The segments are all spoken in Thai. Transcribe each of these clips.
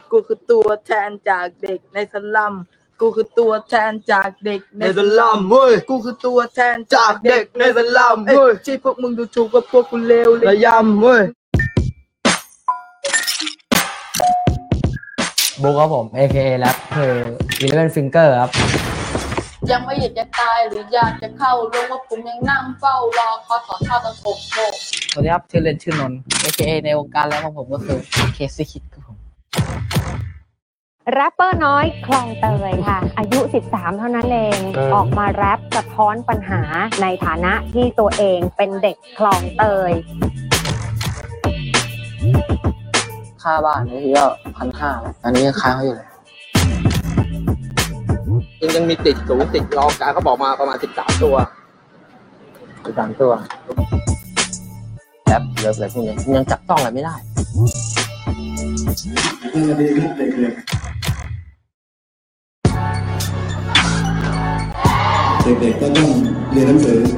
กูคือตัวแทนจากเด็กในสลัมกูคือตัวแทนจากเด็กในสลัมเว้ยกูคือตัวแทนจากเด็กในสลัมเว้ยที่พวกมึงดูถูกว่าพวกกูเลวระยำเว้ยบุ๊กครับผม AKA แรปคือ Eleven Finger ครับยังไม่อยากจะตายหรืออยากจะเข้าลงว่าผมยังนั่งเฝ้ารอคอยขอข้าวตะโขบโบกสวัสดีครับชื่อเล่นชื่อนนท์ AKA ในวงการแล้วของผมก็คือ Casey Kid ครับผมแรปเปอร์น้อยคลองเตยค่ะอายุ13เท่านั้นเองออกมาแรปสะท้อนปัญหาในฐานะที่ตัวเองเป็นเด็กคลองเตยค่าบ้านนี่ก็1,500อันนี้ยังค้างเขาอยู่เลยยังมีติดสูงติดรอการเขาบอกมาประมาณ13ตัวแรปเลิฟอะไรพวกนี้ยังจับต้องอะไรไม่ได้เด็กๆก็ต้องเรียนหนังสือ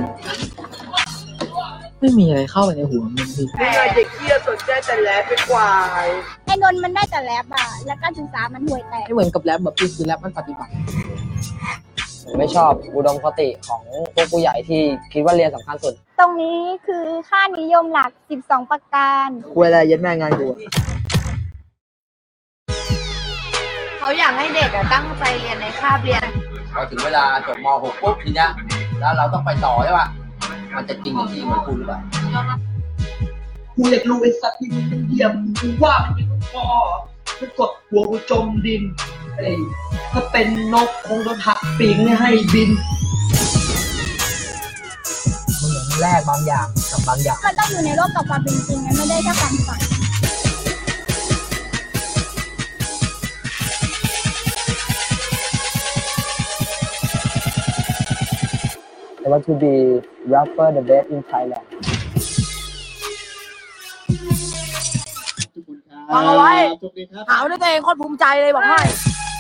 ไม่มีอะไรเข้าไปในหัวมันพี่ไม่เด็กเหี้ยสนใจแต่แลบเป็นควายไอ้นนท์มันได้แต่แรปอ่ะแล้วการศึกษามันห่วยแตกไม่เหมือนกับแรปแบบพี่คือแรปมันปฏิบัติไม่ชอบอุดมคติของพวกผู้ใหญ่ที่คิดว่าเรียนสำคัญสุดตรงนี้คือค่านิยมหลัก12ประการคุยอะไรยัดแม่งานกูเขาอยากให้เด็กตั้งใจเรียนในคาบเรียนพอถึงเวลาจบม .6 ปุ๊บทีเนี้ยแล้วเราต้องไปต่อใช่ป่ะมันจะจริงอย่างที่เหมือนคุณหรือเปล่ากูอยากรู้ไอ้สัตว์ที่มึงเหยียบกูว่ามันเป็นคอมันกดหัวกูจมดินไอ้ก็เป็นนกคงโดนหักปีกให้บินเหมือนแลกบางอย่างกับบางอย่างมันต้องอยู่ในโลกกับความเป็นจริงมันไม่ได้แค่การฝัน I want to be rapper the best in Thailand ฟังเอาไว้หาด้วยตัวเองโคตรภูมิใจเลยบอกให้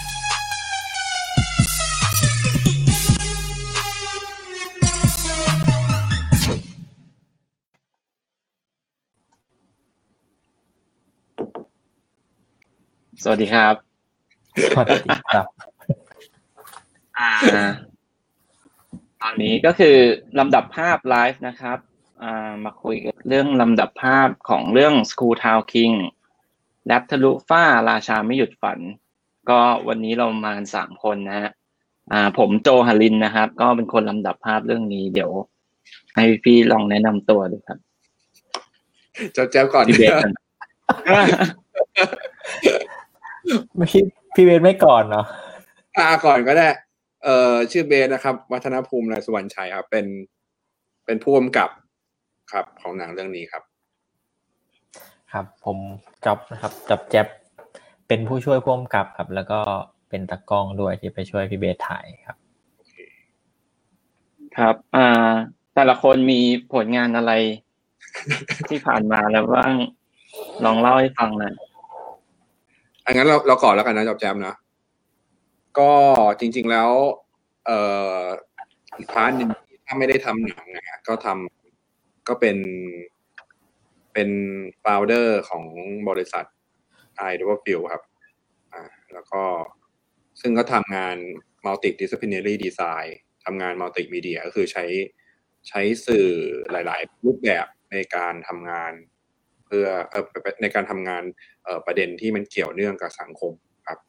สวัสดีครับสวัสดีครับตอนนี้ก็คือลำดับภาพไลฟ์นะครับมาคุยกันเรื่องลำดับภาพของเรื่อง School Town King แรปทะลุฟ้าราชาไม่หยุดฝันก็วันนี้เรามากัน3คนนะฮะผมโจหรินนะครับก็เป็นคนลำดับภาพเรื่องนี้เดี๋ยวให้พี่ลองแนะนำตัวดูครับเจ้าก่อนพี่เบสกันพี่เบสไม่ก่อนเนาะก่อนก็ได้ชื่อเบสนะครับวัฒนภูมินายสุวรรณชัยครับเป็นผู้กำกับครับของหนังเรื่องนี้ครับครับผมจ๊อบนะครับแจ๊บเป็นผู้ช่วยผู้กำกับครับแล้วก็เป็นตากล้องด้วยที่ไปช่วยพี่เบสถ่ายครับครับแต่ละคนมีผลงานอะไรที่ผ่านมาแล้วบ้างลองเล่าให้ฟังหน่อยงั้นเราก่อนแล้วกันนะจ๊อบแจ๊บนะก็จริงๆแล้วอีกพาร์ทนึงถ้าไม่ได้ทำหนังนะก็เป็นโฟลเดอร์ของบริษัท iDouble ครับแล้วก็ซึ่งก็ทำงาน multidisciplinary design ทำงาน multimedia ก็คือใช้สื่อหลายๆรูปแบบในการทำงานเพื่อในการทำงานประเด็นที่มันเกี่ยวเนื่องกับสังคมครับ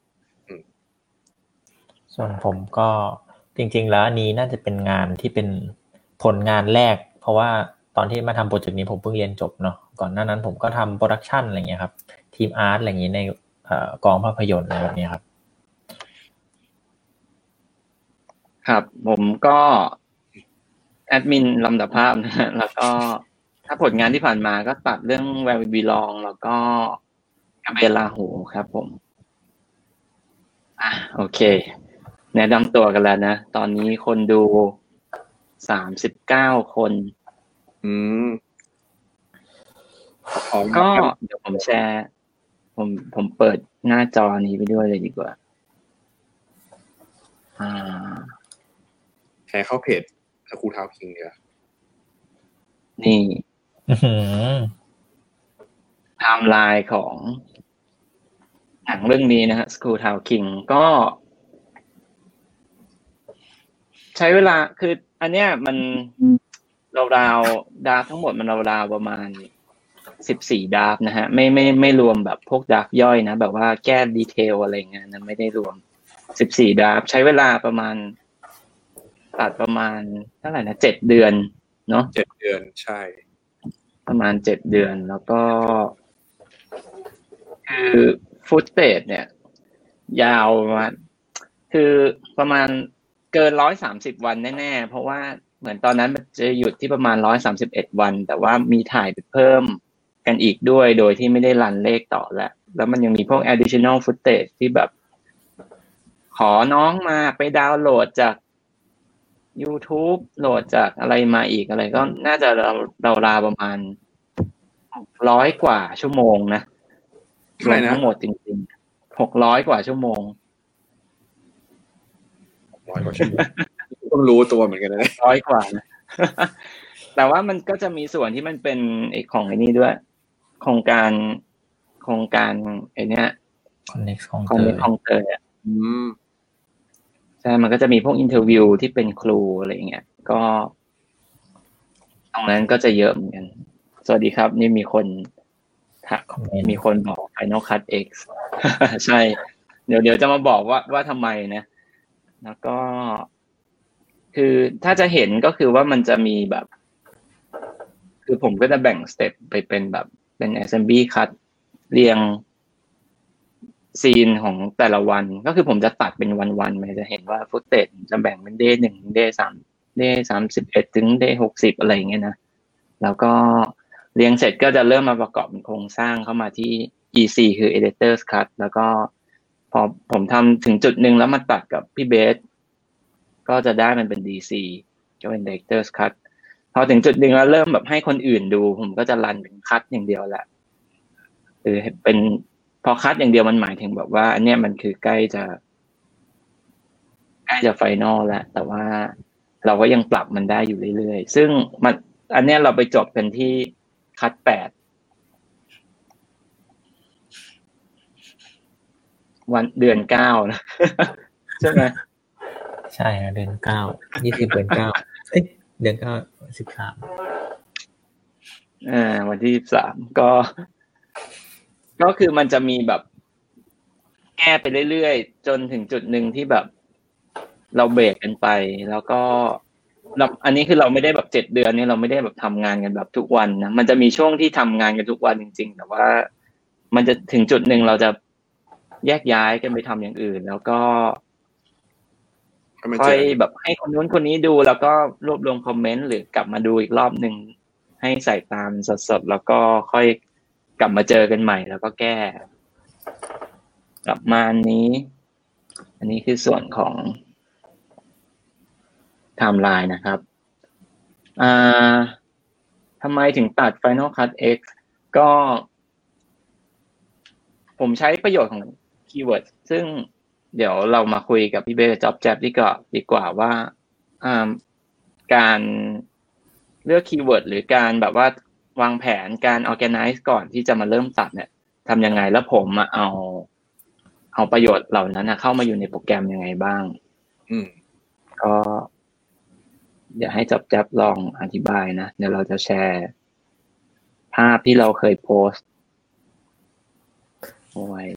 ส่วนผมก็จริงๆแล้วอันนี้น่าจะเป็นงานที่เป็นผลงานแรกเพราะว่าตอนที่มาทำโปรเจกต์นี้ผมเพิ่งเรียนจบเนาะก่อนหน้านั้นผมก็ทำโปรดักชันอะไรเงี้ยครับทีมอาร์ตอะไรอย่างนี้ในกองภาพยนตร์อะไรแบบนี้ครับครับผมก็แอดมินลำดับภาพนะแล้วก็ถ้าผลงานที่ผ่านมาก็ตัดเรื่อง Where We Belong แล้วก็กระเบนลาหูครับผมโอเคแนะนำตัวกันแล้วนะตอนนี้คนดู39คนก็เดี๋ยวผมแชร์ผมเปิดหน้าจอนี้ไปด้วยเลยดีกว่าแชร์เข้าเพจครูเท้าคิงเนี่ยนี่ไทม์ไลน์ของหนังเรื่องนี้นะฮะ School Town King ก็ใช้เวลาคืออันเนี้ยมันราวๆดราฟทั้งหมดมันราวๆประมาณ14ดราฟนะฮะไม่รวมแบบพวกดราฟย่อยนะแบบว่าแก้ดีเทลอะไรเงี้ยนะไม่ได้รวม14ดราฟใช้เวลาประมาณตัดประมาณเท่าไหร่นะ7เดือนเนาะ 7เดือนใช่ประมาณ7เดือนแล้วก็คือฟุตเทจเนี่ยยาวมาคือประมาณเกิน130วันแน่ๆเพราะว่าเหมือนตอนนั้นมันจะหยุดที่ประมาณ131วันแต่ว่ามีถ่ายไปเพิ่มกันอีกด้วยโดยที่ไม่ได้รันเลขต่อแล้วมันยังมีพวก additional footage ที่แบบขอน้องมาไปดาวน์โหลดจาก YouTube โหลดจากอะไรมาอีกอะไรก็น่าจะราวๆประมาณ600กว่าชั่วโมงนะทั้งหมดจริงๆ600กว่าชั่วโมง 100กว่าชั่วโมงต้องรู้ตัวเหมือนกันนะ 100กว่านะแต่ว่ามันก็จะมีส่วนที่มันเป็นของไอ้นี่ด้วยโครงการไอ้เนี้ย Connect ของเตยใช่มันก็จะมีพวกอินเทอร์วิวที่เป็นครูอะไรอย่างเงี้ยก็ตรงนั้นก็จะเยอะเหมือนกันสวัสดีครับนี่มีคนบอก Final Cut X ใช่เดี๋ยวจะมาบอกว่าทำไมนะแล้วก็คือถ้าจะเห็นก็คือว่ามันจะมีแบบคือผมก็จะแบ่งสเต็ปไปเป็นแบบเป็น assembly cut เรียงซีนของแต่ละวันก็คือผมจะตัดเป็นวันๆมันจะเห็นว่าฟุตเทจจะแบ่งเป็น day 1 day 3 day 31ถึง day 60อะไรอย่างเงี้ยนะแล้วก็เรียงเสร็จก็จะเริ่มมาประกอบเป็นโครงสร้างเข้ามาที่ EC คือ editor's cut แล้วก็พอผมทำถึงจุดนึงแล้วมาตัดกับพี่เบสก็จะได้มันเป็น DC ก็เป็น director's cut พอถึงจุดนึงแล้วเริ่มแบบให้คนอื่นดูผมก็จะรันเป็นคัทอย่างเดียวแหละคือเป็นพอคัทอย่างเดียวมันหมายถึงแบบว่าอันเนี้ยมันคือใกล้จะไฟนอลแล้วแต่ว่าเราก็ยังปรับมันได้อยู่เรื่อยๆซึ่งมันอันเนี้ยเราไปจบกันที่คัท8วันเดือน9นะใช่ไหมใช่เดือน9 20เดือน9เดือน9 13 วันที่13ก็คือมันจะมีแบบแก้ไปเรื่อยๆจนถึงจุดนึงที่แบบเราเบรกกันไปแล้วก็อันนี้คือเราไม่ได้แบบ7เดือนนี้เราไม่ได้แบบทำงานกันแบบทุกวันนะมันจะมีช่วงที่ทำงานกันทุกวันจริงๆแต่ว่ามันจะถึงจุดนึงเราจะแยกย้ายกันไปทำอย่างอื่นแล้วก็ค่อยแบบให้คนนู้นคนนี้ดูแล้วก็รวบรวมคอมเมนต์หรือกลับมาดูอีกรอบนึงให้ใส่ตามสดๆแล้วก็ค่อยกลับมาเจอกันใหม่แล้วก็แก้กลับมาอันนี้คือส่วนของไทม์ไลน์นะครับทำไมถึงตัด Final Cut X ก็ผมใช้ประโยชน์ของคีย์เวิร์ดซึ่งเดี๋ยวเรามาคุยกับพี่เบสจ๊อบแจ๊บดีกว่าว่าการเลือกคีย์เวิร์ดหรือการแบบว่าวางแผนการ organize ก่อนที่จะมาเริ่มตัดเนี่ยทำยังไงแล้วผมเอาประโยชน์เหล่านั้นเข้ามาอยู่ในโปรแกรมยังไงบ้างก็เดี๋ยวให้จ๊อบแจ๊บลองอธิบายนะเดี๋ยวเราจะแชร์ภาพที่เราเคยโพสต์เอาไว้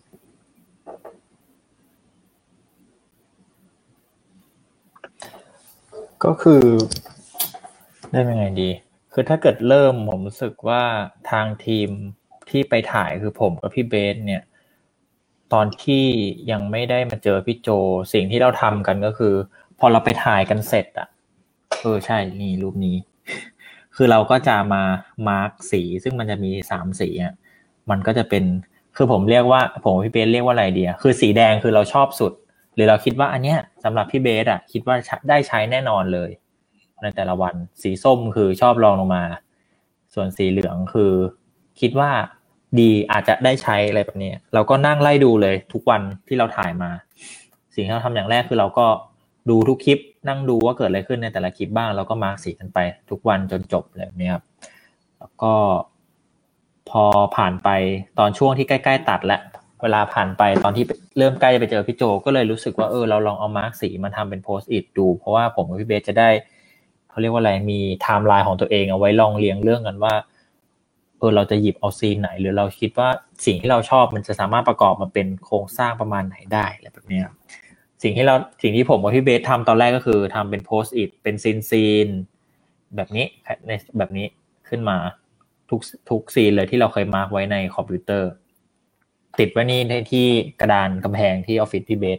ก็คือได้ยังไงดีคือถ้าเกิดเริ่มผมรู้สึกว่าทางทีมที่ไปถ่ายคือผมกับพี่เบสเนี่ยตอนที่ยังไม่ได้มาเจอพี่โจสิ่งที่เราทำกันก็คือพอเราไปถ่ายกันเสร็จใช่นี่รูปนี้คือเราก็จะมามาร์คสีซึ่งมันจะมี3สีมันก็จะเป็นคือผมกับพี่เบสเรียกว่าอะไรดีคือสีแดงคือเราชอบสุดหรือเราคิดว่าอันเนี้ยสำหรับพี่เบสคิดว่าได้ใช้แน่นอนเลยในแต่ละวันสีส้มคือชอบรองลงมาส่วนสีเหลืองคือคิดว่าดีอาจจะได้ใช้อะไรแบบนี้เราก็นั่งไล่ดูเลยทุกวันที่เราถ่ายมาสิ่งที่เราทำอย่างแรกคือเราก็ดูทุกคลิปนั่งดูว่าเกิดอะไรขึ้นในแต่ละคลิปบ้างแล้วก็มาร์คสีกันไปทุกวันจนจบแบบนี้ครับแล้วก็พอผ่านไปตอนช่วงที่ใกล้ๆตัดแล้วเวลาผ่านไปตอนที่เริ่มใกล้จะไปเจอพี่โจก็เลยรู้สึกว่าเราลองเอามาร์กสีมาทำเป็นโพสต์อิทดูเพราะว่าผมกับพี่เบสจะได้เขาเรียกว่าอะไรมีไทม์ไลน์ของตัวเองเอาไว้ลองเรียงเรื่องกันว่าเราจะหยิบเอาซีนไหนหรือเราคิดว่าสิ่งที่เราชอบมันจะสามารถประกอบมาเป็นโครงสร้างประมาณไหนได้อะไรแบบนี้สิ่งที่ผมกับพี่เบสทำตอนแรกก็คือทำเป็นโพสต์อิทเป็นซีนแบบนี้ในแบบนี้ขึ้นมาทุกซีนเลยที่เราเคยมาร์กไว้ในคอมพิวเตอร์ติดไว้นี่ที่กระดานกำแพงที่ออฟฟิศพี่เบส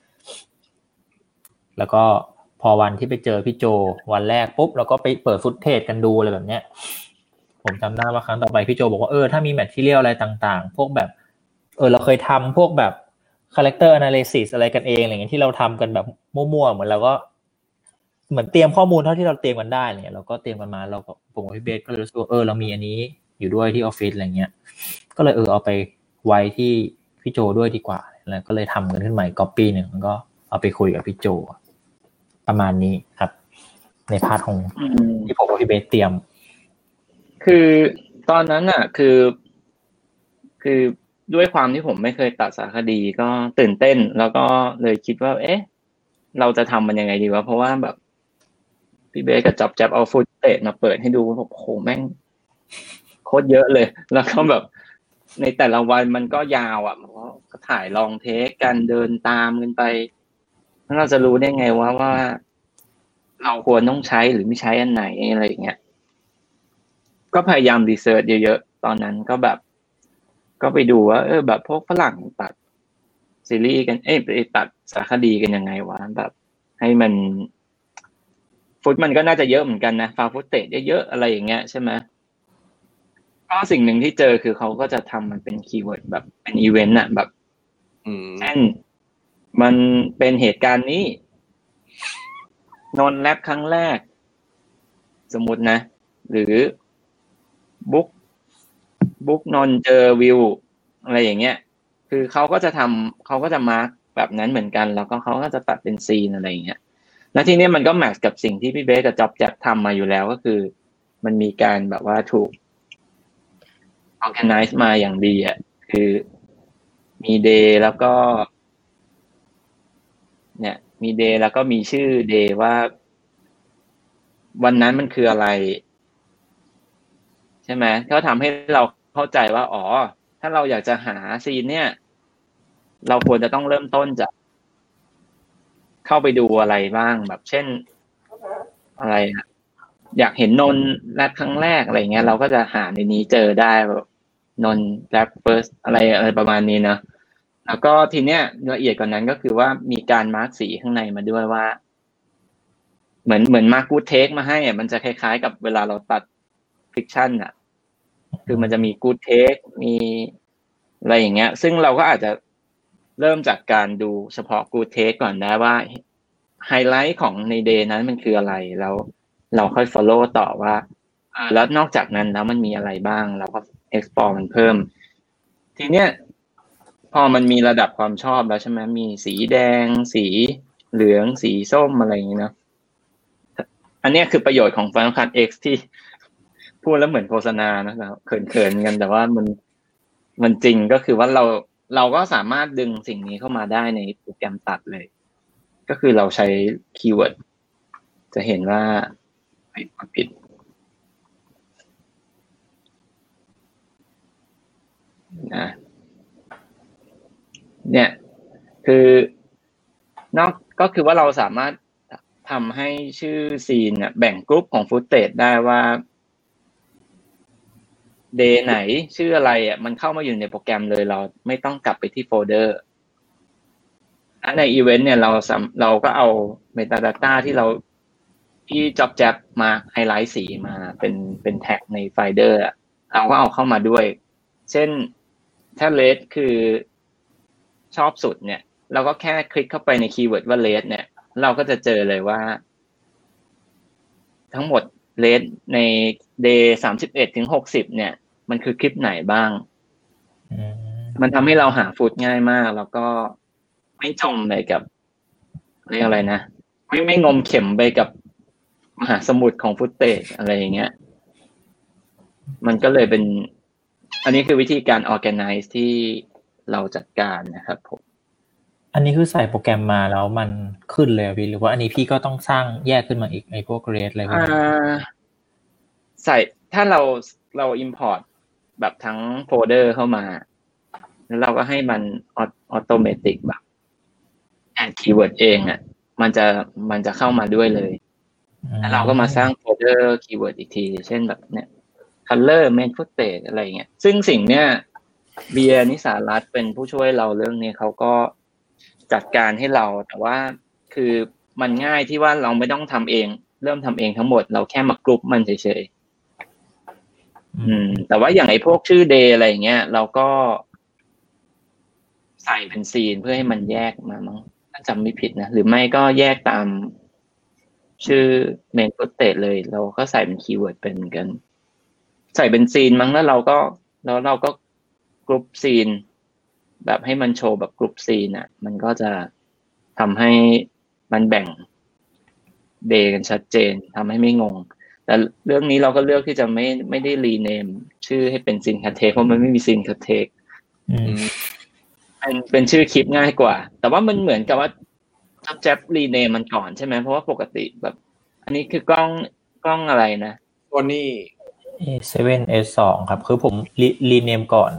แล้วก็พอวันที่ไปเจอพี่โจวันแรกปุ๊บเราก็ไปเปิดฟุตเทจกันดูอะไรแบบเนี้ยผมจำได้ว่าครั้งต่อไปพี่โจบอกว่าถ้ามีแมททีเรียลอะไรต่างๆพวกแบบเราเคยทำพวกแบบ character analysis อะไรกันเองอะไรเงี้ยที่เราทำกันแบบมั่วๆเหมือนเราก็เหมือนเตรียมข้อมูลเท่าที่เราเตรียมกันได้เนี่ยเราก็เตรียมกันมาเราก็ผมกับพี่เบสก็เลยรู้สึกว่าเรามีอันนี้อยู่ด้วยที่ออฟฟิศอะไรเงี้ยก็เลยเอาไปไว้ที่พี่โจด้วยดีกว่าแล้วก็เลยทำกันขึ้นใหม่ก๊อปปี้นึงแล้วก็เอาไปคุยกับพี่โจประมาณนี้ครับในพาร์ทของที่ผมกับพี่เบสเตรียมคือตอนนั้นน่ะคือด้วยความที่ผมไม่เคยตัดสารคดีก็ตื่นเต้นแล้วก็เลยคิดว่าเราจะทำมันยังไงดีวะเพราะว่าแบบพี่เบสกับจับเอาฟุตเทจมาเปิดให้ดูผมโหแม่งโคตรเยอะเลยแล้วก็แบบในแต่ละวันมันก็ยาวอ่ะก็ถ่ายลองเทคกันเดินตามกันไปแล้วเราจะรู้ได้ไงว่าเราควรต้องใช้หรือไม่ใช้อันไหนอะไรอย่างเงี้ยก็พยายามรีเสิร์ชเยอะๆตอนนั้นก็แบบก็ไปดูว่าแบบพวกฝรั่งตัดซีรีส์กันไปตัดสารคดีกันยังไงวะแบบให้มันฟุตมันก็น่าจะเยอะเหมือนกันนะฟาวฟุตเตจเยอะๆอะไรอย่างเงี้ยใช่ไหมก็สิ่งหนึ่งที่เจอคือเขาก็จะทำมันเป็นคีย์เวิร์ดแบบเป็นอีเวนต์อะแบบเช่นมันเป็นเหตุการณ์นี้นนแรปครั้งแรกสมมุตินะหรือบุ๊กนนเจอวิวอะไรอย่างเงี้ยคือเขาก็จะมาร์คแบบนั้นเหมือนกันแล้วก็เขาก็จะตัดเป็นซีนอะไรอย่างเงี้ยแล้วทีนี้มันก็แมทช์กับสิ่งที่พี่เบสกับจ๊อบแจ็คทำมาอยู่แล้วก็คือมันมีการแบบว่าถูก organize มาอย่างดีอ่ะคือมีเดย์แล้วก็เนี่ยมีเดย์แล้วก็มีชื่อเดย์ว่าวันนั้นมันคืออะไรใช่ไหมเขาทำให้เราเข้าใจว่าถ้าเราอยากจะหาซีนเนี่ยเราควรจะต้องเริ่มต้นจากเข้าไปดูอะไรบ้างแบบเช่นอะไรอยากเห็นนนแรปครั้งแรกอะไรเงี้ยเราก็จะหาในนี้เจอได้แบบนนแรปเฟิร์สอะไรประมาณนี้นะแล้วก็ทีเนี้ยละเอียดกว่านั้นก็คือว่ามีการมาร์กสีข้างในมาด้วยว่าเหมือนมาร์กกู๊ดเทคมาให้มันจะคล้ายๆกับเวลาเราตัดฟิกชันอ่ะคือมันจะมีกู๊ดเทคมีอะไรอย่างเงี้ยซึ่งเราก็อาจจะเริ่มจากการดูเฉพาะกู๊ดเทคก่อนได้ว่าไฮไลท์ของในเดย์นั้นมันคืออะไรแล้วเราค่อย follow ต่อว่าแล้วนอกจากนั้นแล้วมันมีอะไรบ้างเราก็ explore มันเพิ่มทีเนี้ยพอมันมีระดับความชอบแล้วใช่ไหมมีสีแดงสีเหลืองสีส้มอะไรอย่างเงี้ยเนาะอันนี้คือประโยชน์ของ Final Cut X ที่พูดแล้วเหมือนโฆษณานะครับเขินๆกันแต่ว่ามันจริงก็คือว่าเราก็สามารถดึงสิ่งนี้เข้ามาได้ในโปรแกรมตัดเลยก็คือเราใช้คีย์เวิร์ดจะเห็นว่าผิดนะเนี่ยคือนอกก็คือว่าเราสามารถทำให้ชื่อซีนแบ่งกรุ๊ปของฟุตเทจได้ว่าเดย์ไหนชื่ออะไรมันเข้ามาอยู่ในโปรแกรมเลยเราไม่ต้องกลับไปที่โฟลเดอร์ในอีเวนต์เนี่ยเราก็เอา metadata ที่จ็อบแจ็บมาไฮไลท์สีมาเป็นแท็กในไฟเดอร์เราก็เอาเข้ามาด้วยเช่นถ้า red คือชอบสุดเนี่ยเราก็แค่คลิกเข้าไปในคีย์เวิร์ดว่า red เนี่ยเราก็จะเจอเลยว่าทั้งหมด red ใน day 31 ถึง 60เนี่ยมันคือคลิปไหนบ้างมันทำให้เราหาฟุตง่ายมากแล้วก็ไม่จมไปกับเรียกอะไรนะไม่งมเข็มไปกับมหาสมุทรของฟุตเทจอะไรอย่างเงี้ยมันก็เลยเป็นอันนี้คือวิธีการ organize ที่เราจัดการนะครับผมอันนี้คือใส่โปรแกรมมาแล้วมันขึ้นเลยพี่หรือว่าอันนี้พี่ก็ต้องสร้างแยกขึ้นมาอีกไอ้พวกเรทอะไรพวกนี้ใส่ถ้าเรา import แบบทั้งโฟลเดอร์เข้ามาแล้วเราก็ให้มันออโตเมติกแบบแอดคีย์เวิร์ดเองอ่ะมันจะเข้ามาด้วยเลยแล้วเราก็มาสร้างโฟลเดอร์คีย์เวิร์ดอีกทีเช่นแบบเนี้ย color main footage อะไรเงี้ยซึ่งสิ่งเนี้ยเบียร์นิสารัตน์เป็นผู้ช่วยเราเรื่องนี้เขาก็จัดการให้เราแต่ว่าคือมันง่ายที่ว่าเราไม่ต้องทำเองเริ่มทำเองทั้งหมดเราแค่มากรุ๊ปมันเฉยๆแต่ว่าอย่างไอ้พวกชื่อ day อะไรอย่างเงี้ยเราก็ใส่เป็นซีนเพื่อให้มันแยกมามั้งถ้าจำไม่ผิดนะหรือไม่ก็แยกตามชื่อ main footage เลยเราก็ใส่เป็นคีย์เวิร์ดเป็นเหมือนกันใส่เป็นซีนมั้งแล้วเราก็กรุ๊ปซีนแบบให้มันโชว์แบบกรุ๊ปซีนอ่ะมันก็จะทำให้มันแบ่งเดย์กันชัดเจนทำให้ไม่งงแต่เรื่องนี้เราก็เลือกที่จะไม่ได้รีเนมชื่อให้เป็นซีนคัทเทคเพราะมันไม่มีซีนคัทเทคเป็นชื่อคลิปง่ายกว่าแต่ว่ามันเหมือนกับว่าแจ๊บรีเนมมันก่อนใช่ไหมเพราะว่าปกติแบบอันนี้คือกล้องอะไรนะตัวนี้ A7S2 ครับคือผมรีเนมก่อน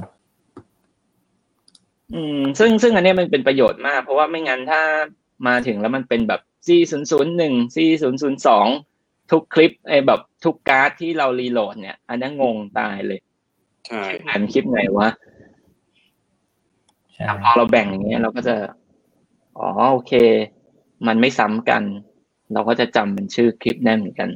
ซึ่งอันนี้มันเป็นประโยชน์มากเพราะว่าไม่งั้นถ้ามาถึงแล้วมันเป็นแบบ C001 C002 ทุกคลิปไอ้แบบทุกการ์ดที่เรารีโหลดเนี่ยอันนั้นงงตายเลยใช่อ่านคลิปไหนวะแต่พอเราแบ่งอย่างเงี้ยเราก็จะโอเคมันไม่ซ้ำกันเราก็จะจำเป็นชื่อคลิปได้เหมือนกัน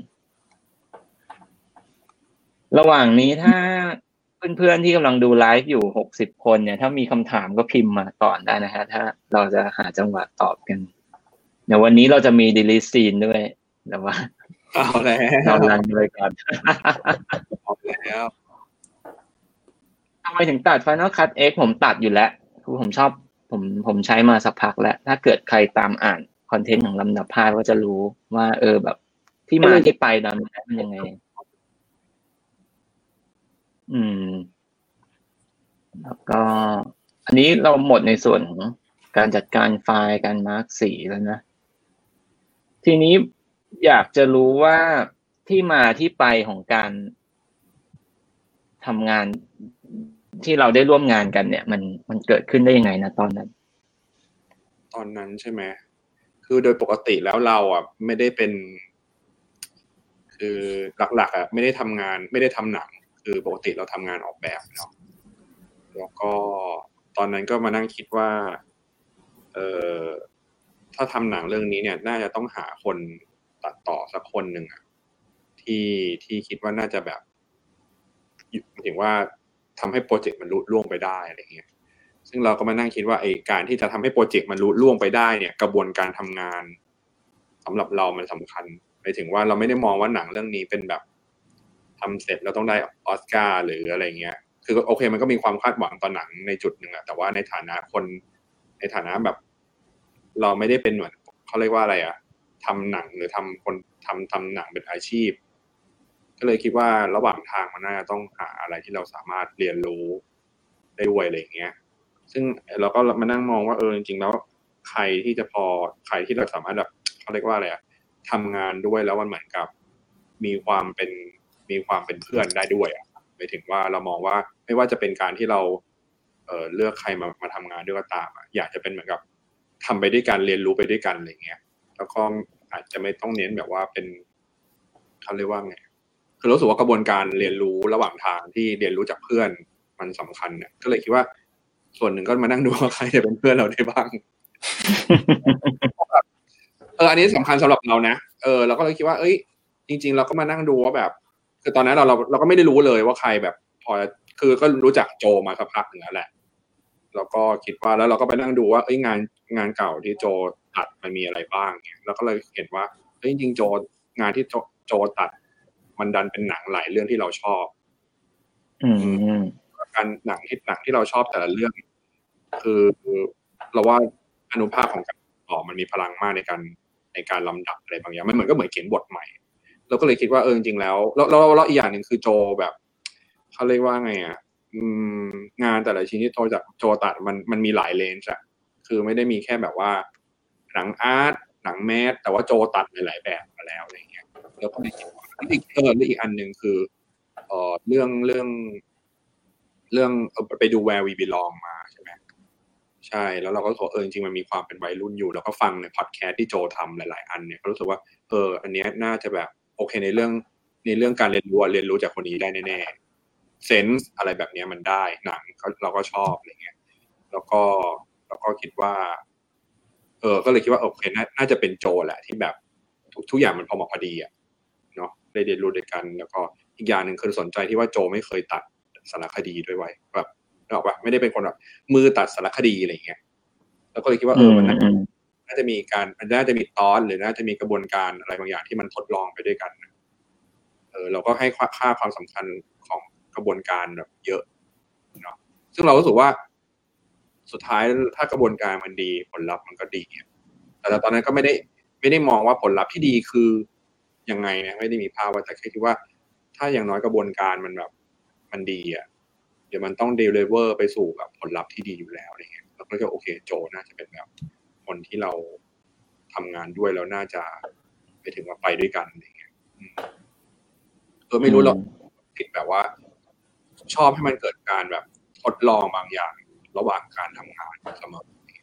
ระหว่างนี้ถ้าเพื่อนๆที่กำลังดูไลฟ์อยู่60คนเนี่ยถ้ามีคำถามก็พิมพ์มาก่อนได้นะฮะถ้าเราจะหาจังหวะตอบกันเดี๋ยววันนี้เราจะมี delete scene ด้วยแต่ว่าเอาแล้วเราลันเลยก่อนเอาแล้วทำไมถึงตัด Final Cut X ผมตัดอยู่แล้วคือผมชอบผมใช้มาสักพักแล้วถ้าเกิดใครตามอ่านคอนเทนต์ของลำดับภาพก็จะรู้ว่าแบบที่มาที่ไปตอนนี้มันยังไงแล้วก็อันนี้เราหมดในส่วนของการจัดการไฟล์การมาร์กสีแล้วนะทีนี้อยากจะรู้ว่าที่มาที่ไปของการทำงานที่เราได้ร่วมงานกันเนี่ยมันเกิดขึ้นได้ยังไงนะตอนนั้นใช่ไหมคือโดยปกติแล้วเราอ่ะไม่ได้เป็นคือหลักๆอ่ะไม่ได้ทำงานไม่ได้ทำหนังคือปกติเราทำงานออกแบบเนาะแล้วก็ตอนนั้นก็มานั่งคิดว่าถ้าทำหนังเรื่องนี้เนี่ยน่าจะต้องหาคนตัดต่อสักคนหนึ่งอ่ะที่คิดว่าน่าจะแบบถึงว่าทำให้โปรเจกต์มันลุล่วงไปได้อะไรเงี้ยซึ่งเราก็มานั่งคิดว่าไอ้การที่จะทำให้โปรเจกต์มันลุล่วงไปได้เนี่ยกระบวนการทำงานสำหรับเรามันสำคัญหมายถึงว่าเราไม่ได้มองว่าหนังเรื่องนี้เป็นแบบทำเสร็จแล้วต้องได้ออสการ์หรืออะไรเงี้ยคือโอเคมันก็มีความคาดหวังต่อหนังในจุดหนึ่งอะแต่ว่าในฐานะคนในฐานะแบบเราไม่ได้เป็นเหมือนเขาเรียกว่าอะไรอะทำหนังหรือทำคนทำหนังเป็นอาชีพก็เลยคิดว่าระหว่างทางมันน่าจะต้องหาอะไรที่เราสามารถเรียนรู้ได้ด้วยอะไรอย่างเงี้ยซึ่งเราก็มานั่งมองว่าจริงๆแล้วใครที่เราสามารถแบบเขาเรียกว่าอะไรอะทำงานด้วยแล้วมันเหมือนกับมีความเป็นเพื่อนได้ด้วยอ่ะหมายถึงว่าเรามองว่าไม่ว่าจะเป็นการที่เราเลือกใครมาทำงานด้วยก็ตามอ่ะอยากจะเป็นเหมือนกับทำไปด้วยกันเรียนรู้ไปด้วยกันอะไรเงี้ยแล้วก็อาจจะไม่ต้องเน้นแบบว่าเป็นเขาเรียกว่าไงคือรู้สึกว่ากระบวนการเรียนรู้ระหว่างทางที่เรียนรู้จากเพื่อนมันสำคัญเนี่ยก็เลยคิดว่าส่วนหนึ่งก็มานั่งดูว่าใครจะเป็นเพื่อนเราได้บ้างอันนี้สำคัญสำหรับเรานะเราก็เลยคิดว่าจริงๆเราก็มานั่งดูว่าแบบคือตอนนั้นเราก็ไม่ได้รู้เลยว่าใครแบบพอคือก็รู้จักโจมาสักพักหนึ่งแล้วแหละแล้วก็คิดว่าแล้วเราก็ไปนั่งดูว่างานเก่าที่โจตัดมันมีอะไรบ้างเนี่ยแล้วก็เลยเห็นว่าจริงๆโจงานที่โจตัดมันดันเป็นหนังหลายเรื่องที่เราชอบการหนังที่เราชอบแต่ละเรื่องคือเราว่าอานุภาพของการต่อมันมีพลังมากในการลำดับอะไรบางอย่างมันเหมือนก็เหมือนเขียนบทใหม่เราก็เลยคิดว่าจริงๆแล้วอีกอย่างหนึ่งคือโจแบบเขาเรียกว่าไงอ่ะงานแต่ละชิ้นที่โจตัดมันมีหลายเลนส์อะคือไม่ได้มีแค่แบบว่าหนังอาร์ตหนังแมสแต่ว่าโจตัดหลายแบบมาแล้วอะไรเงี้ยแล้วก็อีกอันหนึ่งคือเรื่องไปดู Where We Belong มาใช่ไหมใช่แล้วเราก็รู้สึกจริงๆมันมีความเป็นวัยรุ่นอยู่แล้วก็ฟังในพอดแคสต์ที่โจทำหลายๆอันเนี่ยก็รู้สึกว่าอันเนี้ยน่าจะแบบโอเคในเรื่องการเรียนรู้จากคนนี้ได้แน่ๆเซนส์อะไรแบบเนี้ยมันได้หนังเราก็ชอบอะไรเงี้ยแล้วก็คิดว่าก็เลยคิดว่าโอเคน่าจะเป็นโจแหละที่แบบทุกอย่างมันพอเหมาะพอดีอ่ะเนาะได้เรียนรู้ด้วยกันแล้วก็อีกอย่างนึงคือสนใจที่ว่าโจไม่เคยตัดสารคดีด้วยไว้แบบบอกว่าไม่ได้เป็นคนแบบมือตัดสารคดีอะไรเงี้ยแล้วก็เลยคิดว่ามันน่าจะมีตอนหรือน่าจะมีกระบวนการอะไรบางอย่างที่มันทดลองไปด้วยกันเราก็ให้ค่าความสำคัญของกระบวนการแบบเยอะเนาะซึ่งเรารู้สึกว่าสุดท้ายถ้ากระบวนการมันดีผลลัพธ์มันก็ดีแต่ตอนนั้นก็ไม่ได้มองว่าผลลัพธ์ที่ดีคือยังไงนะไม่ได้มีภาพว่าแต่แค่คิดว่าถ้าอย่างน้อยกระบวนการมันแบบมันดีอ่ะเดี๋ยวมันต้องเดลิเวอร์ไปสู่แบบผลลัพธ์ที่ดีอยู่แล้วอะไรเงี้ยแล้วก็โอเคโจน่าจะเป็นแบบคนที่เราทำงานด้วยแล้วน่าจะไปถึงว่าไปด้วยกันอะไรเงี้ยไม่รู้หรอกผิดแบบว่าชอบให้มันเกิดการแบบทดลองบางอย่างระหว่างการทำงานเสมอ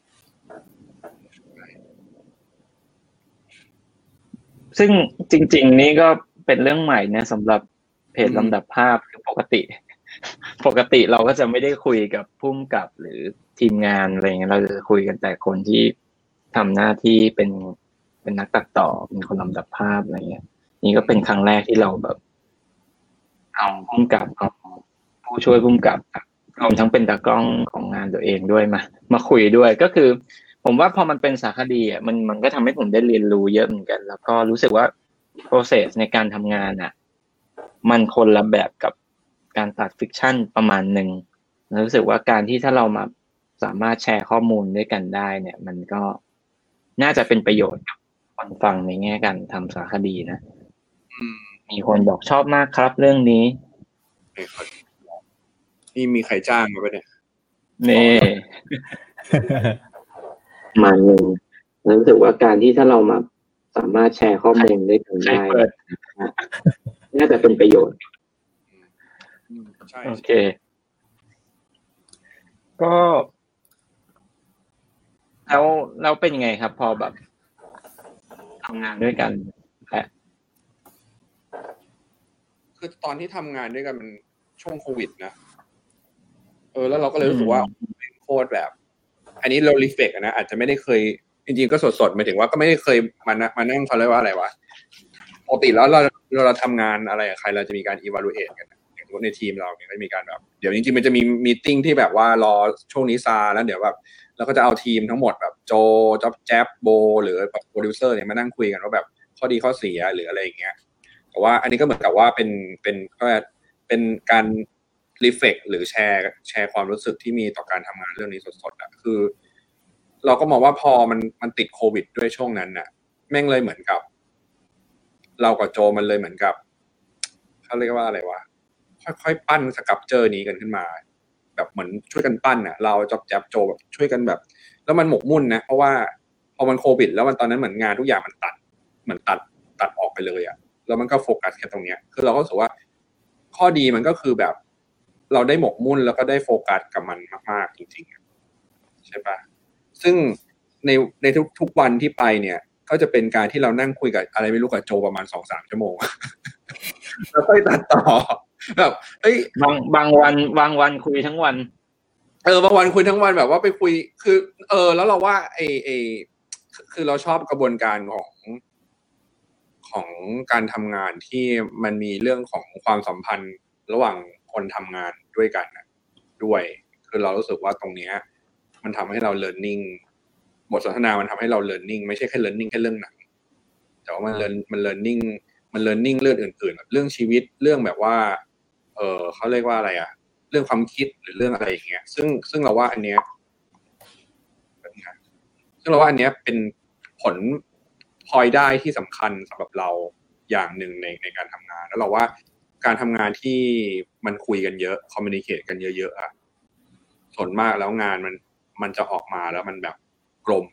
ซึ่งจริงๆนี่ก็เป็นเรื่องใหม่นะสำหรับเพจลำดับภาพคือปกติเราก็จะไม่ได้คุยกับผู้กำกับหรือทีมงานอะไรเงี้ยเราจะคุยกันแต่คนที่ทำหน้าที่เป็นนักตัดต่อเป็นคนลำดับภาพอะไรเงี้ยนี่ก็เป็นครั้งแรกที่เราแบบเอาผู้กำกับเอาผู้ช่วยผู้กำกับรวมทั้งเป็นตากล้องของงานตัวเองด้วยมาคุยด้วยก็คือผมว่าพอมันเป็นสารคดีอ่ะมันก็ทำให้ผมได้เรียนรู้เยอะเหมือนกันแล้วก็รู้สึกว่า process ในการทำงานอ่ะมันคนละแบบกับการตัดฟิกชันประมาณนึงรู้สึกว่าการที่ถ้าเรามาสามารถแชร์ข้อมูลด้วยกันได้เนี่ยมันก็น่าจะเป็นประโยชน์กับคนฟังในแง่การทำสารคดีนะมีคนบอกชอบมากครับเรื่องนี้นี่มีใครจ้างมาปะเนี่ยนี่มาหนึ่งรู้สึกว่าการที่ถ้าเรามาสามารถแชร์ข้อมูลด้วยกันได้น่าจะเป็นประโยชน์โอเคก็แล้วเป็นยังไงครับพอแบบทำงานด้วยกันคือตอนที่ทำงานด้วยกันมันช่วงโควิดนะแล้วเราก็เลยรู้สึกว่าโคตรแบบอันนี้เรารีเฟกนะอาจจะไม่ได้เคยจริงๆก็สดๆหมายถึงว่าก็ไม่ได้เคยมานั่งเขาเรียกว่าอะไรวะปกติแล้วเราทำงานอะไรกับใครเราจะมีการ evaluate กันอย่างในทีมเราเนี่ยก็มีการแบบเดี๋ยวจริงๆมันจะมีมีตติ้งที่แบบว่ารอช่วงนี้ซาแล้วเดี๋ยวแบบเราก็จะเอาทีมทั้งหมดแบบโจจ๊อบแจ๊บโบหรือแบบโปรดิวเซอร์เนี่ยมานั่งคุยกันว่าแบบข้อดีข้อเสียหรืออะไรอย่างเงี้ยแต่ว่าอันนี้ก็เหมือนกับว่าเป็นการรีเฟกหรือแชร์ความรู้สึกที่มีต่อการทำงานเรื่องนี้สดๆอ่ะคือเราก็มองว่าพอมันติดโควิดด้วยช่วงนั้นน่ะแม่งเลยเหมือนกับเรากับโจมันเลยเหมือนกับเขาเรียกว่าอะไรวะค่อยๆปั้นสครับเจอร์นี้กันขึ้นมาแบบเหมือนช่วยกันปั้นน่ะเราจับโจแบบช่วยกันแบบแล้วมันหมกมุ่นนะเพราะว่าพอมันโควิดแล้วมันตอนนั้นเหมือนงานทุกอย่างมันตัดออกไปเลยอ่ะแล้วมันก็โฟกัสแค่ตรงเนี้ยคือเราก็รู้สึกว่าข้อดีมันก็คือแบบเราได้หมกมุ่นแล้วก็ได้โฟกัสกับมันมากๆจริงๆใช่ปะซึ่งในทุกวันที่ไปเนี่ยก็จะเป็นการที่เรานั่งคุยกับอะไรไม่รู้กับโจประมาณ 2-3 ชั่วโมงแล้วค่อยตัดต่อแบบเอ้ยบางวันคุยทั้งวันบางวันคุยทั้งวันแบบว่าไปคุยคือแล้วเราว่าคือเราชอบกระบวนการของการทำงานที่มันมีเรื่องของความสัมพันธ์ระหว่างคนทำงานด้วยกันด้วยคือเรารู้สึกว่าตรงเนี้ยมันทำให้เรา learning บทสนทนามันทำให้เรา learning ไม่ใช่แค่ learning แค่เรื่องหนังแต่ว่ามัน learning เรื่องอื่นๆแบบเรื่องชีวิตเรื่องแบบว่าเขาเรียกว่าอะไรอ่ะเรื่องความคิดหรือเรื่องอะไรอย่างเงี้ยซึ่งเราว่าอันเนี้ยเป็นผลพลอยได้ที่สำคัญสำหรับเราอย่างหนึ่งในการทำงานแล้วเราว่าการทำงานที่มันคุยกันเยอะคอมมิวนิเคตกันเยอะๆอ่ะส่วนมากแล้วงานมันจะออกมาแล้วมันแบบกลม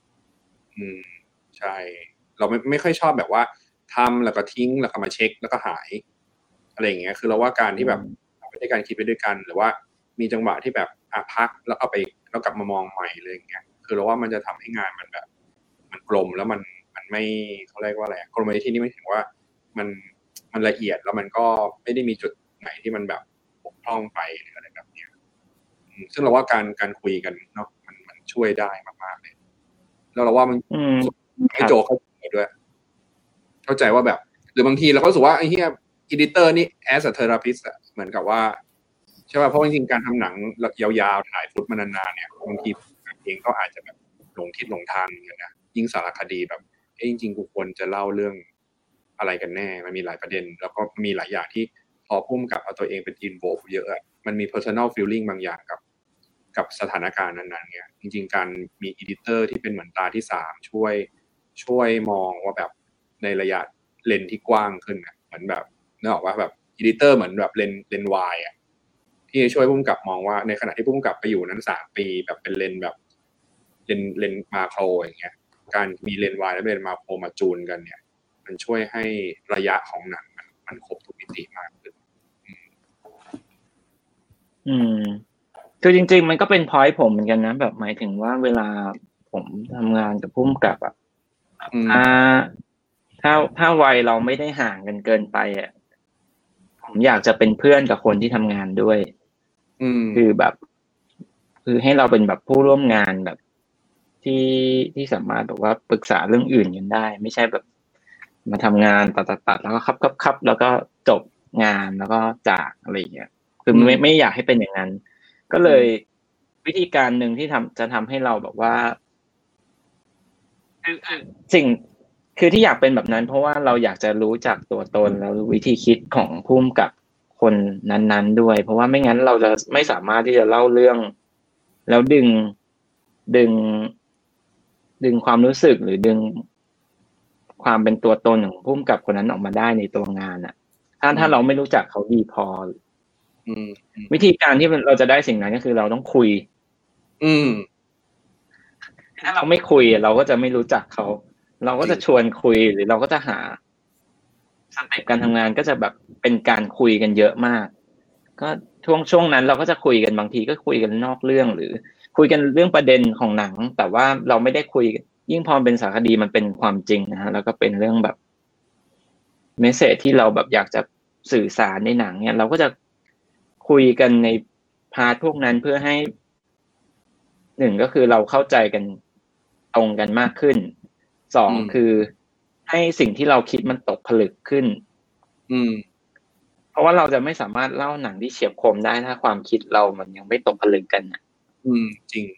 ใช่เราไม่ค่อยชอบแบบว่าทำแล้วก็ทิ้งแล้วก็มาเช็คแล้วก็หายอะไรอย่างเงี้ยคือเราว่าการที่แบบไปด้วยกันคิดไปด้วยกันหรือว่ามีจังหวะที่แบบพักแล้วเอาไปแล้วกลับมามองใหม่เลยอย่างเงี้ยคือเราว่ามันจะทำให้งานมันแบบมันกลมแล้วมันไม่เขาเรียกว่าอะไรกลมในที่นี้ไม่ถึงว่ามันละเอียดแล้วมันก็ไม่ได้มีจุดไหนที่มันแบบบกพร่องไปหรืออะไรแบบเนี้ยซึ่งเราว่าการคุยกันเนาะมันช่วยได้มากๆเลยแล้วเราว่ามันให้โจเข้าใจด้วยเข้าใจว่าแบบหรือบางทีเราก็รู้สึกว่าไอ้เหี้ยอีดิเตอร์นี่ as a therapist อะเหมือนกับว่าใช่ป่ะเพราะจริงๆการทำหนังยาวๆถ่ายฟุตมานานๆเนี่ยบางทีเองก็อาจจะแบบหลงทิศหลงทางอย่างเงี้ยนะยิ่งสารคดีแบบจริงๆกูควรจะเล่าเรื่องอะไรกันแน่มันมีหลายประเด็นแล้วก็มีหลายอย่างที่พอพุ่มกับเอาตัวเองเป็น involve เยอะอะมันมี personal feeling บางอย่างกับสถานการณ์นั้นๆเนี่ยจริงๆการมี editor ที่เป็นเหมือนตาที่สามช่วยมองว่าแบบในระยะเลนที่กว้างขึ้นอ่ะเหมือนแบบนึกออกว่าแบบ editor เหมือนแบบเลนวายอ่ะที่ช่วยพุ่มกับมองว่าในขณะที่พุ่มกับไปอยู่นั้น3 ปีแบบเป็นเลนแบบเลนมาโครอย่างเงี้ยการมีเลนวายและเลนมาโครมาจูนกันเนี่ยมันช่วยให้ระยะของหนังมันครบทุกมิติมากขึ้นคือจริงๆมันก็เป็นพอยต์ผมเหมือนกันนะแบบหมายถึงว่าเวลาผมทำงานกับพุ่มกับอ่ะถ้าวัยเราไม่ได้ห่างกันเกินไปอ่ะผมอยากจะเป็นเพื่อนกับคนที่ทำงานด้วยคือแบบคือให้เราเป็นแบบผู้ร่วมงานแบบที่สามารถแบบว่าปรึกษาเรื่องอื่นกันได้ไม่ใช่แบบมาทำงานตัดแล้วก็คับแล้วก็จบงานแล้วก็จากอะไรอย่างเงี้ยคือไม่อยากให้เป็นอย่างนั้นก็เลยวิธีการหนึ่งที่จะทำให้เราแบบว่าคือที่อยากเป็นแบบนั้นเพราะว่าเราอยากจะรู้จักตัวตนแล้ววิธีคิดของผู้กำกับคนนั้นๆด้วยเพราะว่าไม่งั้นเราจะไม่สามารถที่จะเล่าเรื่องแล้วดึงความรู้สึกหรือดึงความเป็นตัวตนของผู้กำกับคนนั้นออกมาได้ในตัวงานอ่ะถ้าเราไม่รู้จักเขาดีพอวิธีการที่เราจะได้สิ่งนั้นก็คือเราต้องคุยถ้าเราไม่คุยเราก็จะไม่รู้จักเขาเราก็จะชวนคุยหรือเราก็จะหาสเต็ปการทำงานก็จะแบบเป็นการคุยกันเยอะมากก็ช่วงนั้นเราก็จะคุยกันบางทีก็คุยกันนอกเรื่องหรือคุยกันเรื่องประเด็นของหนังแต่ว่าเราไม่ได้คุยยิ่งพอเป็นสารคดีมันเป็นความจริงนะฮะแล้วก็เป็นเรื่องแบบเมสเสจที่เราแบบอยากจะสื่อสารในหนังเนี่ยเราก็จะคุยกันในพาร์ทพวกนั้นเพื่อให้หนึ่งก็คือเราเข้าใจกันตรงกันมากขึ้น2คือให้สิ่งที่เราคิดมันตกผลึกขึ้นเพราะว่าเราจะไม่สามารถเล่าหนังที่เฉียบคมได้ถ้าความคิดเรามันยังไม่ตกผลึกกันจริง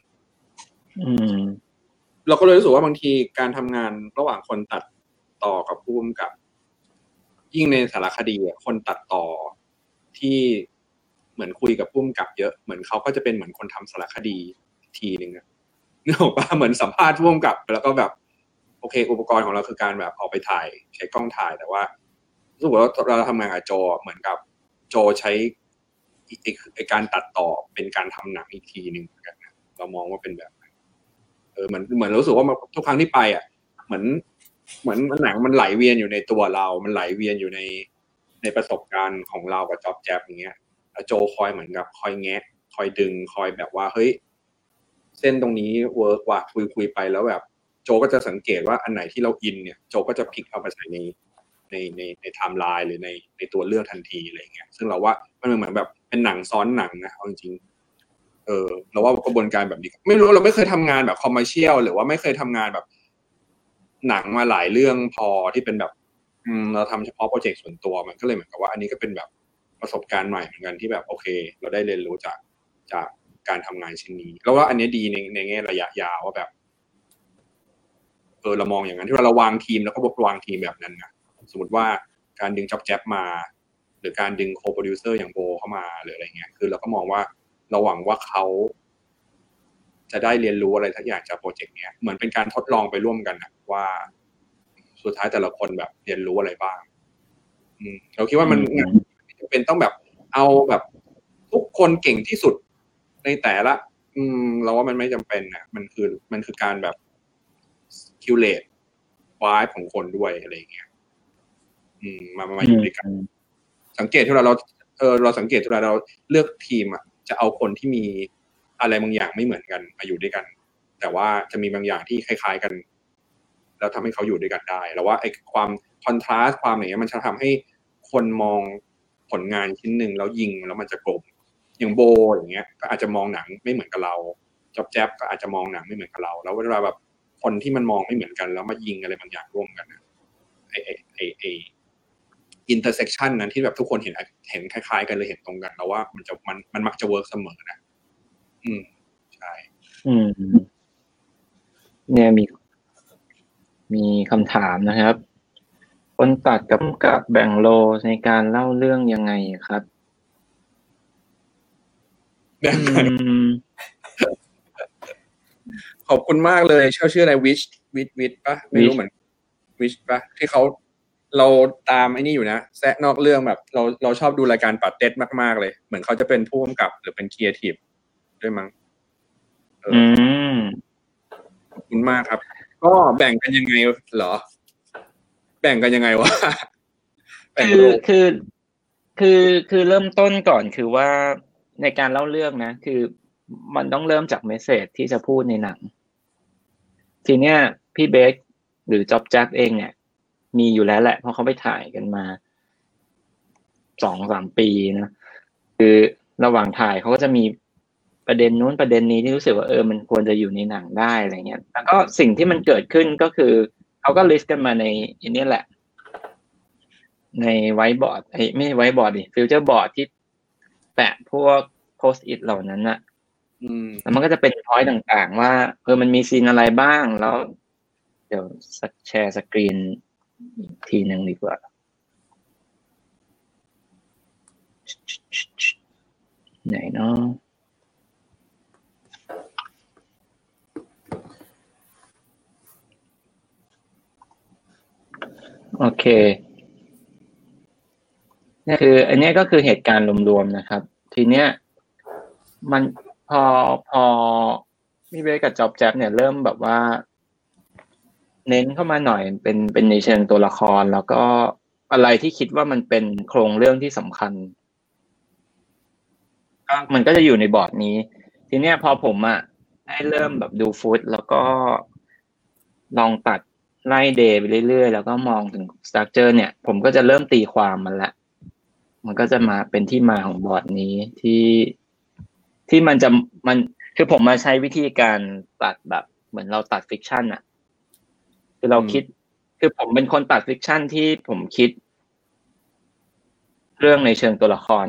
เราก็เลยรู้สึกว่าบางทีการทำงานระหว่างคนตัดต่อกับผู้กำกับยิ่งในสารคดีคนตัดต่อที่เหมือนคุยกับผู้กำกับเยอะเหมือนเขาก็จะเป็นเหมือนคนทำสารคดีทีนึงนึกออกป่ะเหมือนสัมภาษณ์ผู้กำกับแล้วก็แบบโอเคอุปกรณ์ของเราคือการแบบออกไปถ่ายใช้กล้องถ่ายแต่ว่ารู้สึกว่าเราทำงานกับโจเหมือนกับโจใช้การตัดต่อเป็นการทำหนังอีกทีนึงเหมือนกันนะเรามองว่าเป็นแบบเหมือนรู้สึกว่าทุกครั้งที่ไปเหมือนหนังมันไหลเวียนอยู่ในตัวเรามันไหลเวียนอยู่ในประสบการณ์ของเรากับจ๊อบแจ๊บอย่างเงี้ยโจคอยเหมือนกับคอยแงะคอยดึงคอยแบบว่าเฮ้ยเส้นตรงนี้เวิร์กว่ะคุยไปแล้วแบบโจก็จะสังเกตว่าอันไหนที่เราอินเนี่ยโจก็จะพลิกเอามาใส่ในไทม์ไลน์หรือในตัวเลือกทันทีอะไรเงี้ยซึ่งเราว่ามันเหมือนแบบเป็นหนังซ้อนหนังนะเอาจริงเราว่ากระบวนการแบบนี้ไม่รู้เราไม่เคยทำงานแบบคอมเมอร์เชียลหรือว่าไม่เคยทำงานแบบหนังมาหลายเรื่องพอที่เป็นแบบเราทำเฉพาะโปรเจกต์ส่วนตัวมันก็เลยเหมือนกับว่าอันนี้ก็เป็นแบบประสบการณ์ใหม่เหมือนกันที่แบบโอเคเราได้เรียนรู้จากการทำงานชิ้นนี้แล้วว่าอันนี้ดีในแง่ระยะยาวว่าแบบเรามองอย่างนั้นที่เราวางทีมแล้วก็วางทีมแบบนั้นนะสมมติว่าการดึงจ็อบแจ๊บมาหรือการดึงโคโปรดิวเซอร์อย่างโบเข้ามาหรืออะไรเงี้ยคือเราก็มองว่าเราหวังว่าเขาจะได้เรียนรู้อะไรสักอย่างจากโปรเจกต์เนี้ยเหมือนเป็นการทดลองไปร่วมกันนะว่าสุดท้ายแต่ละคนแบบเรียนรู้อะไรบ้างเราคิดว่ามันเป็นต้องแบบเอาแบบทุกคนเก่งที่สุดในแต่ละเราว่ามันไม่จำเป็นนะมันคือการแบบคิวเลตวายของคนด้วยอะไรอย่างเงี้ยมาอยู่ด้วยกันสังเกตที่เราสังเกตที่เราเลือกทีมอ่ะจะเอาคนที่มีอะไรบางอย่างไม่เหมือนกันมาอยู่ด้วยกันแต่ว่าจะมีบางอย่างที่คล้ายๆกันแล้วทำให้เขาอยู่ด้วยกันได้แล้วว่าไอ้ความคอนทราสต์ความอย่างเงี้ยมันจะทำให้คนมองผลงานชิ้นหนึ่งแล้วยิงแล้วมันจะกลมอย่างโบอย่างเงี้ยก็อาจจะมองหนังไม่เหมือนกับเราแจ๊บก็อาจจะมองหนังไม่เหมือนกับเราแล้วเวลาแบบคนที่มันมองไม่เหมือนกันแล้วมายิงอะไรบางอย่างร่วมกันนะไออินเตอร์เซ็กชันนั้นที่แบบทุกคนเห็นคล้ายๆกันเลยเห็นตรงกันแล้วว่ามันมักจะเวิร์กเสมอนะใช่เนี่ยมีคำถามนะครับคนตัดกับแบ่งโลในการเล่าเรื่องยังไงครับขอบคุณมากเลยชื่ออะไรวิชป่ะไม่รู้เหมือนวิชป่ะที่เราตามไอ้นี่อยู่นะแซะนอกเรื่องแบบเราชอบดูรายการปาเต็ดมากๆเลยเหมือนเขาจะเป็นผู้กำกับหรือเป็นครีเอทีฟด้วยมั้งขอบคุณมากครับก็แบ่งกันยังไงเหรอแบ่งกันยังไงวะคือเริ่มต้นก่อนคือว่าในการเล่าเรื่องนะคือมันต้องเริ่มจากเมสเสจที่จะพูดในหนังทีเนี้ยพี่เบคหรือจ๊อบแจ๊บเองเนี่ยมีอยู่แล้วแหละเพราะเขาไปถ่ายกันมา 2-3 ปีนะคือระหว่างถ่ายเขาก็จะมีประเด็นนู้นประเด็นนี้ที่รู้สึกว่ามันควรจะอยู่ในหนังได้อะไรเงี้ยแล้วก็สิ่งที่มันเกิดขึ้นก็คือเขาก็ลิสต์กันมาในอันนี้แหละในไวท์บอร์ดไม่ไวท์บอร์ดดิฟิวเจอร์บอร์ดที่แปะพวกโพสต์อิทเหล่านั้นน่ะแล้วมันก็จะเป็นพอยต์ต่างๆว่ามันมีซีนอะไรบ้างแล้วเดี๋ยวแชร์สกรีนอีกทีนึงดีกว่าไหนเนาะโอเคนี่คืออันนี้ก็คือเหตุการณ์รวมๆนะครับทีเนี้ยมันพอพี่เบคกับจ๊อบแจ๊บเนี่ยเริ่มแบบว่าเน้นเข้ามาหน่อยเป็นในเชิงตัวละครแล้วก็อะไรที่คิดว่ามันเป็นโครงเรื่องที่สำคัญมันก็จะอยู่ในบอร์ดนี้ทีเนี้ยพอผมได้เริ่มแบบดูฟุตแล้วก็ลองตัดไล่เดย์ไปเรื่อยๆแล้วก็มองถึงสตรัคเจอร์เนี่ยผมก็จะเริ่มตีความมันละมันก็จะมาเป็นที่มาของบอร์ดนี้ที่มันคือผมมาใช้วิธีการตัดแบบเหมือนเราตัดฟิกชันคือเราคิดคือผมเป็นคนตัดฟิกชันที่ผมคิดเรื่องในเชิงตัวละคร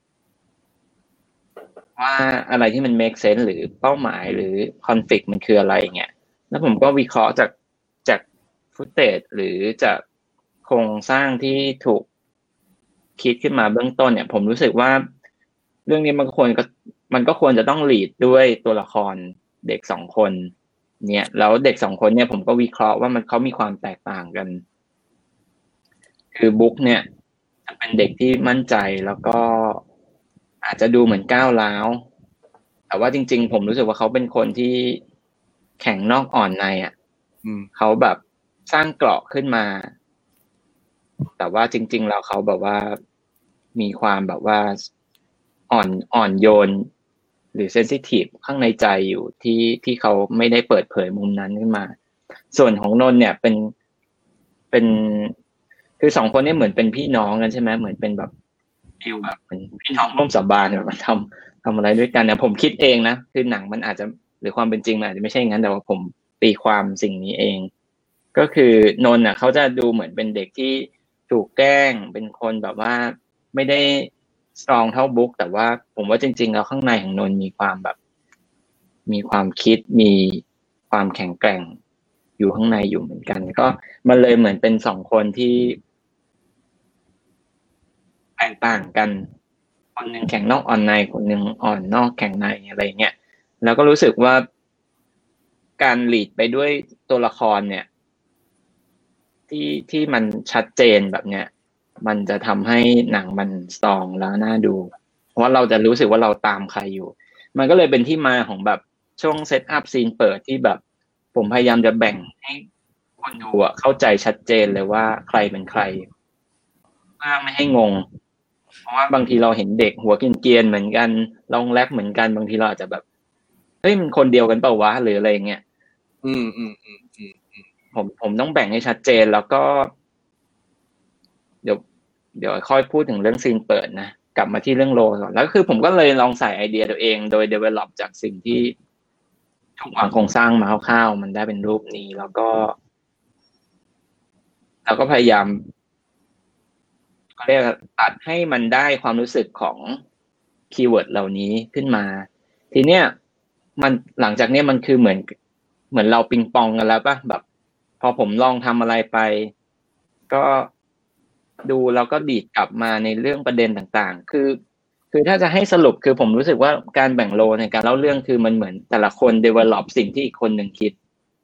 ว่าอะไรที่มัน make sense หรือเป้าหมายหรือ conflict มันคืออะไรเงี้ยแล้วผมก็วิเคราะห์จากฟุตเทจหรือจากโครงสร้างที่ถูกคิดขึ้นมาเบื้องต้นเนี่ยผมรู้สึกว่าเรื่องนี้มันก็ควรจะต้อง lead ด้วยตัวละครเด็ก2 คนเนี่ยแล้วเด็ก2 คนเนี่ยผมก็วิเคราะห์ว่าเขามีความแตกต่างกันคือบุ๊กเนี่ยจะเป็นเด็กที่มั่นใจแล้วก็อาจจะดูเหมือนก้าวร้าวแต่ว่าจริงๆผมรู้สึกว่าเขาเป็นคนที่แข็งนอกอ่อนในเขาแบบสร้างเกราะขึ้นมาแต่ว่าจริงๆแล้วเขาแบบว่ามีความแบบว่าอ่อนโยนหรือเซนซิทีฟข้างในใจอยู่ที่เขาไม่ได้เปิดเผยมุมนั้นขึ้นมาส่วนของนนท์เนี่ยเป็นคือ2 คนนี้เหมือนเป็นพี่น้องกันใช่ไหมเหมือนเป็นแบบฟิลแบบเป็นพี่น้องร่วมสาบานแบบมาทำอะไรด้วยกันเนี่ยผมคิดเองนะคือหนังมันอาจจะหรือความเป็นจริงมันอาจจะไม่ใช่งั้นแต่ว่าผมตีความสิ่งนี้เองก็คือนนท์เขาจะดูเหมือนเป็นเด็กที่ถูกแกล้งเป็นคนแบบว่าไม่ได้สตรองเท่าบุ๊กแต่ว่าผมว่าจริงๆแล้วข้างในของนนท์มีความคิดมีความแข็งแกร่งอยู่ข้างในอยู่เหมือนกันก็มันเลยเหมือนเป็น2 คนที่แตกต่างกันคนหนึ่งแข็งนอกอ่อนในคนหนึ่งอ่อนนอกแข็งในอะไรเงี้ยแล้วก็รู้สึกว่าการลีดไปด้วยตัวละครเนี่ยที่มันชัดเจนแบบเนี้ยมันจะทำให้หนังมันสตรองแล้วน่าดูเพราะว่าเราจะรู้สึกว่าเราตามใครอยู่มันก็เลยเป็นที่มาของแบบช่วงเซตอัพซีนเปิดที่แบบผมพยายามจะแบ่งให้คนดูเข้าใจชัดเจนเลยว่าใครเป็นใครเพื่อไม่ให้งงเพราะว่าบางทีเราเห็นเด็กหัวเกรียนๆเหมือนกันลองแรปเหมือนกันบางทีเราอาจจะแบบเฮ้ยมันคนเดียวกันเปล่าวะหรืออะไรเงี้ยผมต้องแบ่งให้ชัดเจนแล้วก็เดี๋ยวค่อยพูดถึงเรื่องซีนเปิดนะกลับมาที่เรื่องโลก่อนแล้วคือผมก็เลยลองใส่ไอเดียตัวเองโดย develop จากสิ่งที่ถูกวางโครงสร้างมาคร่าวๆมันได้เป็นรูปนี้แล้วก็พยายามเรียกตัดให้มันได้ความรู้สึกของคีย์เวิร์ดเหล่านี้ขึ้นมาทีเนี้ยมันหลังจากนี้มันคือเหมือนเราปิงปองกันแล้วป่ะแบบพอผมลองทำอะไรไปก็ดูแล้วก็ดีดกลับมาในเรื่องประเด็นต่างๆคือถ้าจะให้สรุปคือผมรู้สึกว่าการแบ่งโลในการเล่าเรื่องคือมันเหมือนแต่ละคน develop สิ่งที่อีกคนหนึ่งคิด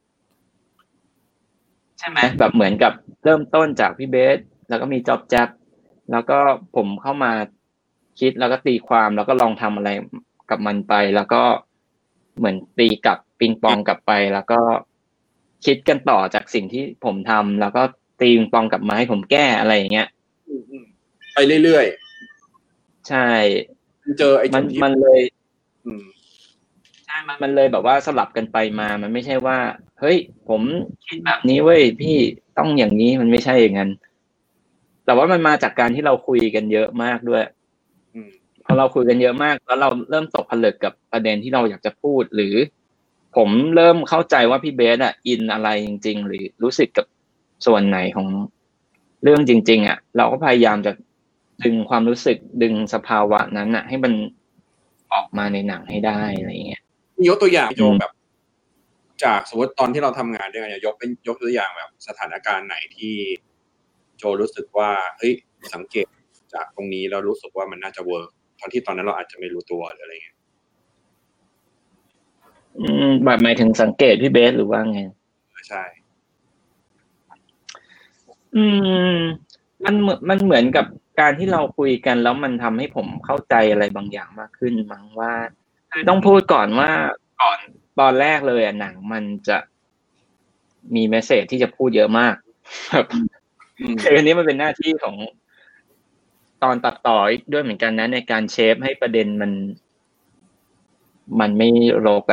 ใช่ไหมแบบเหมือนกับเริ่มต้นจากพี่เบสแล้วก็มีจ๊อบแจ๊บแล้วก็ผมเข้ามาคิดแล้วก็ตีความแล้วก็ลองทำอะไรกับมันไปแล้วก็เหมือนตีกลับปิงปองกลับไปแล้วก็คิดกันต่อจากสิ่งที่ผมทำแล้วก็ตีปิงปองกลับมาให้ผมแก้อะไรอย่างเงี้ยไปเรื่อยๆใช่เจอไอ้มันเลยใช่มันเลยแบบว่าสลับกันไปมามันไม่ใช่ว่าเฮ้ยผมคิดแบบนี้เว้ยพี่ต้องอย่างนี้มันไม่ใช่อย่างนั้นแต่ว่ามันมาจากการที่เราคุยกันเยอะมากด้วยพอเราคุยกันเยอะมากแล้วเราเริ่มตกผลึกกับประเด็นที่เราอยากจะพูดหรือผมเริ่มเข้าใจว่าพี่เบสอินอะไรจริงๆหรือรู้สึกกับส่วนไหนของเรื่องจริงๆเราก็พยายามจะดึงความรู้สึกดึงสภาวะนั้นให้มันออกมาในหนังให้ได้อะไรเงี้ยยกตัวอย่างโจแบบจากสมมติตอนที่เราทำงานด้วยกันยกตัวอย่างแบบสถานการณ์ไหนที่โจรู้สึกว่าเฮ้ยสังเกตจากตรงนี้แล้วรู้สึกว่ามันน่าจะเวิร์กตอนนั้นเราอาจจะไม่รู้ตัวหรืออะไรเงี้ยแบบหมายถึงสังเกตพี่เบสหรือว่าไงใช่มันเหมือนกับการที่เราคุยกันแล้วมันทำให้ผมเข้าใจอะไรบางอย่างมากขึ้นมั้งว่าต้องพูดก่อนว่าก่อนตอนแรกเลยหนังมันจะมีเมสเสจที่จะพูดเยอะมากแบบอันนี้มันเป็นหน้าที่ของตอนตัดต่อด้วยเหมือนกันนะในการเชฟให้ประเด็นมันไม่รก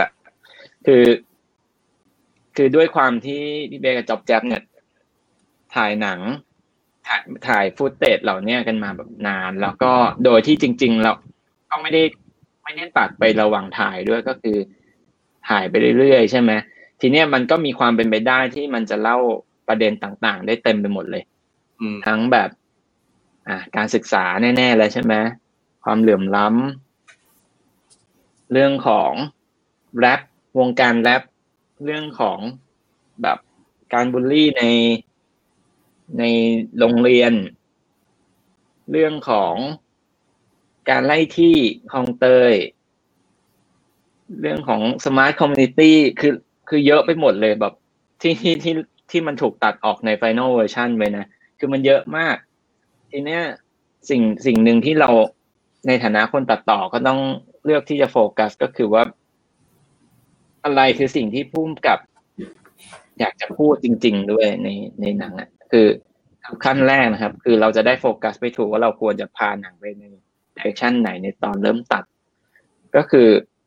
คือด้วยความที่พี่เบสกับจ๊อบแจ๊บเนี่ยถ่ายหนังถ่ายฟุตเทจเหล่านี้กันมาแบบนานแล้วก็โดยที่จริงๆเราก็ไม่ได้ตัดไประหว่างถ่ายด้วยก็คือถ่ายไปเรื่อยๆใช่ไหมทีเนี้ยมันก็มีความเป็นไปได้ที่มันจะเล่าประเด็นต่างๆได้เต็มไปหมดเลยทั้งแบบการศึกษาแน่ๆเลยใช่ไหมความเหลื่อมล้ำเรื่องของแรปวงการแรปเรื่องของแบบการบูลลี่ในโรงเรียนเรื่องของการไล่ที่คลองเตยเรื่องของสมาร์ทคอมมูนิตี้คือเยอะไปหมดเลยแบบที่มันถูกตัดออกใน Final Version ไว้นะคือมันเยอะมากทีเนี้ยสิ่งหนึ่งที่เราในฐานะคนตัดต่อก็ต้องเลือกที่จะโฟกัสก็คือว่าอะไรคือสิ่งที่พุ่มกับอยากจะพูดจริงๆด้วยในหนังคือขั้นแรกนะครับคือเราจะได้โฟกัสไปถูกว่าเราควรจะพาหนังไปในดิเรกชันไหนในตอนเริ่มตัดก็คือ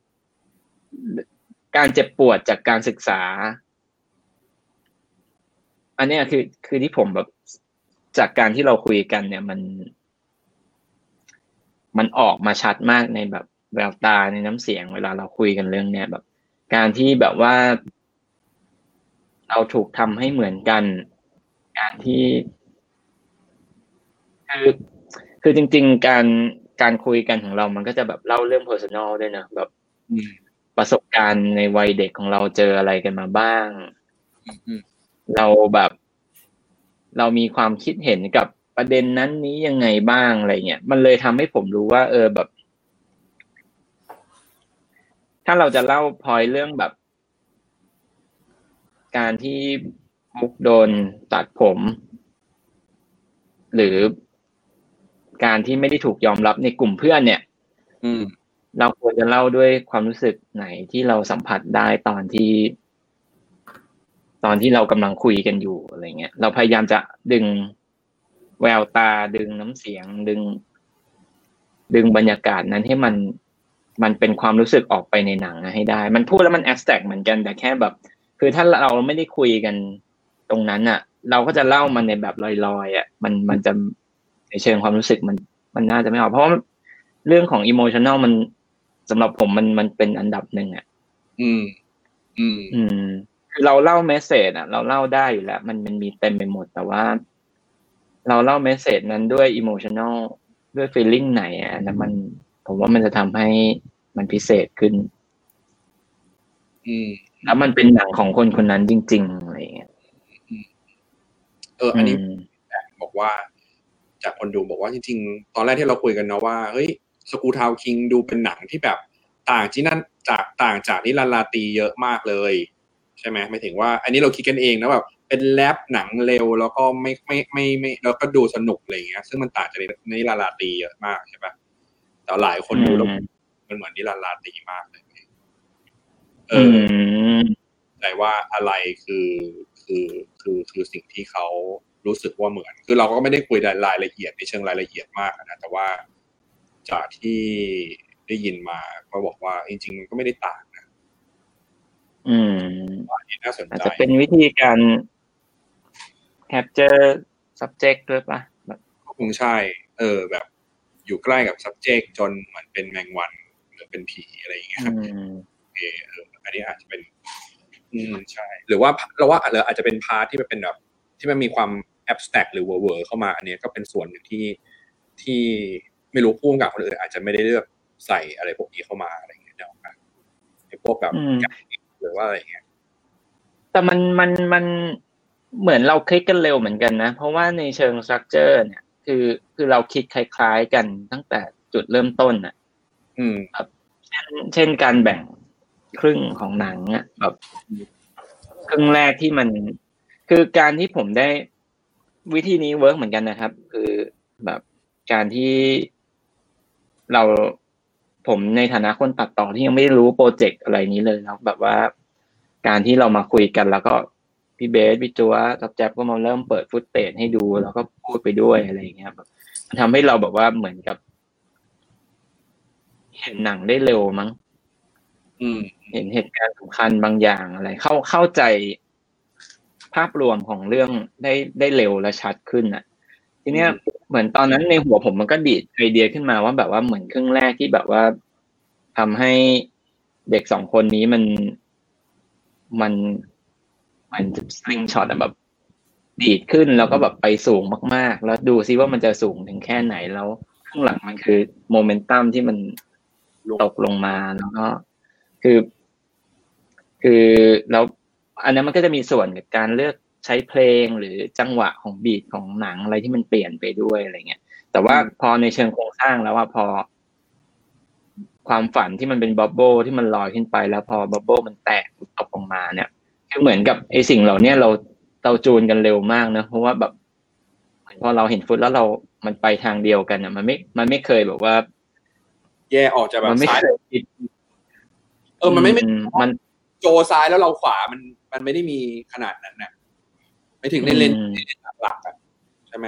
การเจ็บปวดจากการศึกษาอันนี้คือที่ผมแบบจากการที่เราคุยกันเนี่ยมันออกมาชัดมากในแบบแววตาในน้ำเสียงเวลาเราคุยกันเรื่องเนี้ยแบบการที่แบบว่าเราถูกทำให้เหมือนกันการที่คือจริงๆการคุยกันของเรามันก็จะแบบเล่าเรื่อง personal ด้วยนะแบบประสบการณ์ในวัยเด็กของเราเจออะไรกันมาบ้างเราแบบเรามีความคิดเห็นกับประเด็นนั้นนี้ยังไงบ้างอะไรเงี้ยมันเลยทำให้ผมรู้ว่าแบบถ้าเราจะเล่าพอยเรื่องแบบการที่มุกโดนตัดผมหรือการณ์ที่ไม่ได้ถูกยอมรับในกลุ่มเพื่อนเนี่ยเราควรจะเล่าด้วยความรู้สึกไหนที่เราสัมผัสได้ตอนที่เรากำลังคุยกันอยู่อะไรเงี้ยเราพยายามจะดึงแววตาดึงน้ำเสียงดึงบรรยากาศนั้นให้มันเป็นความรู้สึกออกไปในหนังให้ได้มันพูดแล้วมันแอบสแตรกเหมือนกันแต่แค่แบบคือถ้าเราไม่ได้คุยกันตรงนั้นอ่ะเราก็จะเล่ามันในแบบลอยๆอ่ะมันจะในเชิงความรู้สึกมันน่าจะไม่ออกเพราะว่าเรื่องของอิโมชันแนลมันสำหรับผมมันเป็นอันดับหนึ่งอ่ะคือเราเล่าเมสเสจอ่ะเราเล่าได้อยู่แล้วมันมีเต็มไปหมดแต่ว่าเราเล่าเมสเสจนั้นด้วยอิโมชันแนลด้วยฟีลลิ่งไหนอ่ะนะผมว่ามันจะทำให้มันพิเศษขึ้นแล้วมันเป็นหนังของคนคนนั้นจริงๆอะไรอย่างเงี้ยอันนี้บอกว่าจากคนดูบอกว่าจริงๆตอนแรกที่เราคุยกันเนาะว่าเฮ้ยสกูทาวคิงดูเป็นหนังที่แบบต่างจากนิรันดร์ราตรีเยอะมากเลยใช่ไหมหมายถึงว่าอันนี้เราคิดกันเองนะแบบเป็นแรปหนังเร็วแล้วก็ไม่แล้วก็ดูสนุกอะไรอย่างเงี้ยซึ่งมันต่างจากนิรันดร์ราตรีเยอะมากใช่ปะแต่หลายคนดูแล้วมันเหมือนนิรันดร์ราตรีมากเลยแต่ว่าอะไรคือสิ่งที่เขารู้สึกว่าเหมือนคือเราก็ไม่ได้คุยรายละเอียดในเชิงรายละเอียดมากนะแต่ว่าจากที่ได้ยินมาก็บอกว่าจริงๆมันก็ไม่ได้ต่างนะน่าสนใจอาจจะเป็นวิธีการ capture subject ด้วยป่ะก็คงใช่แบบอยู่ใกล้กับ subject จนเหมือนเป็นแมงวันหรือเป็นผีอะไรอย่างเงี้ยอันนี้อาจจะเป็นใช่หรือว่าเราว่าอาจจะเป็นพาร์ทที่มันเป็นแบบที่มันมีความ abstract หรือเวอร์เข้ามาอันนี้ก็เป็นส่วนหนึ่งที่ไม่รู้พุ่งกับคนอื่นอาจจะไม่ได้เลือกใส่อะไรพวกนี้เข้ามาอะไรอย่างเงี้ยนะครับไอ้พวกแบบหรือว่าอะไรอย่างเงี้ยแต่มันเหมือนเราคลิกกันเร็วเหมือนกันนะเพราะว่าในเชิง structure เนี่ยคือเราคิดคล้ายๆกันตั้งแต่จุดเริ่มต้นอ่ะแบบเช่นการแบ่งครึ่งของหนังอ่ะแบบครึ่งแรกที่มันคือการที่ผมได้วิธีนี้เวิร์กเหมือนกันนะครับคือแบบการที่ผมในฐานะคนตัดต่อที่ยังไม่รู้โปรเจกต์อะไรนี้เลยแล้วแบบว่าการที่เรามาคุยกันแล้วก็พี่เบสพี่จัวกับแจ๊บก็มาเริ่มเปิดฟุตเทจให้ดูแล้วก็พูดไปด้วยอะไรอย่างเงี้ยแบบมันทำให้เราแบบว่าเหมือนกับเห็นหนังได้เร็วมั้งเห็นเหตุการณ์สำคัญบางอย่างอะไรเข้าใจภาพรวมของเรื่องได้เร็วและชัดขึ้นอ่ะทีเนี้ยเหมือนตอนนั้นในหัวผมมันก็ดีดไอเดียขึ้นมาว่าแบบว่าเหมือนครึ่งแรกที่แบบว่าทำให้เด็กสองคนนี้มันสลิงช็อตแบบดีดขึ้นแล้วก็แบบไปสูงมากๆแล้วดูซิว่ามันจะสูงถึงแค่ไหนแล้วข้างหลังมันคือโมเมนตัมที่มันตกลงมาแล้วก็คือแล้วอันนั้นมันก็จะมีส่วนกับการเลือกใช้เพลงหรือจังหวะของบีทของหนังอะไรที่มันเปลี่ยนไปด้วยอะไรเงี้ยแต่ว่าพอในเชิงโครงสร้างแล้วว่าพอความฝันที่มันเป็นบับเบิ้ลที่มันลอยขึ้นไปแล้วพอบับเบิ้ลมันแตกตกออกมาเนี่ยคือเหมือนกับไอ้สิ่งเหล่านี้เราจูนกันเร็วมากนะเพราะว่าแบบพอเราเห็นฟุตแล้วมันไปทางเดียวกันอ่ะมันไม่เคยแบบว่าแยกออกจากแบบซ้ายมันโจซ้ายแล้วเราขวามันไม่ได้มีขนาดนั้นน่ะไม่ถึงในเลนหลักๆอ่ะใช่ไหม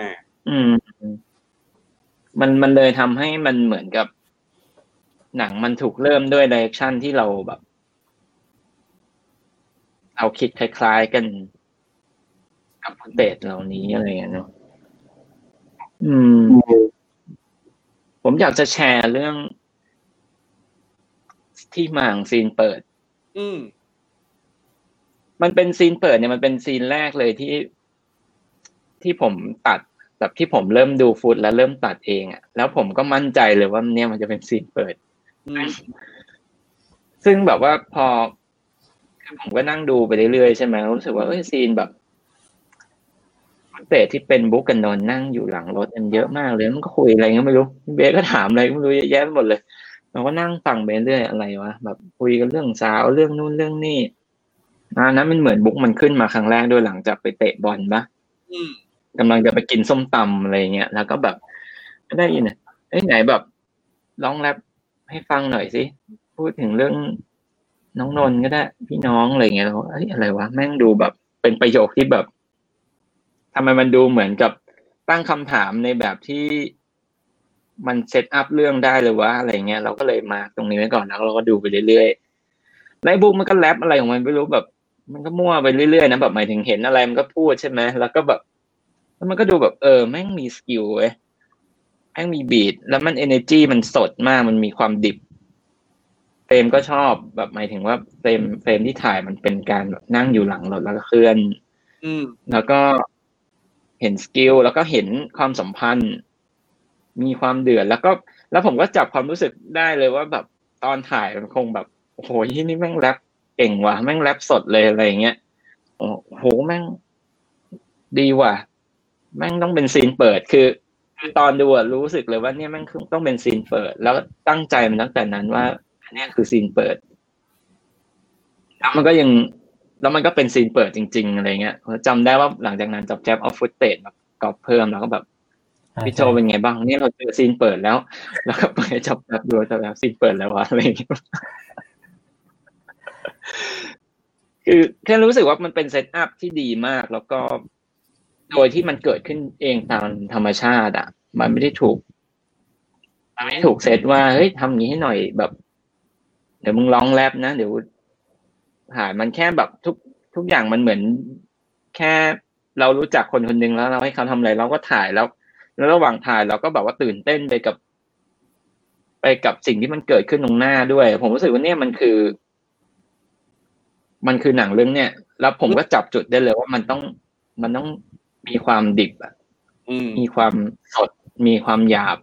มันเลยทำให้มันเหมือนกับหนังมันถูกเริ่มด้วยไดเรคชั่นที่เราแบบเอาคิดคล้ายๆกันกับฟุตเทจเหล่านี้อะไรอย่างเงี้ยเนาะผมอยากจะแชร์เรื่องที่มาของซีนเปิดมันเป็นซีนเปิดเนี่ยมันเป็นซีนแรกเลยที่ผมตัดแบบที่ผมเริ่มดูฟุตแล้วเริ่มตัดเองอ่ะแล้วผมก็มั่นใจเลยว่าเนี่ยมันจะเป็นซีนเปิดซึ่งแบบว่าพอผมก็นั่งดูไปเรื่อยๆใช่ไหมรู้สึกว่าซีนแบบเตะที่เป็นบุ๊กกันนอนนั่งอยู่หลังรถมันเยอะมากเลยมันก็คุยอะไรก็ไม่รู้เบสก็ถามอะไรก็ไม่รู้เยอะแยะไปหมดเลยเราก็นั่งฟังไปเรื่อยอะไรวะแบบคุยกันเรื่องสาวเรื่องนู่นเรื่องนี่นั้นมันเหมือนบุ๊กมันขึ้นมาครั้งแรกด้วยหลังจากไปเตะบอลปะกำลังจะไปกินส้มตำอะไรเงี้ยแล้วก็แบบไม่ได้ยินอ่ะไหนแบบร้องแรปให้ฟังหน่อยสิพูดถึงเรื่องน้องนนท์ก็ได้พี่น้องอะไรเงี้ยแล้วอะไรวะแม่งดูแบบเป็นประโยคที่แบบทำไมมันดูเหมือนกับตั้งคำถามในแบบที่มันเซตอัพเรื่องได้เลยวะอะไรเงี้ยเราก็เลยมาตรงนี้ไว้ก่อนแล้วเราก็ดูไปเรื่อยๆในบุ๊กมันก็แรปอะไรของมันไม่รู้แบบมันก็มั่วไปเรื่อยๆนะแบบหมายถึงเห็นอะไรมันก็พูดใช่ไหมแล้วก็แบบแล้วมันก็ดูแบบแม่งมีสกิลเว้ยแม่งมีบีทแล้วมัน energy มันสดมากมันมีความดิบเฟรมก็ชอบแบบหมายถึงว่าเฟรมที่ถ่ายมันเป็นการแบบนั่งอยู่หลังรถแล้วก็เคลื่อนแล้วก็เห็นสกิลแล้วก็เห็นความสัมพันธ์มีความเดือดแล้วผมก็จับความรู้สึกได้เลยว่าแบบตอนถ่ายมันคงแบบโอ้โหที่นี่แม่งแรปเก่งว่ะแม่งแรปสดเลยอะไรอย่างเงี้ยโอ้โหแม่งดีว่ะแม่งต้องเป็นซีนเปิดคือตอนดูรู้สึกเลยว่าเนี่ยแม่งต้องเป็นซีนเปิดแล้วตั้งใจมันตั้งแต่นั้นว่าอันนี้คือซีนเปิดแล้วมันก็เป็นซีนเปิดจริงๆอะไรเงี้ยจำได้ว่าหลังจากนั้นจับแจ๊บเอาฟุตเตจมากรอบเพิ่มแล้วก็แบบพี่โจเป็นไงบ้างนี่เราเจอซีนเปิดแล้วก็ไปจับแบบดูแต่แบบซีนเปิดแล้ววะอะไรอย่างเงี้ยคือแค่รู้สึกว่ามันเป็นเซตอัพที่ดีมากแล้วก็โดยที่มันเกิดขึ้นเองตามธรรมชาติมันไม่ได้ถูกเซตว่าเฮ้ยทำอย่างนี้ให้หน่อยแบบเดี๋ยวมึงร้องแรปนะเดี๋ยวถ่ายมันแค่แบบทุกอย่างมันเหมือนแค่เรารู้จักคนคนนึงแล้วเราให้เขาทำอะไรเราก็ถ่ายแล้วระหว่างถ่ายเราก็แบบว่าตื่นเต้นไปกับสิ่งที่มันเกิดขึ้นตรงหน้าด้วยผมรู้สึกว่าเนี่ยมันคือหนังเรื่องเนี้ยแล้วผมก็จับจุดได้เลยว่ามันต้องมีความดิบมีความสดมีความหยาบ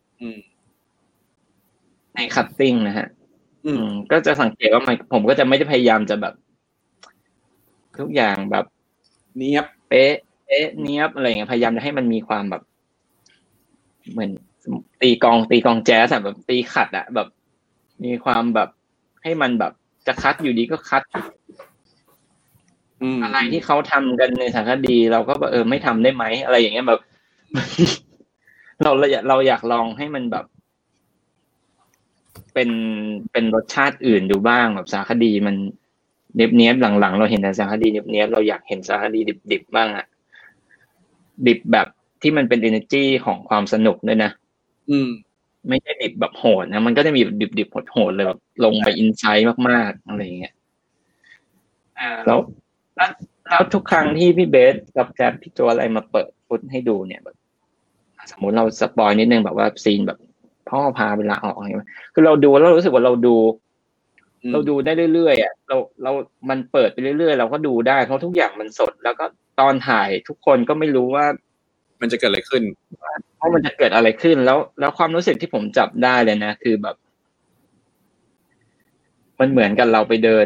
ในคัตติ้งนะฮะก็จะสังเกตว่าผมก็จะไม่ได้พยายามจะแบบทุกอย่างแบบเนียบเป๊ะเนียบอะไรเงี้ยพยายามจะให้มันมีความแบบเหมือนตีกองแจ๊สแบบตีขัดแบบมีความแบบให้มันแบบจะคัดอยู่ดีก็คัดอะไรที่เขาทำกันในสารคดีเราก็แบบไม่ทำได้ไหมอะไรอย่างเงี้ยแบบ เราอยากลองให้มันแบบเป็นรสชาติอื่นดูบ้างแบบสารคดีมันเนียบหลังๆเราเห็นแต่สารคดีเนียบเราอยากเห็นสารคดีดิบบ้างดิบแบบที่มันเป็น energy ของความสนุกด้วยนะไม่ใช่ดิบแบบโหดนะมันก็จะมีดิบโหดเลยแบบลงไปอินไซต์มากๆอะไรอย่างเงี้ยแล้วทุกครั้งที่พี่เบสกับแจ๊บพี่โจอะไรมาเปิดฟุตให้ดูเนี่ยแบบสมมติเราสปอยนิดนึงแบบว่าซีนแบบพ่อพาเวลาออกอะไรคือเราดูแล้วรู้สึกว่าเราดูได้เรื่อยๆเรามันเปิดไปเรื่อยๆเราก็ดูได้เพราะทุกอย่างมันสดแล้วก็ตอนถ่ายทุกคนก็ไม่รู้ว่ามันจะเกิดอะไรขึ้นเพราะมันจะเกิดอะไรขึ้นแล้วความรู้สึกที่ผมจับได้เลยนะคือแบบมันเหมือนกันเราไปเดิน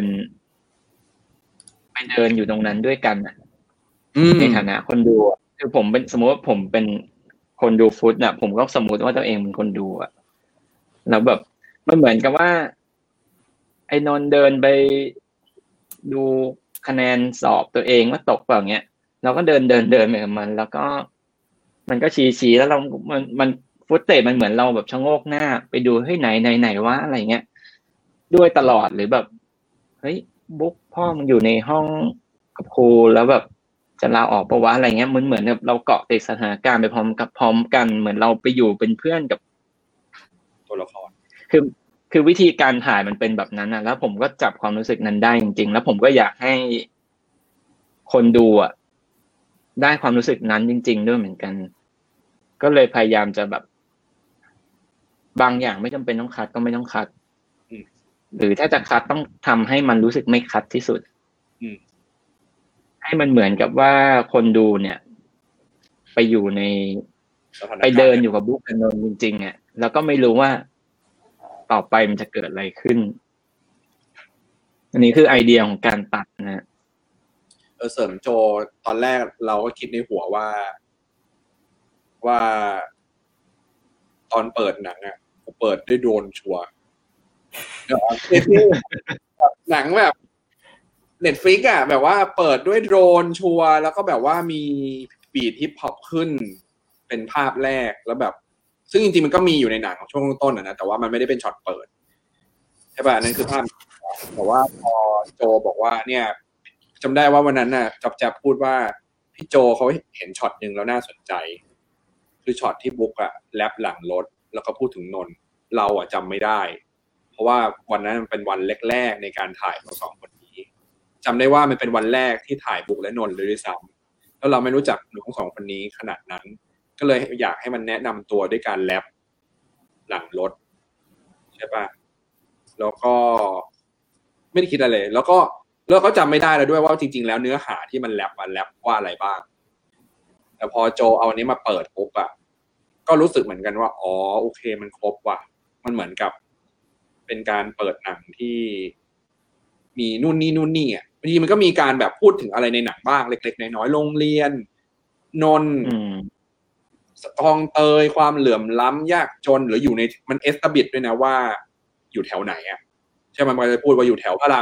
อยู่ตรงนั้นด้วยกันในฐานะคนดูคือผมเป็นสมมติว่าผมเป็นคนดูฟุตผมก็สมมติว่าตัวเองเป็นคนดูแล้วแบบมันเหมือนกับว่าไอ้นนท์เดินไปดูคะแนนสอบตัวเองว่าตกเปล่าเงี้ยเราก็เดินไปกับมันแล้วก็มันก็ชี้แล้วมันฟุตเตจมันเหมือนเราแบบชะโงกหน้าไปดูเฮ้ยไหนวะอะไรเงี้ยด้วยตลอดหรือแบบเฮ้ยบุ๊กพ่อมึงอยู่ในห้องกับครูแล้วแบบจะลาออกปะวะอะไรเงี้ยเหมือนแบบเราเกาะติดสถานการณ์ไปพร้อมกันเหมือนเราไปอยู่เป็นเพื่อนกับตัวละครคือวิธีการถ่ายมันเป็นแบบนั้นแล้วผมก็จับความรู้สึกนั้นได้จริงๆแล้วผมก็อยากให้คนดูได้ความรู้สึกนั้นจริงๆด้วยเหมือนกันก็เลยพยายามจะแบบบางอย่างไม่จำเป็นต้องคัดก็ไม่ต้องคัดหรือถ้าจะคัดต้องทำให้มันรู้สึกไม่คัดที่สุดให้มันเหมือนกับว่าคนดูเนี่ยไปอยู่ในไปเดินอยู่กับบุ๊กกับนนท์จริงๆแล้วก็ไม่รู้ว่าต่อไปมันจะเกิดอะไรขึ้นอันนี้คือไอเดียของการตัดนะเสริมโจตอนแรกเราก็คิดในหัวว่าตอนเปิดหนังเปิดด้วยโดรนชัวร์หนังแบบ Netflix แบบว่าเปิดด้วยโดรนชัวร์แล้วก็แบบว่ามีบีทฮิปฮอปขึ้นเป็นภาพแรกแล้วแบบซึ่งจริงๆมันก็มีอยู่ในหนังของช่วงต้นนะแต่ว่ามันไม่ได้เป็นช็อตเปิดใช่ป่ะนั่นคือภาพแต่ว่าพอโจบอกว่าเนี่ยจำได้ว่าวันนั้นน่ะจับพูดว่าพี่โจเขาเห็นช็อตนึงแล้วน่าสนใจคือช็อตที่บุ๊กอะแรปหลังรถแล้วก็พูดถึงนนท์เราอะจำไม่ได้เพราะว่าวันนั้นมันเป็นวันแรกๆในการถ่ายของสองคนนี้จำได้ว่ามันเป็นวันแรกที่ถ่ายบุ๊กและนนท์เลยด้วยซ้ำแล้วเราไม่รู้จักทั้งสองคนนี้ขนาดนั้นก็เลยอยากให้มันแนะนำตัวด้วยการแรปหลังรถใช่ป่ะแล้วก็ไม่ได้คิดอะไรเลยแล้วก็จำไม่ได้แล้วด้วยว่าจริงๆแล้วเนื้อหาที่มันแรปว่าอะไรบ้างแต่พอโจเอาอันนี้มาเปิดปุ๊บอะก็รู้สึกเหมือนกันว่าอ๋อโอเคมันครบว่ะมันเหมือนกับเป็นการเปิดหนังที่มีนู่นนี่อ่ะบางทีมันก็มีการแบบพูดถึงอะไรในหนังบ้างเล็กๆน้อยๆโรงเรียนนนท์คลองเตยความเหลื่อมล้ำยากจนหรืออยู่ในมันเอสตาบิดด้วยนะว่าอยู่แถวไหนอ่ะใช่ไหมมันจะพูดว่าอยู่แถวพระราม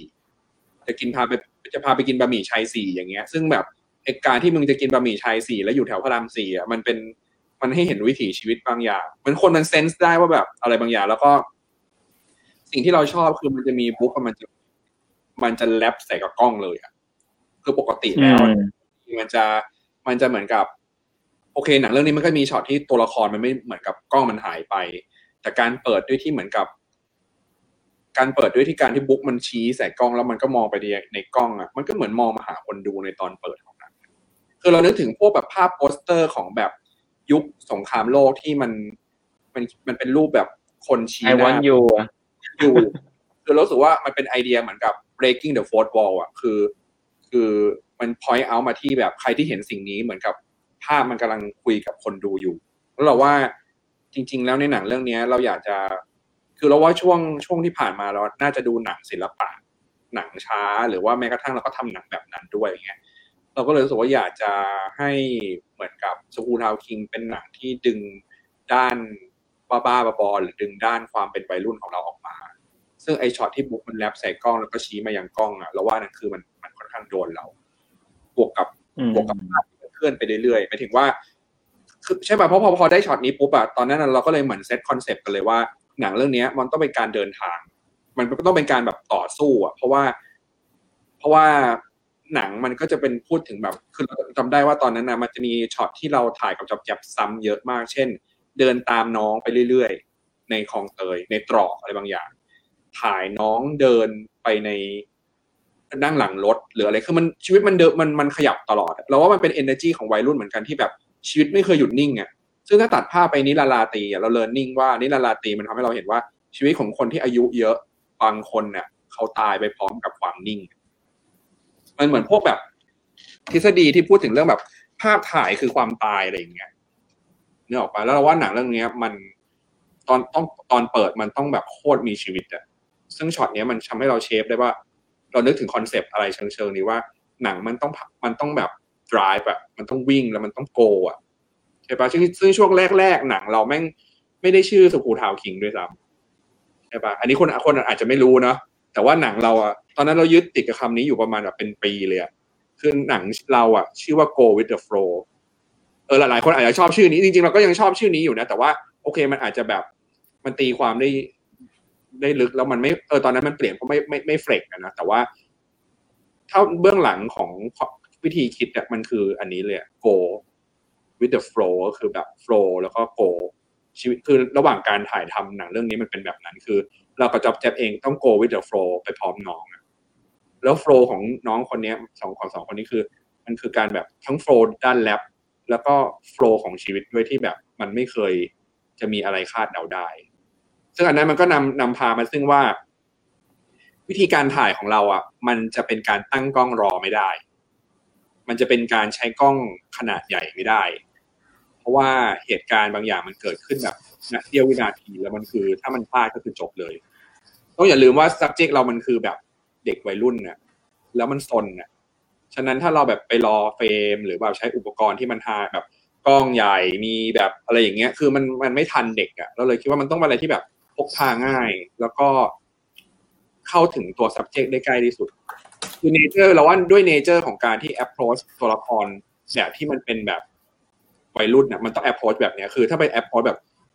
4จะพาไปกินบะหมี่ชาย4อย่างเงี้ยซึ่งแบบการที่มึงจะกินบะหมี่ชาย4แล้วอยู่แถวพระราม 4อ่ะมันให้เห็นวิถีชีวิตบางอย่างเหมือนคนมันเซนส์ได้ว่าแบบอะไรบางอย่างแล้วก็สิ่งที่เราชอบคือมันจะมีบุ๊กมันจะแรปใส่กับกล้องเลยอ่ะคือปกติแล้วมันจะเหมือนกับโอเคหนังเรื่องนี้มันก็มีช็อตที่ตัวละครมันไม่เหมือนกับกล้องมันหายไปแต่การเปิดด้วยที่เหมือนกับการเปิดด้วยที่การที่บุ๊กมันชี้ใส่กล้องแล้วมันก็มองไปในกล้องอ่ะมันก็เหมือนมองมาหาคนดูในตอนเปิดของหนังคือเรานึกถึงพวกแบบภาพโปสเตอร์ของแบบยุคสงครามโลกที่มันเป็นรูปแบบคนชี้หน้าอยู่คือรู้สึกว่ามันเป็นไอเดียเหมือนกับ breaking the fourth wall อ่ะคือมัน point out มาที่แบบใครที่เห็นสิ่งนี้เหมือนกับภาพมันกำลังคุยกับคนดูอยู่แล้วเราว่าจริงๆแล้วในหนังเรื่องนี้เราอยากจะคือเราว่าช่วงที่ผ่านมาเราน่าจะดูหนังศิลปะหนังช้าหรือว่าแม้กระทั่งเราก็ทำหนังแบบนั้นด้วยอย่างเงี้ยเราก็เลยรู้สึกว่าอยากจะให้เหมือนกับ School Town King เป็นหนังที่ดึงด้านบ้าๆบอๆหรือดึงด้านความเป็นวัยรุ่นของเราออกมาซึ่งไอช็อตที่บุ๊กมันแรปใส่กล้องแล้วก็ชี้มายังกล้องอ่ะเราว่านั่นคือมันค่อนข้างโดนเราบวกกับภาพที่เคลื่อนไปเรื่อยๆหมายถึงว่าคือใช่ป่ะเพราะพอได้ช็อตนี้ปุ๊บอะตอนนั้นเราก็เลยเหมือนเซตคอนเซปต์กันเลยว่าหนังเรื่องนี้มันต้องเป็นการเดินทางมันก็ต้องเป็นการแบบต่อสู้อ่ะเพราะว่าหนังมันก็จะเป็นพูดถึงแบบคือเราจำได้ว่าตอนนั้นนะมันจะมีช็อตที่เราถ่ายกับจับซ้ำเยอะมากเช่นเดินตามน้องไปเรื่อยๆในคลองเตยในตรอกอะไรบางอย่างถ่ายน้องเดินไปในนั่งหลังรถหรืออะไรคือมันชีวิตมันเดินมันขยับตลอดเราว่ามันเป็น energy ของวัยรุ่นเหมือนกันที่แบบชีวิตไม่เคยหยุดนิ่งอ่ะซึ่งถ้าตัดภาพไปนิราลาตรีเราเรียนนิ่งว่านิราลาตรีมันทำให้เราเห็นว่าชีวิตของคนที่อายุเยอะบางคนเนี่ยเขาตายไปพร้อมกับความนิ่งมันเหมือนพวกแบบทฤษฎีที่พูดถึงเรื่องแบบภาพถ่ายคือความตายอะไรอย่างเงี้ยนึกออกปะแล้วเราว่าหนังเรื่องนี้มันตอนเปิดมันต้องแบบโคตรมีชีวิตอะซึ่งช็อตนี้มันทำให้เราเชฟได้ว่าเรานึกถึงคอนเซปต์อะไรเชิงนี้ว่าหนังมันต้องแบบ drive อะมันต้องวิ่งแล้วมันต้อง go อะใช่ปะซึ่งช่วงแรกๆหนังเราแม่งไม่ได้ชื่อสกูทาวคิงด้วยซ้ำใช่ปะอันนี้คนอาจจะไม่รู้เนาะแต่ว่าหนังเราอะตอนนั้นเรายึดติดกับคำนี้อยู่ประมาณแบบเป็นปีเลยอะคือหนังเราอะชื่อว่า go with the flow หลายๆคนอาจจะชอบชื่อนี้จริงๆเราก็ยังชอบชื่อนี้อยู่นะแต่ว่าโอเคมันอาจจะแบบมันตีความได้ลึกแล้วมันไม่ตอนนั้นมันเปลี่ยนเพราะไม่เฟรกนะแต่ว่าถ้าเบื้องหลังของวิธีคิดเนี่ยมันคืออันนี้เลย go with the flow ก็คือแบบ flow แล้วก็ go ชีวิตคือระหว่างการถ่ายทำหนังเรื่องนี้มันเป็นแบบนั้นคือเรากับจ๊อบเองต้อง go with the flow ไปพร้อมน้องแล้ว flow ของน้องคนนี้สองคนนี้คือมันคือการแบบทั้ง flow ด้านแรปแล้วก็ flow ของชีวิตด้วยที่แบบมันไม่เคยจะมีอะไรคาดเดาได้ซึ่งอันนั้นมันก็นำพามาซึ่งว่าวิธีการถ่ายของเราอ่ะมันจะเป็นการตั้งกล้องรอไม่ได้มันจะเป็นการใช้กล้องขนาดใหญ่ไม่ได้เพราะว่าเหตุการณ์บางอย่างมันเกิดขึ้นแบบณเสี้ยววินาทีแล้วมันคือถ้ามันพลาดก็คือจบเลยต้องอย่าลืมว่า subject เรามันคือแบบเด็กวัยรุ่นน่ะแล้วมันซนน่ะฉะนั้นถ้าเราแบบไปรอเฟรมหรือแบบใช้อุปกรณ์ที่มันถ่ายแบบกล้องใหญ่มีแบบอะไรอย่างเงี้ยคือมันไม่ทันเด็กอ่ะเราเลยคิดว่ามันต้องเป็นอะไรที่แบบพกพาง่ายแล้วก็เข้าถึงตัว subject ได้ใกล้ที่สุดคือ nature เราว่าด้วย nature ของการที่ approach ตัวละครแบบที่มันเป็นแบบวัยรุ่นน่ะมันต้อง approach แบบเนี้ยคือถ้าไป approach แบบ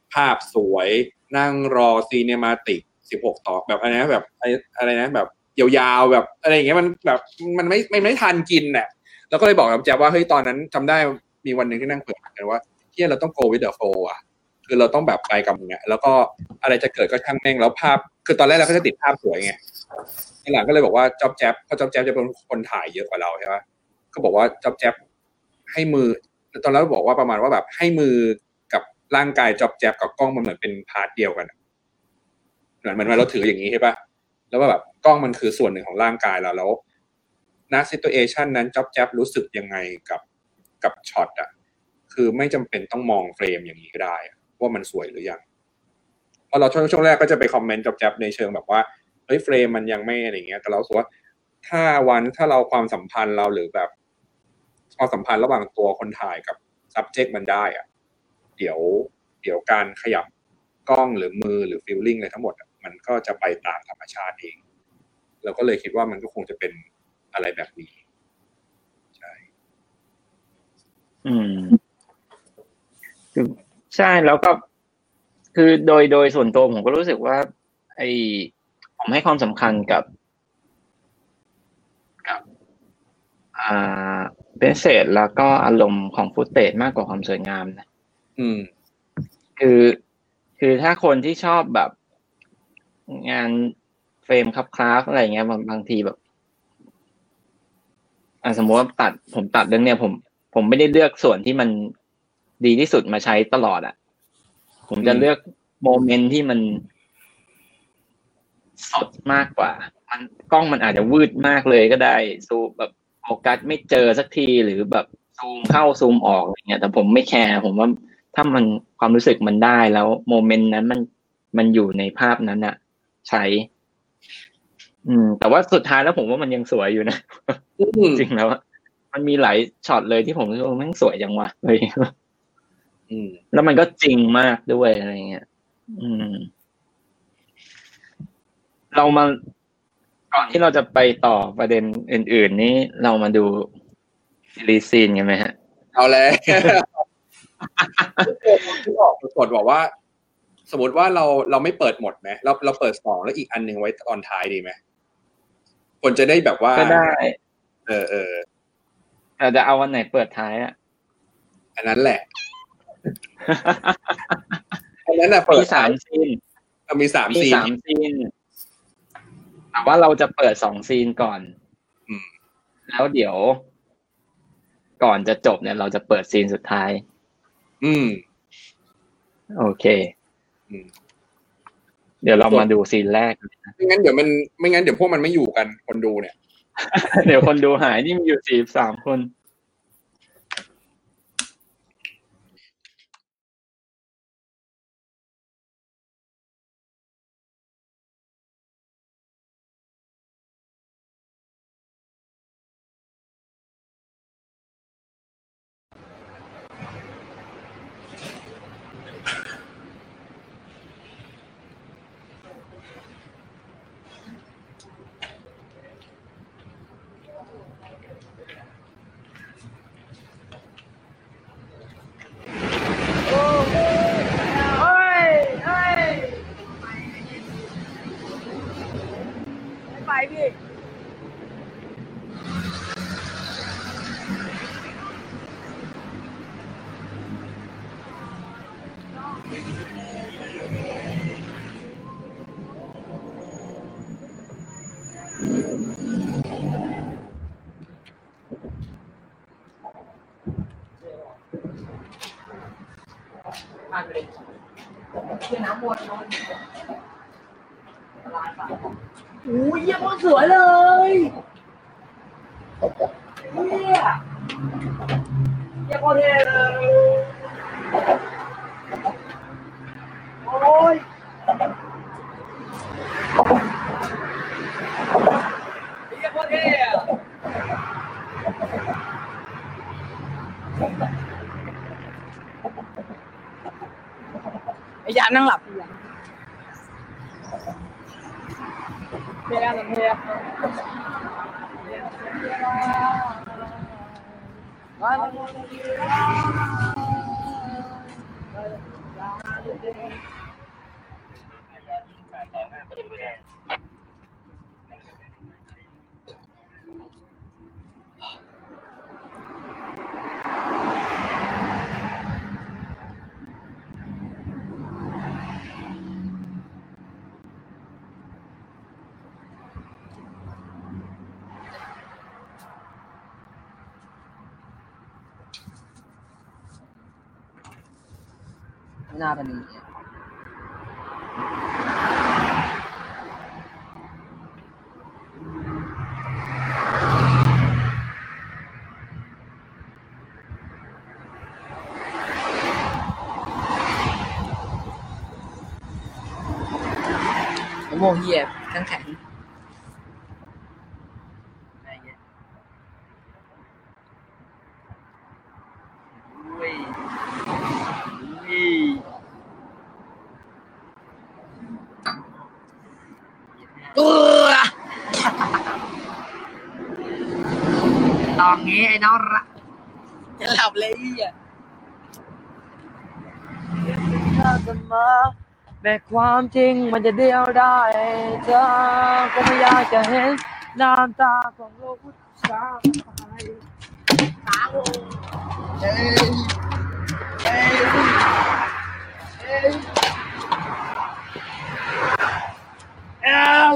ภาพสวยนั่งรอซีเนมาติก16 ตอนแบบอะไรนะแบบอะไรนะแบบยาวๆแบบอะไรอย่างเงี้ยมันแบบมันไม่ทันกินน่ะแล้วก็เลยบอกกับแจ๊บว่าเฮ้ยตอนนั้นจำได้มีวันนึงที่นั่งเปิดกันว่าเฮียเราต้อง go with the flow อ่ะคือเราต้องแบบไปกับมึงอ่ะแล้วก็อะไรจะเกิดก็ช่างแม่งแล้วภาพคือตอนแรกเราก็จะติดภาพสวยไงหลังก็เลยบอกว่าจ๊อบแจ๊บเพราะจ๊อบแจ๊บจะเป็นคนถ่ายเยอะกว่าเราใช่ป่ะก็บอกว่าจ๊อบแจ๊บให้มือตอนแรกบอกว่าประมาณว่าแบบให้มือกับร่างกายจ๊อบแจ๊บกับกล้องมันเหมือนเป็นพาร์ทเดียวกันเหมือนเราถืออย่างนี้ใช่ป่ะแล้วว่าแบบกล้องมันคือส่วนหนึ่งของร่างกายเราแล้วณ situation นั้นจ๊อบแจ๊บรู้สึกยังไงกับช็อตอ่ะคือไม่จำเป็นต้องมองเฟรมอย่างนี้ก็ได้ว่ามันสวยหรือยังเพราะเราช่วงแรกก็จะไปคอมเมนต์จ๊อบแจ๊บในเชิงแบบว่าเฮ้ยเฟรมมันยังไม่อะไรเงี้ยแต่เราสึกว่าถ้าเราความสัมพันธ์เราหรือแบบความสัมพันธ์ระหว่างตัวคนถ่ายกับ subject มันได้อ่ะเดี๋ยวการขยับกล้องหรือมือหรือ feeling อะไรทั้งหมดมันก็จะไปตามธรรมชาติเองเราก็เลยคิดว่ามันก็คงจะเป็นอะไรแบบนี้ใช่ใช่แล้วก็คือโดยส่วนตัวผมก็รู้สึกว่าผมให้ความสำคัญกับเมสเสจแล้วก็อารมณ์ของฟุตเทจมากกว่าความสวยงามนะคือถ้าคนที่ชอบแบบงานเฟรมคราฟอะไรเงี้ยบางทีแบบสมมติว่าผมตัดเรื่องเนี้ยผมไม่ได้เลือกส่วนที่มันดีที่สุดมาใช้ตลอดผมจะเลือกโมเมนต์ที่มันสดมากกว่ามันกล้องมันอาจจะวืดมากเลยก็ได้ซูมแบบโฟกัสไม่เจอสักทีหรือแบบซูมเข้าซูมออกอะไรเงี้ยแต่ผมไม่แคร์ผมว่าถ้ามันความรู้สึกมันได้แล้วโมเมนต์นั้นมันอยู่ในภาพนั้นใช้แต่ว่าสุดท้ายแล้วผมว่ามันยังสวยอยู่นะจริงแล้วมันมีหลายช็อตเลยที่ผมรู้สึกว่ามันสวยจังวะเลยแล้วมันก็จริงมากด้วยอะไรเงี้ยเรามาก่อนที่เราจะไปต่อประเด็นอื่นๆนี้เรามาดูซีรีส์ซีนกันไหมฮะเอาเลยกดบอกว่าสมมติว่าเราไม่เปิดหมดไหมเราเปิด2แล้วอีกอันนึงไว้ตอนท้ายดีไหมคนจะได้แบบว่าก็ได้แต่จะเอาวันไหนเปิดท้ายอันนั้นแหละอันนั้นเปิด 3ซีนมี3ซีนแต่ว่าเราจะเปิด2ซีนก่อนแล้วเดี๋ยวก่อนจะจบเนี่ยเราจะเปิดซีนสุดท้ายโอเคเดี๋ยวเรามาดูซีนแรกไม่งั้นเดี๋ยวพวกมันไม่อยู่กันคนดูเนี่ยเดี๋ยวคนดูหายนี่มีอยู่43คนเยี่ยมสวยเลยเยี่ยมโคตรเท่เลยโอ้ยเยี่ยมโคตรเท่ไอ้ยานั่งหลับเพียงเพียงไม่น่าเป็นอย่างนี้มะม่วงเหี้ยแข็งตอนนี้ไอ้น้องรักจะหลับเลยอ่ะถ้าจะมาแบกความจริงมันจะเดียวได้เธอก็ไม่อยากจะเห็นน้ำตาของโลกผู้ชายสาวเอ้ยเอ้ยเอ้ยเอ้ย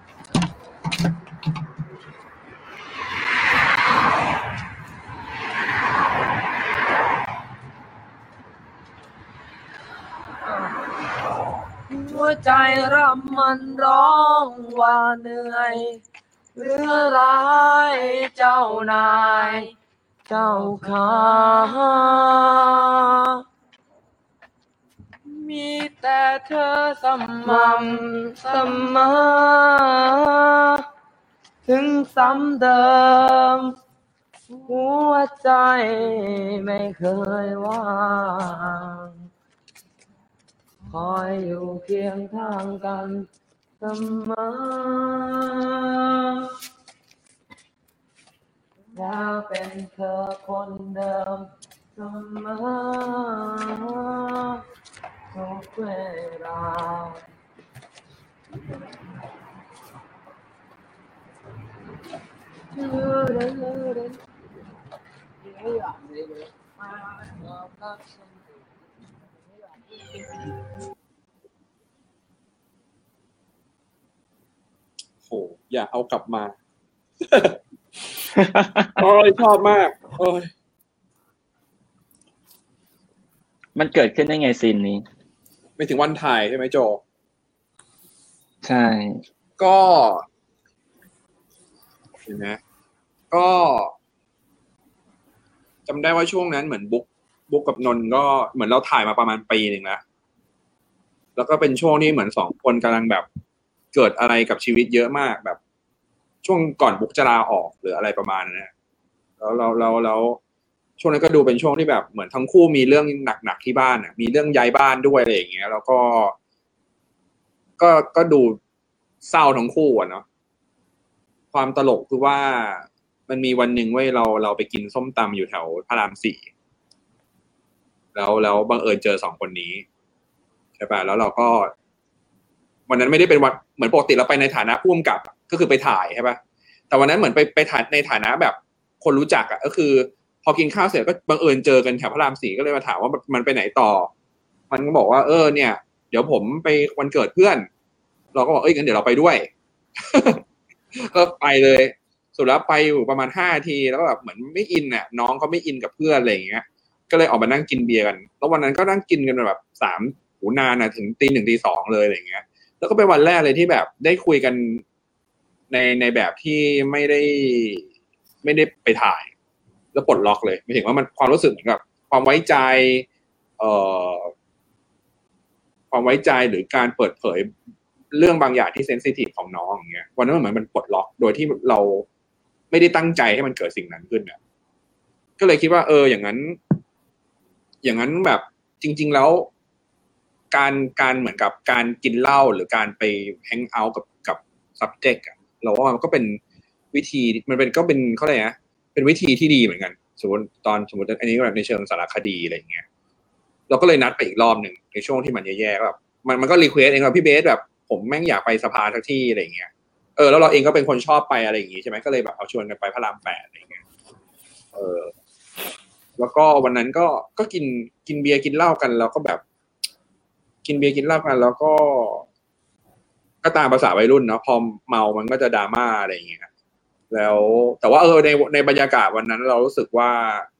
หัวใจรำมันร้องว่าเหนื่อยเรือร้ายเจ้านายเจ้าขามีแต่เธอสม่ำเสมอถึงซ้ำเดิมหัวใจไม่เคยว่างคอยอยู่เคียงข้างกันเสมออยากเป็นเธอคนเดิมเสมอทุกเวลาโหอย่าเอากลับมา โอ้ยชอบมากโอ้ยมันเกิดขึ้นได้ไงซีนนี้ไม่ถึงวันถ่ายใช่ไหมโจใช่ก็เห็นไหมก็จำได้ว่าช่วงนั้นเหมือนบุ๊กกับนนท์ก็เหมือนเราถ่ายมาประมาณปีหนึ่งแล้วก็เป็นช่วงที่เหมือนสองคนกำลังแบบเกิดอะไรกับชีวิตเยอะมากแบบช่วงก่อนบุ๊กจะลาออกหรืออะไรประมาณนั้นแล้วช่วงนั้นก็ดูเป็นช่วงที่แบบเหมือนทั้งคู่มีเรื่องหนักๆที่บ้านมีเรื่องย้ายบ้านด้วยอะไรอย่างเงี้ยแล้วก็ดูเศร้าทั้งคู่อ่ะเนาะความตลกคือว่ามันมีวันหนึ่งว่าเราไปกินส้มตำอยู่แถวพระราม 4แล้วบังเอิญเจอสองคนนี้ใช่ป่ะแล้วเราก็วันนั้นไม่ได้เป็นวันเหมือนปกติเราไปในฐานะผู้กำกับก็คือไปถ่ายใช่ป่ะแต่วันนั้นเหมือนไปถ่ายในฐานะแบบคนรู้จักก็คือพอกินข้าวเสร็จก็บังเอิญเจอกันแถวพระราม 4ก็เลยมาถามว่ามันไปไหนต่อมันก็บอกว่าเนี่ยเดี๋ยวผมไปวันเกิดเพื่อนเราก็บอกงั้นเดี๋ยวเราไปด้วย ก็ไปเลยสุดแล้วไปอยู่ประมาณ5 นาทีแล้วก็แบบเหมือนไม่อินน่ะน้องเขาไม่อินกับเพื่อนอะไรอย่างเงี้ยก็เลยออกมานั่งกินเบียร์กันแล้ววันนั้นก็นั่งกินกันแบบ3 นานนะถึงตี 1 ตี 2เลยอะไรอย่างเงี้ยแล้วก็เป็นวันแรกเลยที่แบบได้คุยกันในแบบที่ไม่ได้ไปถ่ายแล้วปลดล็อกเลยหมายถึงว่ามันความรู้สึกเหมือนกับความไว้ใจความไว้ใจหรือการเปิดเผยเรื่องบางอย่างที่เซนซิทีฟของน้องอย่างเงี้ยวันนั้นเหมือนมันปลดล็อกโดยที่เราไม่ได้ตั้งใจให้มันเกิดสิ่งนั้นขึ้นก็เลยคิดว่าอย่างนั้นแบบจริงๆแล้วการเหมือนกับการกินเหล้าหรือการไปแฮงเอาท์กับ subject เราว่ามันก็เป็นวิธีมันเป็นก็เป็นเขาเรียกนะเป็นวิธีที่ดีเหมือนกันสมมติอันนี้แบบในเชิงสารคดีอะไรอย่างเงี้ยเราก็เลยนัดไปอีกรอบหนึ่งในช่วงที่มันแย่ๆแบบมันก็รีเควสเองว่าพี่เบสแบบผมแม่งอยากไปสภาสักที่อะไรอย่างเงี้ยแล้วเราเองก็เป็นคนชอบไปอะไรอย่างงี้ใช่ไหมก็เลยแบบเอาชวนกันไปพระราม 8อะไรอย่างเงี้ยแล้วก็วันนั้นก็กินเบียร์กินเหล้ากันแล้วก็แบบกินเบียร์กินเหล้ากันแล้วก็ตามภาษาวัยรุ่นเนาะพอเมามันก็จะดราม่าอะไรอย่างเงี้ยแล้วแต่ว่าในบรรยากาศวันนั้นเรารู้สึกว่า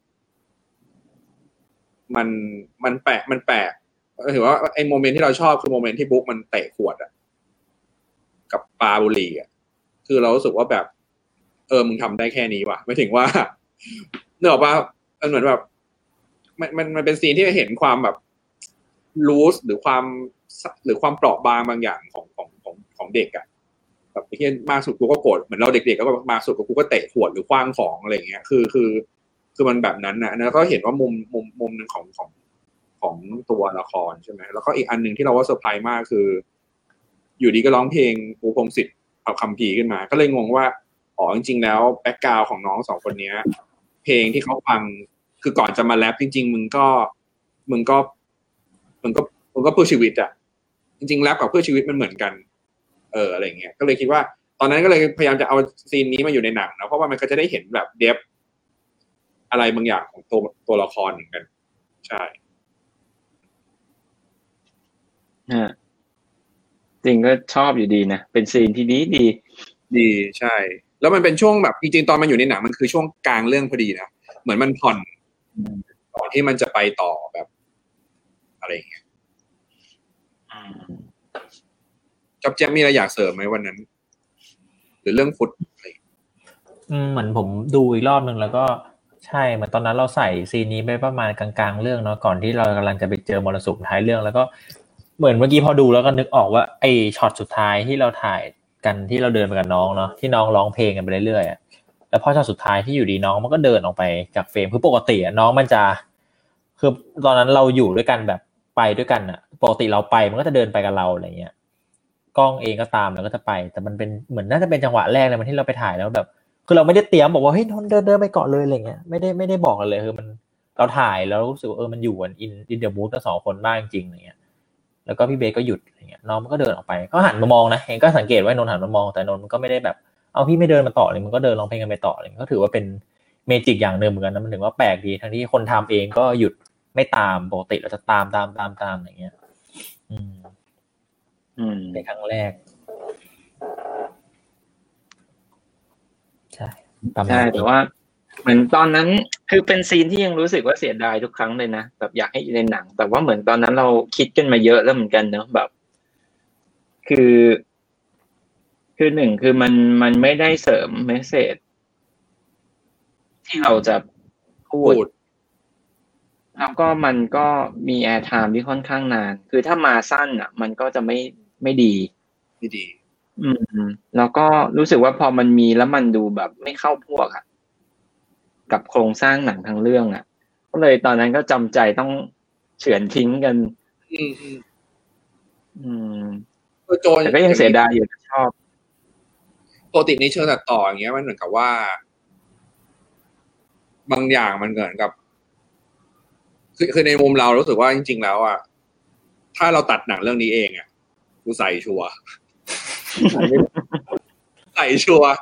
มันแปลกถือว่าไอ้โมเมนต์ที่เราชอบคือโมเมนต์ที่บุ๊กมันเตะขวดอะกับปาบุหรี่อะคือเรารู้สึกว่าแบบมึงทำได้แค่นี้ว่ะไม่ถึงว่าเนอะว่ามันเหมือนแบบมันเป็นซีนที่เห็นความแบบลูสหรือความเปราะบางบางอย่างของเด็กอะแบบที่มากสุดกูก็โกรธเหมือนเราเด็กๆก็มากสุดกูก็เตะขวดหรือคว้างของอะไรอย่างเงี้ยคือมันแบบนั้นนะแล้วก็เห็นว่ามุมนึงของตัวละครใช่ไหมแล้วก็อีกอันนึงที่เราว่าเซอร์ไพรส์มากคืออยู่ดีก็ร้องเพลงปูพงษ์สิทธิ์เอาคัมภีร์ขึ้นมาก็เลยงงว่าจริงๆแล้วแบ็คกราวด์ของน้องสองคนนี้เพลงที่เขาฟังคือก่อนจะมาแรปจริงๆมึงก็เพื่อชีวิตอ่ะจริงๆแรปกับเพื่อชีวิตมันเหมือนกันอะไรอย่างเงี้ยก็เลยคิดว่าตอนนั้นก็เลยพยายามจะเอาซีนนี้มาอยู่ในหนังนะเพราะว่ามันก็จะได้เห็นแบบเดฟอะไรบางอย่างของตัวละครเหมือนกันใช่จริงก็ชอบอยู่ดีนะเป็นซีนที่ดีใช่แล้วมันเป็นช่วงแบบจริงๆตอนมันอยู่ในหนังมันคือช่วงกลางเรื่องพอดีนะเหมือนมันผ่อนก่อนที่มันจะไปต่อแบบอะไรอย่างเงี้ยจ๊อบแจ๊บมีอะไรอยากเสริมไหมวันนั้นหรือเรื่องฟุตอะไรเหมือนผมดูอีกรอบนึงแล้วก็ใช่เหมือนตอนนั้นเราใส่ซีนนี้ไปประมาณกลางๆเรื่องเนาะก่อนที่เรากำลังจะไปเจอมรสุมท้ายเรื่องแล้วก็เหมือนเมื่อกี้พอดูแล้วก็นึกออกว่าไอ้ช็อตสุดท้ายที่เราถ่ายกันที่เราเดินไปกับน้องเนาะที่น้องร้องเพลงกันไปเรื่อยๆแล้วพอช็อตสุดท้ายที่อยู่ดีน้องมันก็เดินออกไปจากเฟรมคือปกติน้องมันจะคือตอนนั้นเราอยู่ด้วยกันแบบไปด้วยกันอ่ะปกติเราไปมันก็จะเดินไปกับเราอะไรเงี้ยกล้องเองก็ตามแล้วก็จะไปแต่มันเป็นเหมือนน่าจะเป็นจังหวะแรกเลยมันที่เราไปถ่ายแล้วแบบคือเราไม่ได้เตรียมบอกว่าเฮ้ยนนเดินไปเกาะเลยอะไรเงี้ยไม่ได้บอกกันเลยคือมันเราถ่ายแล้วรู้สึกว่ามันอยู่กันอินเดอะมูดทั้งสองคนมากจริงๆอะไรเงี้ยแล้วก็พี่เบสก็หยุดอะไรเงี้ยน้องมันก็เดินออกไปก็หันมามองนะเห็นก็สังเกตว่านนหันมามองแต่นนมันก็ไม่ได้แบบเอาพี่ไม่เดินมาต่อเลยมันก็เดินร้องเพลงกันไปต่ออะไรก็ถือว่าเป็นเมจิกอย่างนึงเหมือนกันนะมันถึงว่าแปลกดีทั้งที่คนทำเองก็หยุดไม่ตามปกติเราจะตามอย่างเงี้ยเป็นครั้งแรกใช่แต่ว่าเหมือนตอนนั้นคือเป็นซีนที่ยังรู้สึกว่าเสียดายทุกครั้งเลยนะแบบอยากให้อยู่ในหนังแต่ว่าเหมือนตอนนั้นเราคิดกันมาเยอะแล้วเหมือนกันเนอะแบบคือหนึ่งคือมันไม่ได้เสริมเมสเสจที่เราจะพูดแล้วก็มันก็มีแอร์ไทม์ที่ค่อนข้างนานคือถ้ามาสั้นอ่ะมันก็จะไม่ดีแล้วก็รู้สึกว่าพอมันมีแล้วมันดูแบบไม่เข้าพวกอ่ะกับโครงสร้างหนังทั้งเรื่องอ่ะก็เลยตอนนั้นก็จำใจต้องเฉือนทิ้งกันแต่ก็ยังเสียดายอยู่ชอบปกติในเชิงตัดต่ออย่างเงี้ยมันเหมือนกับว่าบางอย่างมันเหมือนกับคือในมุมเรารู้สึกว่าจริงๆแล้วอ่ะถ้าเราตัดหนังเรื่องนี้เองอ่ะกูใส่ชัวร์ใส่ชัวร์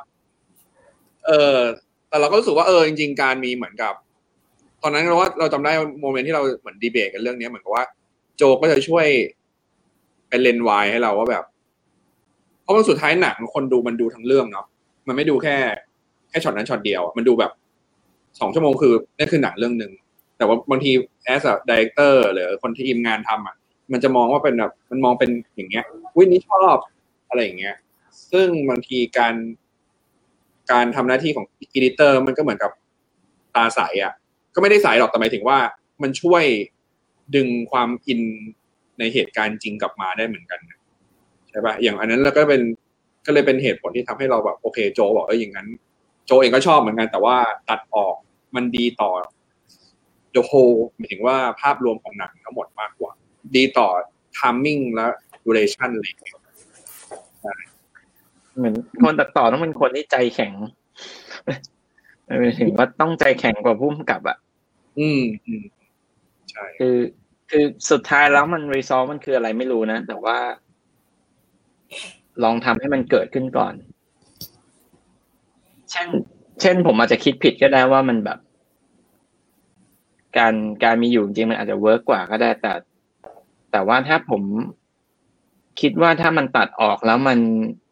แต่เราก็รู้สึกว่าจริงๆการมีเหมือนกับตอนนั้นเราจำได้โมเมนต์ที่เราเหมือนดีเบตกันเรื่องนี้เหมือนกับว่าโจก็จะช่วยเป็นเลนส์วายให้เราว่าแบบเพราะว่าสุดท้ายหนังคนดูมันดูทั้งเรื่องเนาะมันไม่ดูแค่ช็อตนั้นช็อตเดียวมันดูแบบ2 ชั่วโมงคือนั่นคือหนังเรื่องนึงแต่ว่าบางที as a director หรือคนที่ทีมงานทำอ่ะมันจะมองว่าเป็นแบบมันมองเป็นอย่างเงี้ยนี่ชอบอะไรอย่างเงี้ยซึ่งบางทีการทำหน้าที่ของอีดิเตอร์มันก็เหมือนกับตาใสอ่ะก็ไม่ได้ใสหรอกแต่หมายถึงว่ามันช่วยดึงความอินในเหตุการณ์จริงกลับมาได้เหมือนกันใช่ป่ะอย่างอันนั้นเราก็เลยเป็นเหตุผลที่ทำให้เราแบบโอเคโจบอกอย่างนั้นโจเองก็ชอบเหมือนกันแต่ว่าตัดออกมันดีต่อ the whole หมายถึงว่าภาพรวมของหนังทั้งหมดมากกว่าดีต่อ timing และ duration อะไรอย่างเงี้ยเหมือนคนตัดต่อต้องเป็นคนที่ใจแข็งหมายถึงว่าต้องใจแข็งกว่าผู้กำกับอ่ะใช่คือสุดท้ายแล้วมัน resolve มันคืออะไรไม่รู้นะแต่ว่าลองทำให้มันเกิดขึ้นก่อนเช่นผมอาจจะคิดผิดก็ได้ว่ามันแบบการมีอยู่จริงมันอาจจะเวิร์กกว่าก็ได้แต่ว่าถ้าผมคิดว่าถ้ามันตัดออกแล้วมัน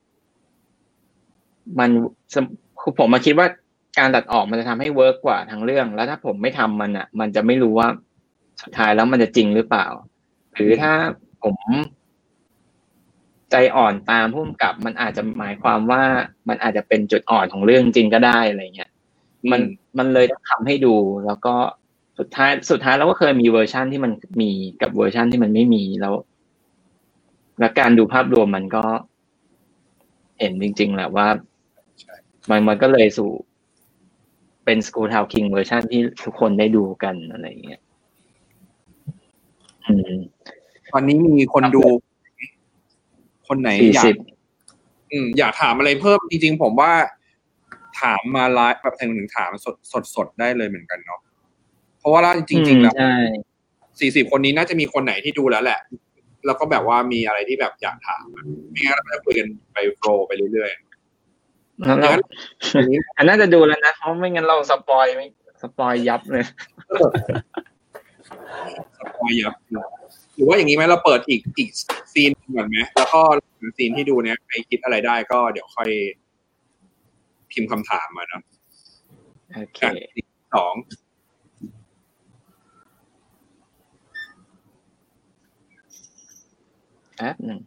คือผมมาคิดว่าการตัดออกมันจะทำให้เวิร์กกว่าทั้งเรื่องแล้วถ้าผมไม่ทำมันอ่ะมันจะไม่รู้ว่าสุดท้ายแล้วมันจะจริงหรือเปล่าหรือถ้าผมใจอ่อนตามผู้กำกับมันอาจจะหมายความว่ามันอาจจะเป็นจุดอ่อนของเรื่องจริงก็ได้อะไรเงี้ยมันเลยต้องทำให้ดูแล้วก็สุดท้ายเราก็เคยมีเวอร์ชันที่มันมีกับเวอร์ชันที่มันไม่มีแล้วการดูภาพรวมมันก็เห็นจริงๆแหละว่ามันก็เลยสู่เป็น School Town King เวอร์ชันที่ทุกคนได้ดูกันอะไรอย่างเงี้ยตอนนี้มีคนดูคนไหนอยากถามอะไรเพิ่มจริงๆผมว่าถามมาไลฟ์แบบถึงถามสดได้เลยเหมือนกันเนาะเพราะว่าจริงๆแล้ว40คนนี้น่าจะมีคนไหนที่ดูแล้วแหละแล้วก็แบบว่ามีอะไรที่แบบอยากถามไม่งั้นเราจะคุยกันไปโฟลว์ไปเรื่อยๆอันน่าจะดูแล้วนะเพราะไม่งั้นเราสปอยยับเลยสปอยยับหรือว่าอย่างนี้ไหมเราเปิดอีกซีนก่อนไหมแล้วก็ซีนที่ดูเนี้ยใครคิดอะไรได้ก็เดี๋ยวค่อยพิมพ์คำถามมาเนาะโอเค 2 แป๊บนึง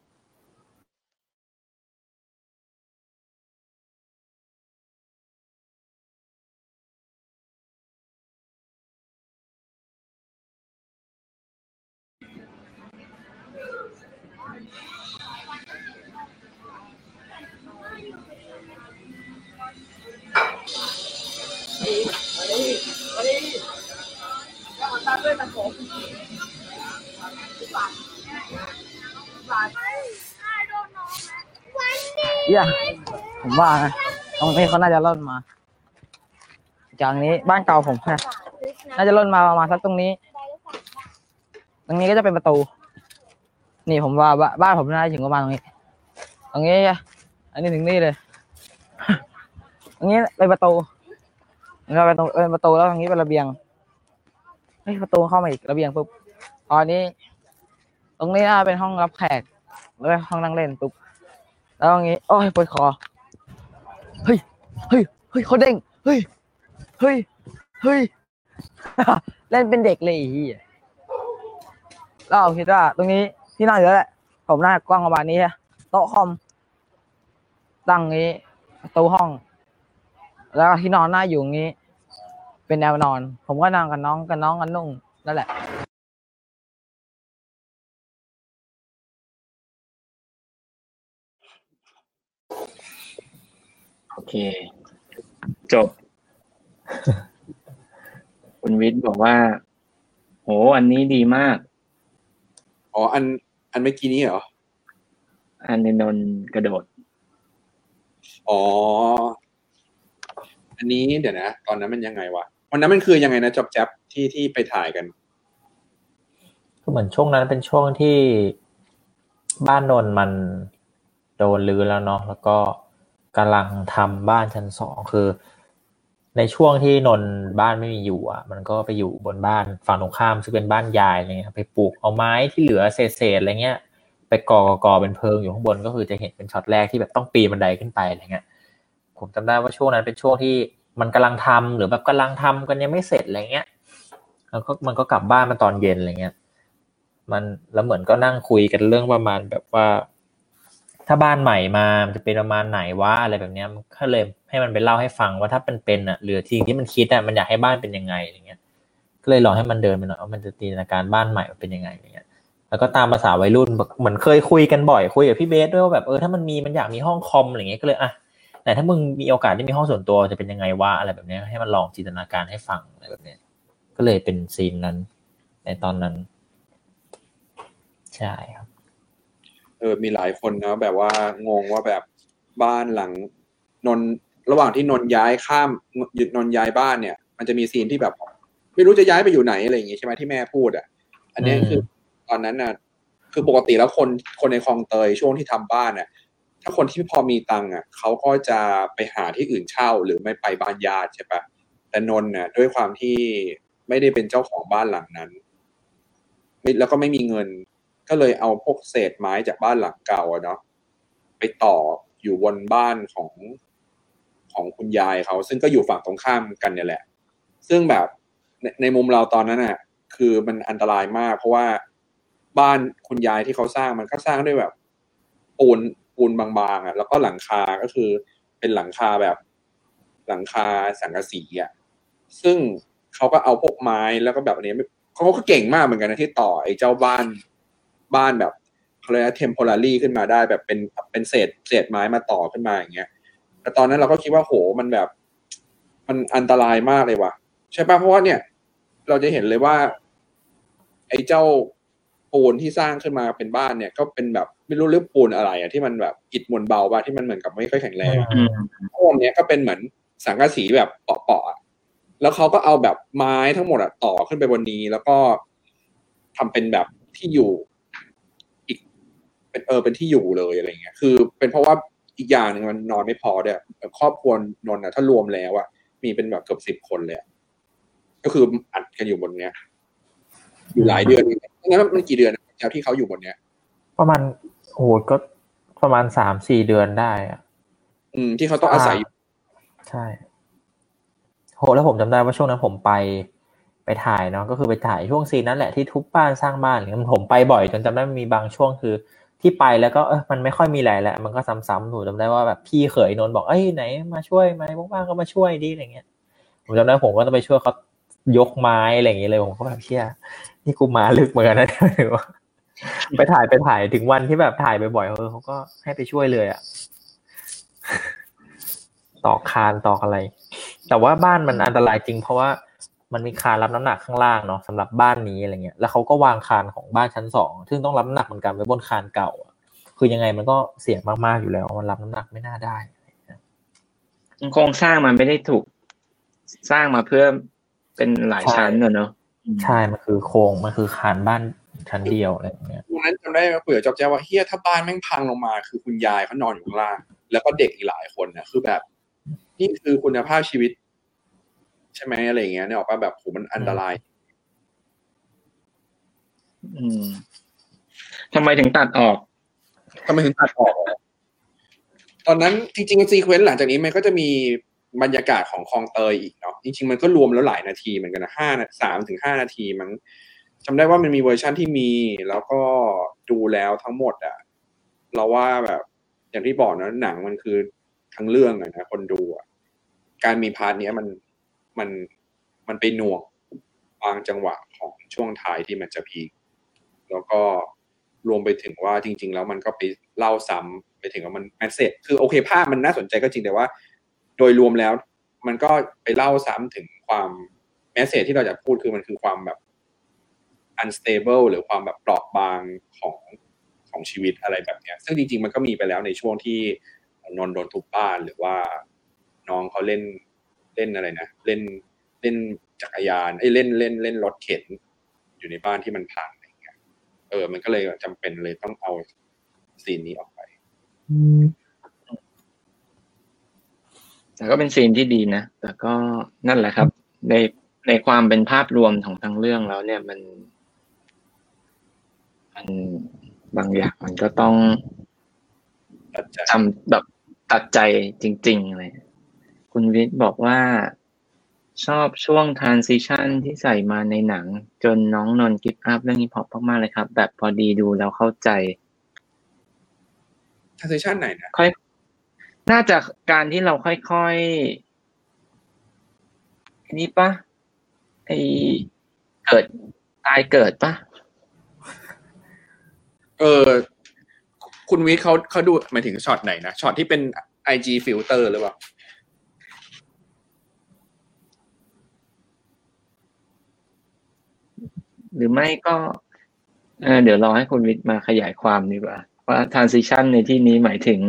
ผมว่านะตรงนี้เขาน่าจะล่นมาจากนี้บ้านเก่าผมค่ะน่าจะล่นมาประมาณสักตรงนี้ก็จะเป็นประตูนี่ผมว่าบ้านผมน่าจะถึงประมาณตรงนี้อันนี้ถึงนี่เลยตรงนี้เป็นประตูเราเป็นประตูแล้วตรงนี้เป็นระเบียงประตูเข้ามาอีกระเบียงปุ๊บตอนนี้ตรงนี้น่าเป็นห้องรับแขกแล้วห้องนั่งเล่นปุ๊บแล้วตรงนี้โอ้ยปวดคอเฮ้ยเขาเด้งเฮ้ยเล่นเป็นเด็กเลยแล้วเราคิดว่าตรงนี้ที่นั่งเยอะแหละผมน่ากว้างประมาณนี้ฮะโต๊ะคอมตั้งนี้ประตูห้องแล้วที่นอนหน้าอยู่งี้เป็นแนวนอนผมก็นั่งกับน้องกันนุ่งนั่นแหละโอเคจบ คุณวิทย์บอกว่าโหอันนี้ดีมากอันเมื่อกี้นี้เหรออันในนนกระโดดอันนี้เดี๋ยวนะตอนนั้นมันยังไงวะวันนั้นมันคือยังไงนะจ๊อบแจ๊บที่ไปถ่ายกันก็เหมือนช่วงนั้นเป็นช่วงที่บ้านนนมันโดนรื้อแล้วเนาะแล้วก็กำลังทำบ้านชั้น2คือในช่วงที่นนบ้านไม่มีอยู่มันก็ไปอยู่บนบ้านฝั่งตรงข้ามซึ่งเป็นบ้านยายอะไรเงี้ยไปปลูกเอาไม้ที่เหลือเศษอะไรเงี้ยไปก่อเป็นเพลิงอยู่ข้างบนก็คือจะเห็นเป็นช็อตแรกที่แบบต้องปีนบันไดขึ้นไปอะไรเงี้ยผมจำได้ว่าช่วงนั้นเป็นช่วงที่มันกำลังทำหรือแบบกำลังทำกันยังไม่เสร็จอะไรเงี้ยแล้วก็มันก็กลับบ้านมาตอนเย็นอะไรเงี้ยมันแล้วเหมือนก็นั่งคุยกันเรื่องประมาณแบบว่าถ้าบ้านใหม่มามันจะเป็นประมาณไหนวะอะไรแบบเนี้ยมันก็เลยให้มันไปเล่าให้ฟังว่าถ้าเป็นหรือสิ่งที่มันคิดมันอยากให้บ้านเป็นยังไงอะไรเงี้ยก็เลยลองให้มันเดินไปหน่อยว่ามันจะจินตนาการบ้านใหม่มันเป็นยังไงอะไรเงี้ยแล้วก็ตามภาษาวัยรุ่นเหมือนเคยคุยกันบ่อยคุยกับพี่เบสด้วยว่าแบบถ้ามันอยากมีห้องคอมอะไรเงี้ยก็เลยแต่ถ้ามึงมีโอกาสได้มีห้องส่วนตัวจะเป็นยังไงวะอะไรแบบนี้ให้มันลองจินตนาการให้ฟังอะไรแบบนี้ก็เลยเป็นซีนนั้นในตอนนั้นใช่ครับมีหลายคนนะแบบว่างงว่าแบบบ้านหลังระหว่างที่นนย้ายบ้านเนี่ยมันจะมีซีนที่แบบไม่รู้จะย้ายไปอยู่ไหนอะไรอย่างงี้ใช่ไหมที่แม่พูดอันนี้คือตอนนั้นน่ะคือปกติแล้วคนในคลองเตยช่วงที่ทำบ้านน่ะถ้าคนที่พอมีตังค์อ่ะเขาก็จะไปหาที่อื่นเช่าหรือไม่ไปบ้านญาติใช่ปะแต่นนท์น่ะด้วยความที่ไม่ได้เป็นเจ้าของบ้านหลังนั้นแล้วก็ไม่มีเงินก็เลยเอาพวกเศษไม้จากบ้านหลังเก่าเนาะไปต่ออยู่บนบ้านของคุณยายเขาซึ่งก็อยู่ฝั่งตรงข้ามกันเนี่ยแหละซึ่งแบบในมุมเราตอนนั้นน่ะคือมันอันตรายมากเพราะว่าบ้านคุณยายที่เขาสร้างมันก็สร้างด้วยแบบปูนบางๆอ่ะแล้วก็หลังคาก็คือเป็นหลังคาแบบหลังคาสังกะสีอ่ะซึ่งเขาก็เอาพวกไม้แล้วก็แบบอันนี้เขาก็เก่งมากเหมือนกันนะที่ต่อไอ้เจ้าบ้านแบบเขาเรียกว่า temporary ขึ้นมาได้แบบเป็นเศษไม้มาต่อขึ้นมาอย่างเงี้ยแต่ตอนนั้นเราก็คิดว่าโหมันแบบมันอันตรายมากเลยว่ะใช่ป่ะเพราะว่าเนี่ยเราจะเห็นเลยว่าไอ้เจ้าปูนที่สร้างขึ้นมาเป็นบ้านเนี่ยก็เป็นแบบไม่รู้เรื่องปูนอะไรอ่ะที่มันแบบอิฐมวลเบาป่ะที่มันเหมือนกับไม่ค่อยแข็งแรงพวกเนี้ยก็เป็นเหมือนสังกะสีแบบเปาะๆแล้วเขาก็เอาแบบไม้ทั้งหมดอะต่อขึ้นไปบนนี้แล้วก็ทำเป็นแบบที่อยู่อีกเป็นที่อยู่เลยอะไรเงี้ยคือเป็นเพราะว่าอีกอย่างหนึ่งมันนอนไม่พอด้วยครอบครัวนนท์อะถ้ารวมแล้วอะมีเป็นแบบเกือบ10 คนเลยก็คืออัดกันอยู่บนเนี้ยอยู่หลายเดือนงั้นมันกี่เดือนแล้วที่เขาอยู่บนเนี้ยประมาณโอ้โหก็ประมาณ 3-4 เดือนได้อ่ะที่เขาต้องอาศัยใช่โหแล้วผมจำได้ว่าช่วงนั้นผมไปถ่ายเนาะก็คือไปถ่ายช่วงซีนนั้นแหละที่ทุบบ้านสร้างบ้านผมไปบ่อยจนจำได้มีบางช่วงคือที่ไปแล้วก็มันไม่ค่อยมีอะไรแหละมันก็ซ้ำๆหนูจำได้ว่าแบบพี่เขยนนท์บอกเอ้ยไหนมาช่วยไหมว่างๆก็มาช่วยดิอะไรเงี้ยผมจำได้ผมก็ต้องไปช่วยเขายกไม้อะไรอย่างเงี้ยเลยผมก็แบบเชี่ยนี่กูมาลึกเหมือนกันนะถือว่าไปถ่ายถึงวันที่แบบถ่ายบ่อยๆเขาก็ให้ไปช่วยเลยอ่ะตอกคานตอกอะไรแต่ว่าบ้านมันอันตรายจริงเพราะว่ามันมีคานรับน้ำหนักข้างล่างเนาะสำหรับบ้านนี้อะไรเงี้ยแล้วเขาก็วางคานของบ้านชั้น2ซึ่งต้องรับน้ำหนักเหมือนกันไว้บนคานเก่าคือยังไงมันก็เสี่ยงมากๆอยู่แล้วมันรับน้ำหนักไม่น่าได้โครงสร้างมันไม่ได้ถูกสร้างมาเพื่อเป็นหลายชั้นเนอะใช่มันคือโครงมันคือคานบ้านชั้นเดียวอะไรอย่างเงี้ยวันนั้นจำได้คุยกับจ๊อบแจ๊บว่าเฮียถ้าบ้านแม่งพังลงมาคือคุณยายเขานอนอยู่ข้างล่างแล้วก็เด็กอีกหลายคนนะคือแบบนี่คือคุณภาพชีวิตใช่ไหมอะไรอย่างเงี้ยเนี่ยออกมาแบบโหมันอันตรายทำไมถึงตัดออกตอนนั้นจริงๆซีเควนซ์หลังจากนี้มันก็จะมีบรรยากาศของคลองเตยอีกเนาะจริงๆมันก็รวมแล้วหลายนาทีเหมือนกันนะ3-5 นาทีมั้งจำได้ว่ามันมีเวอร์ชันที่มีแล้วก็ดูแล้วทั้งหมดอ่ะเราว่าแบบอย่างที่บอกนะหนังมันคือทั้งเรื่องนะคนดูอ่ะการมีพาร์ทนี้มันไปหน่วงบางจังหวะของช่วงท้ายที่มันจะพีคแล้วก็รวมไปถึงว่าจริงๆแล้วมันก็ไปเล่าซ้ำไปถึงว่ามันแมสเสจคือโอเคภาพมันน่าสนใจก็จริงแต่ว่าโดยรวมแล้วมันก็ไปเล่าซ้ำถึงความแมสเสจที่เราจะพูดคือมันคือความแบบ unstable หรือความแบบเปราะบางของชีวิตอะไรแบบนี้ซึ่งจริงๆมันก็มีไปแล้วในช่วงที่นนท์โดนทุบบ้านหรือว่าน้องเขาเล่นอะไรนะเล่นจักรยานเล่นรถเข็นอยู่ในบ้านที่มันพังอะไรอย่างเงี้ยมันก็เลยจำเป็นเลยต้องเอาซีนนี้ออกไปแต่ก็เป็นซีนที่ดีนะแต่ก็นั่นแหละครับในความเป็นภาพรวมของทั้งเรื่องแล้วเนี่ยมันบางอย่างมันก็ต้องจำแบบตัดใจจริงๆเลยคุณวิทย์บอกว่าชอบช่วง transition ที่ใส่มาในหนังจนน้องนนท์กิฟต์อัพเรื่องฮิปฮอปมากๆเลยครับแบบพอดีดูแล้วเข้าใจ transition ไหนนะน่าจะการที่เราค่อยๆนี่ปะไอเกิดตายเกิดปะคุณวิทย์เขาดูหมายถึงช็อตไหนนะช็อตที่เป็น IG filter หรือเปล่าหรือไม่ก็เดี๋ยวรอให้คุณวิทย์มาขยายความดีกว่าว่า transition ในที่นี้หมายถึง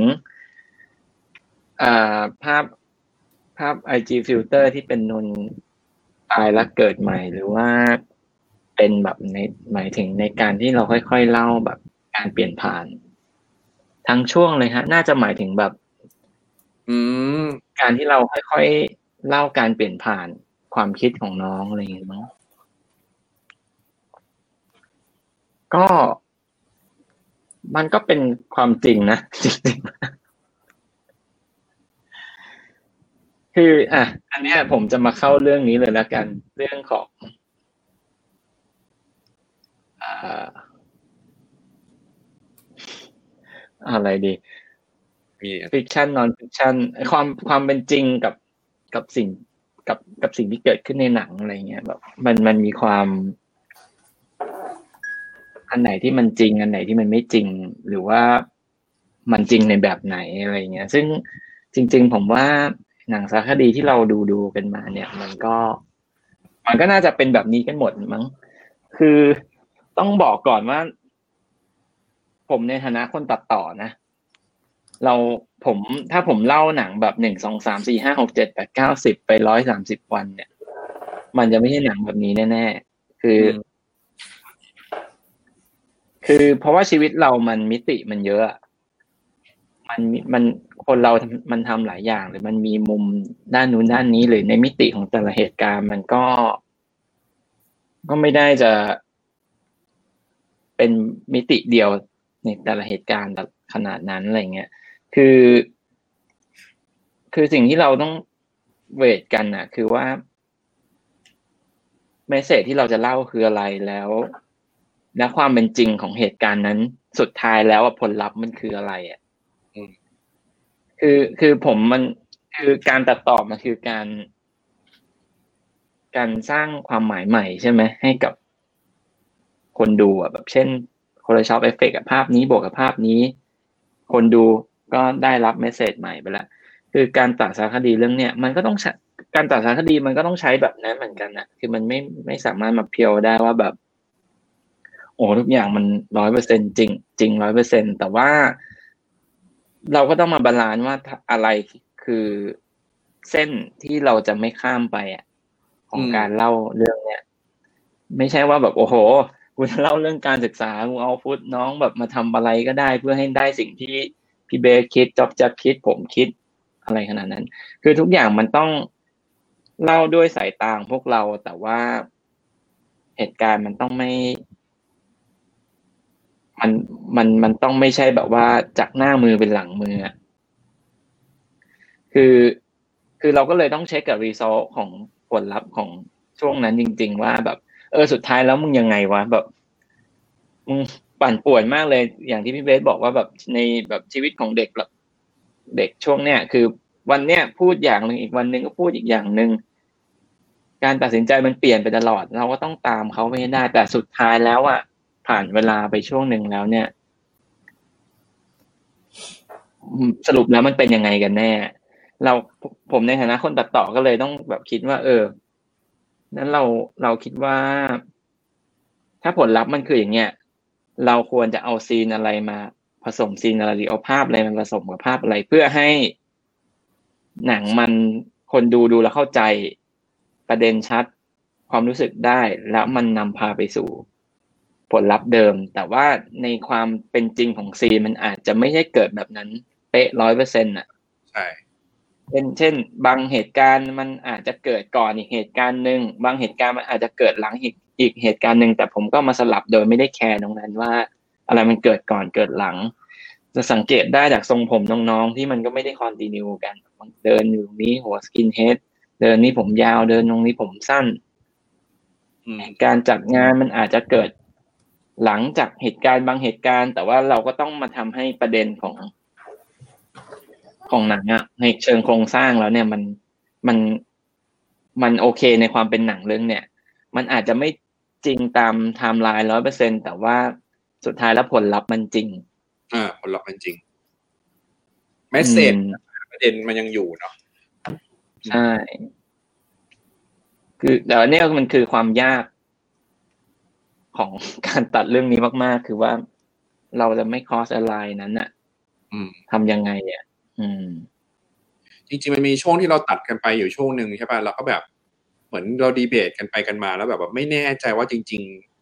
ภาพ IG filter ที่เป็นนนตายแล้วเกิดใหม่หรือว่าไปเป็นแบบในหมายถึงในการที่เราค่อยๆเล่าแบบการเปลี่ยนผ่านทั้งช่วงเลยฮะน่าจะหมายถึงแบบการที่เราค่อยๆเล่าการเปลี่ยนผ่านความคิดของน้องอะไรอย่างเงี้ยมั้งก็มันก็เป็นความจริงนะจริงๆคืออันเนี้ยผมจะมาเข้าเรื่องนี้เลยแล้วกันเรื่องของอะไรดีฟิกชันนอนฟิกชันความเป็นจริงกับสิ่งที่เกิดขึ้นในหนังอะไรเงี้ยแบบมันมีความอันไหนที่มันจริงอันไหนที่มันไม่จริงหรือว่ามันจริงในแบบไหนอะไรเงี้ยซึ่งจริงๆผมว่าหนังสารคดีที่เราดูกันมาเนี่ยมันก็น่าจะเป็นแบบนี้กันหมดมั้งคือต้องบอกก่อนว่าผมในฐานะคนตัดต่อนะถ้าผมเล่าหนังแบบ1 2 3 4 5 6 7 8 9 10ไป130 วันเนี่ยมันจะไม่ใช่หนังแบบนี้แน่ๆคือเพราะว่าชีวิตเรามันมิติมันเยอะมันคนเรามันทำหลายอย่างหรือมันมีมุมด้านนู้นด้านนี้หรือในมิติของแต่ละเหตุการณ์มันก็ไม่ได้จะเป็นมิติเดียวในแต่ละเหตุการณ์แบบขนาดนั้นอะไรเงี้ยคือสิ่งที่เราต้องเวทกันน่ะคือว่าเมสเสจที่เราจะเล่าคืออะไรแล้วความเป็นจริงของเหตุการณ์นั้นสุดท้ายแล้วผลลัพธ์มันคืออะไรคือผมมันคือการตัดต่อมันคือการสร้างความหมายใหม่ใช่ไหมให้กับคนดูแบบเช่น Photoshop Effect กับภาพนี้บวกกับภาพนี้คนดูก็ได้รับเมสเสจใหม่ไปแล้วคือการตัดสารคดีเรื่องเนี้ยมันก็ต้องการตัดสารคดีมันก็ต้องใช้แบบนั้นเหมือนกันนะคือมันไม่สามารถมาเพียวได้ว่าแบบโอ้ทุกอย่างมัน 100% จริง 100% แต่ว่าเราก็ต้องมาบาลานซ์ว่าอะไรคือเส้นที่เราจะไม่ข้ามไปของการเล่าเรื่องเนี้ยไม่ใช่ว่าแบบโอ้โหกูจะเล่าเรื่องการศึกษากูเอาฟุตน้องแบบมาทำอะไรก็ได้เพื่อให้ได้สิ่งที่พี่เบสคิดจ๊อบจะคิดผมคิดอะไรขนาดนั้นคือทุกอย่างมันต้องเล่าด้วยสายตาของพวกเราแต่ว่าเหตุการณ์มันต้องไม่มันต้องไม่ใช่แบบว่าจากหน้ามือเป็นหลังมือคือเราก็เลยต้องเช็คกับรีซอสของผลลัพธ์ของช่วงนั้นจริงๆว่าแบบสุดท้ายแล้วมึงยังไงวะแบบมึงปั่นป่วนมากเลยอย่างที่พี่เบสบอกว่าแบบในแบบชีวิตของเด็กแบบเด็กช่วงเนี้ยคือวันเนี้ยพูดอย่างนึงอีกวันนึงก็พูดอีกอย่างนึงการตัดสินใจมันเปลี่ยนไปตลอดเราก็ต้องตามเขาไปให้ได้แต่สุดท้ายแล้วผ่านเวลาไปช่วงนึงแล้วเนี่ยสรุปแล้วมันเป็นยังไงกันแน่ผมในฐานะคนตัดต่อก็เลยต้องแบบคิดว่านั้นเราคิดว่าถ้าผลลัพธ์มันคืออย่างเงี้ยเราควรจะเอาซีนอะไรมาผสมซีนอะไรหรือเอาภาพอะไรมาผสมกับภาพอะไรเพื่อให้หนังมันคนดูแล้วเข้าใจประเด็นชัดความรู้สึกได้แล้วมันนำพาไปสู่ผลลัพธ์เดิมแต่ว่าในความเป็นจริงของซีนมันอาจจะไม่ใช่เกิดแบบนั้นเป๊ะ 100% น่ะใช่เช่นบางเหตุการณ์มันอาจจะเกิดก่อนอีกเหตุการณ์นึงบางเหตุการณ์มันอาจจะเกิดหลังอีกเหตุการณ์นึงแต่ผมก็มาสลับโดยไม่ได้แคร์ตรงนั้นว่าอะไรมันเกิดก่อนเกิดหลังจะสังเกตได้จากทรงผมน้องๆที่มันก็ไม่ได้คอนติเนียกันเดินอยู่นี้หัวสกินเฮดเดินนี้ผมยาวเดินตรงนี้ผมสั้นการจัดงานมันอาจจะเกิดหลังจากเหตุการณ์บางเหตุการณ์แต่ว่าเราก็ต้องมาทำให้ประเด็นของหนังในเชิงโครงสร้างแล้วเนี่ยมันโอเคในความเป็นหนังเรื่องเนี่ยมันอาจจะไม่จริงตามไทม์ไลน์ 100% แต่ว่าสุดท้ายแล้วผลลัพธ์มันจริงผลลัพธ์มันจริงเมสเสจประเด็นมันยังอยู่เนาะใช่คือแต่ว่าเนี่ยมันคือความยากของการตัดเรื่องนี้มากๆคือว่าเราจะไม่ cross align นั้นทำยังไงจริงๆมันมีช่วงที่เราตัดกันไปอยู่ช่วงนึงใช่ป่ะเราก็แบบเหมือนเราดีเบตกันไปกันมาแล้วแบบไม่แน่ใจว่าจริง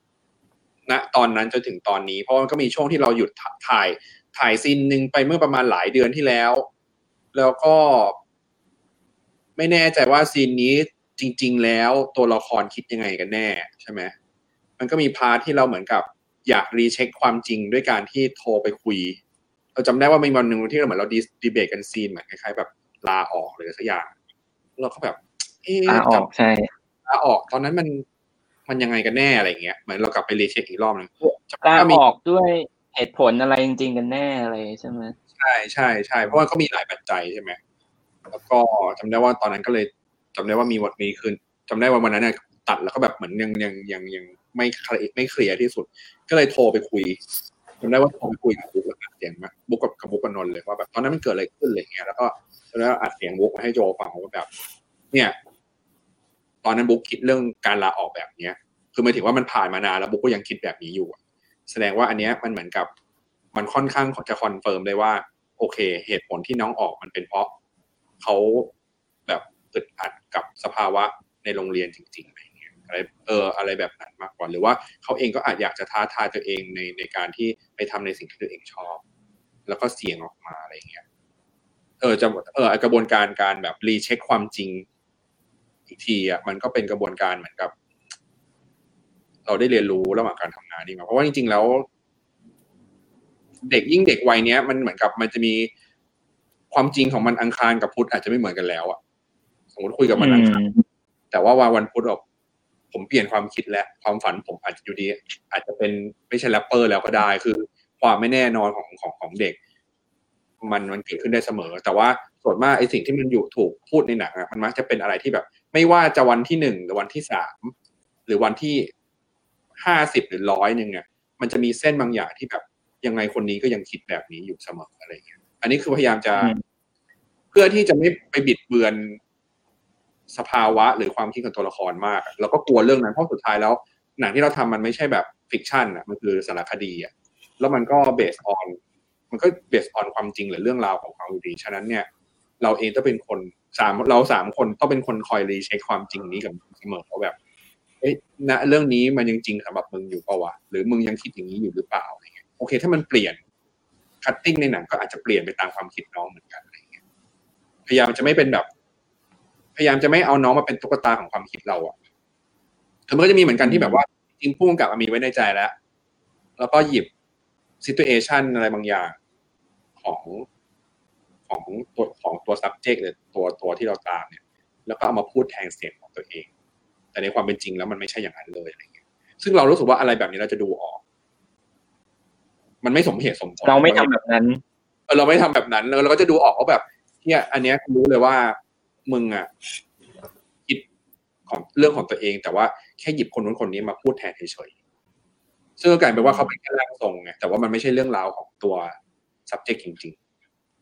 ณตอนนั้นจนถึงตอนนี้เพราะมันก็มีช่วงที่เราหยุดถ่ายซีนนึงไปเมื่อประมาณหลายเดือนที่แล้วแล้วก็ไม่แน่ใจว่าซีนนี้จริงๆแล้วตัวละครคิดยังไงกันแน่ใช่ไหมมันก็มีพาร์ทที่เราเหมือนกับอยากรีเช็คความจริงด้วยการที่โทรไปคุยเราจำได้ว่ามีวันหนึ่งที่เราเหมือนเราดีเบตกันซีนเหมือนคล้ายๆแบบลาออกหรือสักอย่างเราก็แบบลาออกใช่ลาออกตอนนั้นมันยังไงกันแน่อะไรเงี้ยเหมือนเรากลับไปรีเช็คอีกรอบนึงลาออกด้วยเหตุผลอะไรจริงๆกันแน่อะไรใช่ไหมใช่เพราะว่าก็มีหลายปัจจัยใช่ไหมแล้วก็จำได้ว่าตอนนั้นก็เลยจำได้ว่ามีคืนจำได้ว่าวันนั้นเนี่ยตัดแล้วก็แบบเหมือนยังไม่เคลียร์ที่สุดก็เลยโทรไปคุยจำได้ว่าโทรไปคุยกับบุ๊กแล้วอัดเสียงมาบุ๊กกับบุ๊กกับนนท์เลยว่าแบบตอนนั้นมันเกิดอะไรขึ้นอะไรเงี้ยแล้วก็อัดเสียงบุ๊กมาให้โจฟังว่าแบบเนี่ยตอนนั้นบุ๊กคิดเรื่องการลาออกแบบเนี้ยคือหมายถึงว่ามันผ่านมานานแล้วบุ๊กก็ยังคิดแบบนี้อยู่แสดงว่าอันเนี้ยมันเหมือนกับมันค่อนข้างจะคอนเฟิร์มได้ว่าโอเคเหตุผลที่น้องออกมันเป็นเพราะเขาแบบอึดอัดกับสภาวะในโรงเรียนจริงๆอะไรเงี้ยอะไรแบบนั้นมากกว่าหรือว่าเขาเองก็อาจอยากจะท้าทายตัวเองในการที่ไปทำในสิ่งที่ตัวเองชอบแล้วก็เสี่ยงออกมาอะไรเงี้ยกระบวนการแบบรีเช็คความจริงอีกทีมันก็เป็นกระบวนการเหมือนกับเราได้เรียนรู้ระหว่างการทำงานนี่มาเพราะว่าจริงๆแล้วเด็กวัยเนี้ยมันเหมือนกับมันจะมีความจริงของมันอังคารกับพุธอาจจะไม่เหมือนกันแล้วสมมติคุยกับมันอังคารแต่ว่าวันพุธผมเปลี่ยนความคิดและความฝันผมอาจจะอยู่ดีอาจจะเป็นไม่ใช่แรปเปอร์แล้วก็ได้คือความไม่แน่นอนของเด็กมันเกิดขึ้นได้เสมอแต่ว่าส่วนมากไอ้สิ่งที่มันอยู่ถูกพูดในหนังมันมักจะเป็นอะไรที่แบบไม่ว่าจะวันที่1หรือวันที่3หรือวันที่50หรือ100นึงมันจะมีเส้นบางอย่างที่แบบยังไงคนนี้ก็ยังคิดแบบนี้อยู่เสมออะไรอย่างเงี้ยอันนี้คือพยายามจะเพื่อที่จะไม่ไปบิดเบือนสภาวะหรือความคิดของตัวละครมากแล้วก็กลัวเรื่องนั้นเพราะสุดท้ายแล้วหนังที่เราทำมันไม่ใช่แบบฟิกชันมันคือสารคดีแล้วมันก็เบสออนความจริงหรือเรื่องราวของความดีฉะนั้นเนี่ยเราเองต้องเป็นคนเรา3คนต้องเป็นคนคอยรีเช็คความจริงนี้กับเสมอว่าแบบณเรื่องนี้มันยังจริงสำหรับมึงอยู่เปล่าวะหรือมึงยังคิดอย่างนี้อยู่หรือเปล่าอะไรเงี้ยโอเคถ้ามันเปลี่ยนคัตติ้งในหนังก็อาจจะเปลี่ยนไปตามความคิดน้องเหมือนกันอะไรเงี้ยพยายามจะไม่เอาน้องมาเป็นตุ๊กตาของความคิดเราแต่มันก็จะมีเหมือนกันที่แบบว่าจริงพุ่งกับมีไว้ในใจแล้วก็หยิบซิทูเอชันอะไรบางอย่างของตัว subject หรือตัวที่เราตามเนี่ยแล้วก็เอามาพูดแทนเสียงของตัวเองแต่ในความเป็นจริงแล้วมันไม่ใช่อย่างนั้นเลยอะไรเงี้ยซึ่งเรารู้สึกว่าอะไรแบบนี้เราจะดูออกมันไม่สมเหตุสมผลเราไม่ทำแบบนั้นเราไม่ทำแบบนั้นเราก็จะดูออกว่าแบบเนี่ยอันเนี้ยรู้เลยว่ามึงคิดของเรื่องของตัวเองแต่ว่าแค่หยิบคนนู้นคนนี้มาพูดแทนเฉยๆซึ่งก็กลายเป็นว่าเขาเป็นแค่ร่างทรงไงแต่ว่ามันไม่ใช่เรื่องราวของตัว subject จริงๆ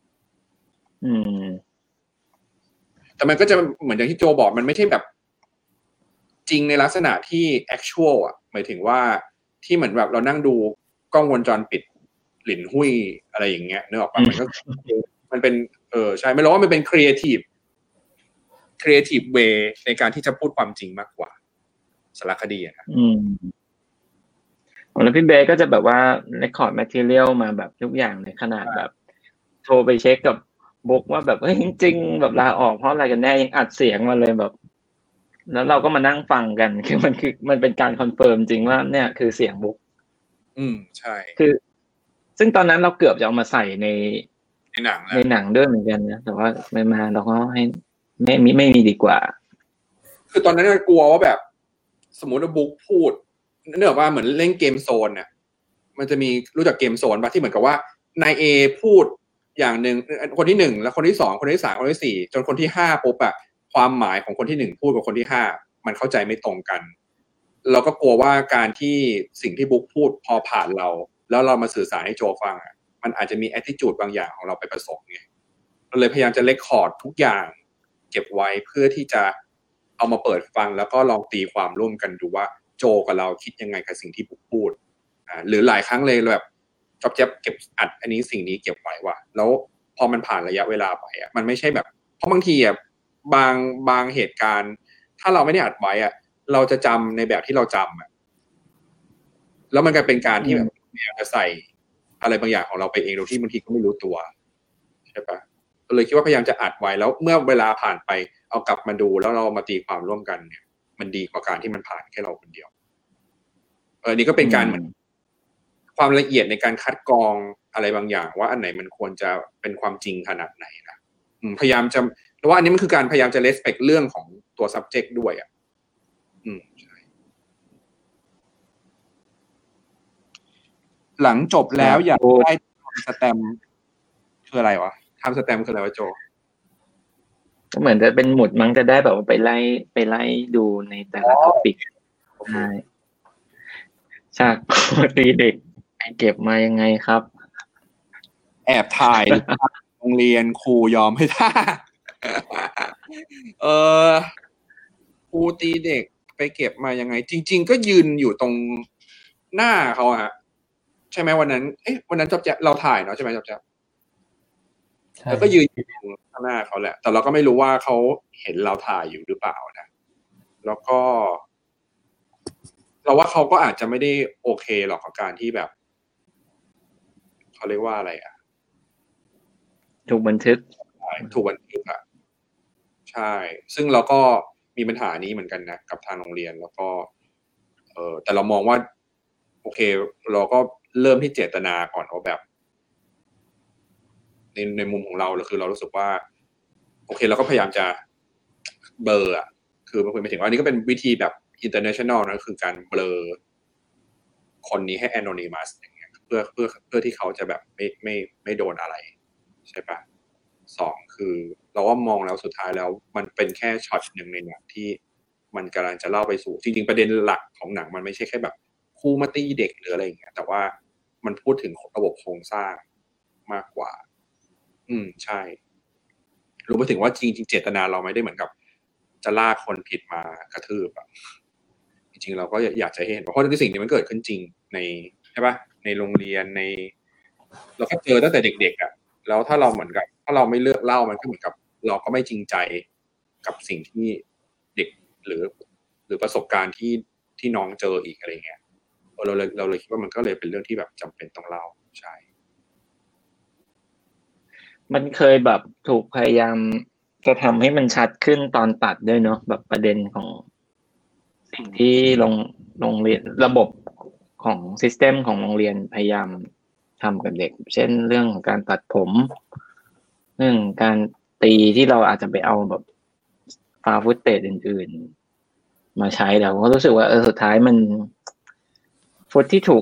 แต่มันก็จะเหมือนอย่างที่โจบอกมันไม่ใช่แบบจริงในลักษณะที่ actual หมายถึงว่าที่เหมือนแบบเรานั่งดูกล้องวงจรปิดหลินหุ้ยอะไรอย่างเงี้ยนึกออกป่ะมันก็มันเป็นใช่ไม่รู้ว่ามันเป็น creative way ในการที่จะพูดความจริงมากกว่าสารคดีนะแล้วพี่เบย์ก็จะแบบว่า record material มาแบบทุกอย่างในขนาดแบบโทรไปเช็คกับบุ๊กว่าแบบจริงๆแบบลาออกเพราะอะไรกันแน่ยังอัดเสียงมาเลยแบบแล้วเราก็มานั่งฟังกันคือมันเป็นการคอนเฟิร์มจริงว่าเนี่ยคือเสียงบุ๊กใช่คือซึ่งตอนนั้นเราเกือบจะเอามาใส่ในหนังด้วยเหมือนกันนะแต่ว่าไม่มาเราก็ให้ไม่มีดีกว่าคือตอนนั้นก็กลัวว่าแบบสมมติว่าบุ๊กพูดเนื่องจากว่าเหมือนเล่นเกมโซนเนี่ยมันจะมีรู้จักเกมโซนป่ะที่เหมือนกับว่านาย A พูดอย่างนึงคนที่1แล้วคนที่2คนที่3คนที่4จนคนที่5ปุ๊บความหมายของคนที่1พูดกับคนที่5มันเข้าใจไม่ตรงกันเราก็กลัวว่าการที่สิ่งที่บุ๊กพูดพอผ่านเราแล้วเรามาสื่อสารให้โจฟังมันอาจจะมี attitude บางอย่างของเราไปผสมไงเราเลยพยายามจะเรคคอร์ดทุกอย่างเก็บไว้เพื่อที่จะเอามาเปิดฟังแล้วก็ลองตีความร่วมกันดูว่าโจกับเราคิดยังไงกับสิ่งที่บุ๊กพูดหรือหลายครั้งเลยแบบจ๊อบแจ๊บเก็บอัดอันนี้สิ่งนี้เก็บไว้ว่ะแล้วพอมันผ่านระยะเวลาไปมันไม่ใช่แบบเพราะบางทีบางเหตุการณ์ถ้าเราไม่ได้อัดไว้เราจะจำในแบบที่เราจแล้วมันก็เป็นการที่แบบอยากจะใส่อะไรบางอย่างของเราไปเองโดยที่บางทีก็ไม่รู้ตัวใช่ปะก็เลยคิดว่าพยายามจะอัดไว้แล้วเมื่อเวลาผ่านไปเอากลับมาดูแล้วเรามาตีความร่วมกันเนี่ยมันดีกว่าการที่มันผ่านแค่เราคนเดียวนี่ก็เป็นการเหมือนความละเอียดในการคัดกรองอะไรบางอย่างว่าอันไหนมันควรจะเป็นความจริงขนาดไหนนะพยายามจะเพราะว่าอันนี้มันคือการพยายามจะ respect เรื่องของตัว subject ด้วยอ่ะใช่หลังจบแล้วอยากได้ทำสแตมป์คืออะไรวะทำสแตมป์คืออะไรวะโจก็เหมือนจะเป็นหมุดมั้งจะได้แบบว่าไปไล่ดูในแต่ละท็อปิกใช่ฉากตีเด็กเก็บมายังไงครับแอบถ่ายโรงเรียนครูยอมให้ท่าครูตีเด็กไปเก็บมายังไงจริงๆก็ยืนอยู่ตรงหน้าเขาฮะใช่ไหมวันนั้นวันนั้นจ๊อบแจ๊บเราถ่ายเนาะใช่ไหมจ๊อบแจ๊บแล้วก็ยืนอยู่ข้างหน้าเขาแหละแต่เราก็ไม่รู้ว่าเขาเห็นเราถ่ายอยู่หรือเปล่านะแล้วก็เราว่าเขาก็อาจจะไม่ได้โอเคหรอกกับการที่แบบเขาเรียกว่าอะไรอ่ะถูกบันทึกอ่ะใช่ซึ่งเราก็มีปัญหานี้เหมือนกันนะกับทางโรงเรียนแล้วก็แต่เรามองว่าโอเคเราก็เริ่มที่เจตนาก่อนว่าแบบในมุมของเราคือเรารู้สึกว่าโอเคเราก็พยายามจะเบลออ่ะคือมันไปถึงว่าอันนี้ก็เป็นวิธีแบบ international นะคือการเบลอคนนี้ให้ anonymous อย่างเงี้ยเพื่อที่เขาจะแบบไม่โดนอะไรใช่ปะ2คือเราว่ามองแล้วสุดท้ายแล้วมันเป็นแค่ช็อตนึงในหนังที่มันกำลังจะเล่าไปสู่จริงๆประเด็นหลักของหนังมันไม่ใช่แค่แบบครูมาตีเด็กหรืออะไรอย่างเงี้ยแต่ว่ามันพูดถึงระบบโครงสร้างมากกว่าใช่รู้ไปถึงว่าจริงๆเจตนาเราไม่ได้เหมือนกับจะลากคนผิดมากระทืบอ่ะจริงๆเราก็อยากจะให้เห็นเพราะสิ่งนี้มันเกิดขึ้นจริงในใช่ปะในโรงเรียนในเราก็เจอตั้งแต่เด็กๆอ่ะแล้วถ้าเราเหมือนกับถ้าเราไม่เลือกเล่ามันก็เหมือนกับเราก็ไม่จริงใจกับสิ่งที่เด็กหรือประสบการณ์ที่น้องเจออีกอะไรเงี้ยเราเลยคิดว่ามันก็เลยเป็นเรื่องที่แบบจำเป็นต้องเล่าใช่มันเคยแบบถูกพยายามจะทำให้มันชัดขึ้นตอนตัดด้วยเนาะแบบประเด็นของสิ่งที่โรงเรียนระบบของซิสเต็มของโรงเรียนพยายามทำกับเด็กเช่นเรื่องของการตัดผมเรื่องการตีที่เราอาจจะไปเอาแบบฟาฟุตเตจอื่นๆมาใช้แล้วก็รู้สึกว่าสุดท้ายมันฟุตที่ถูก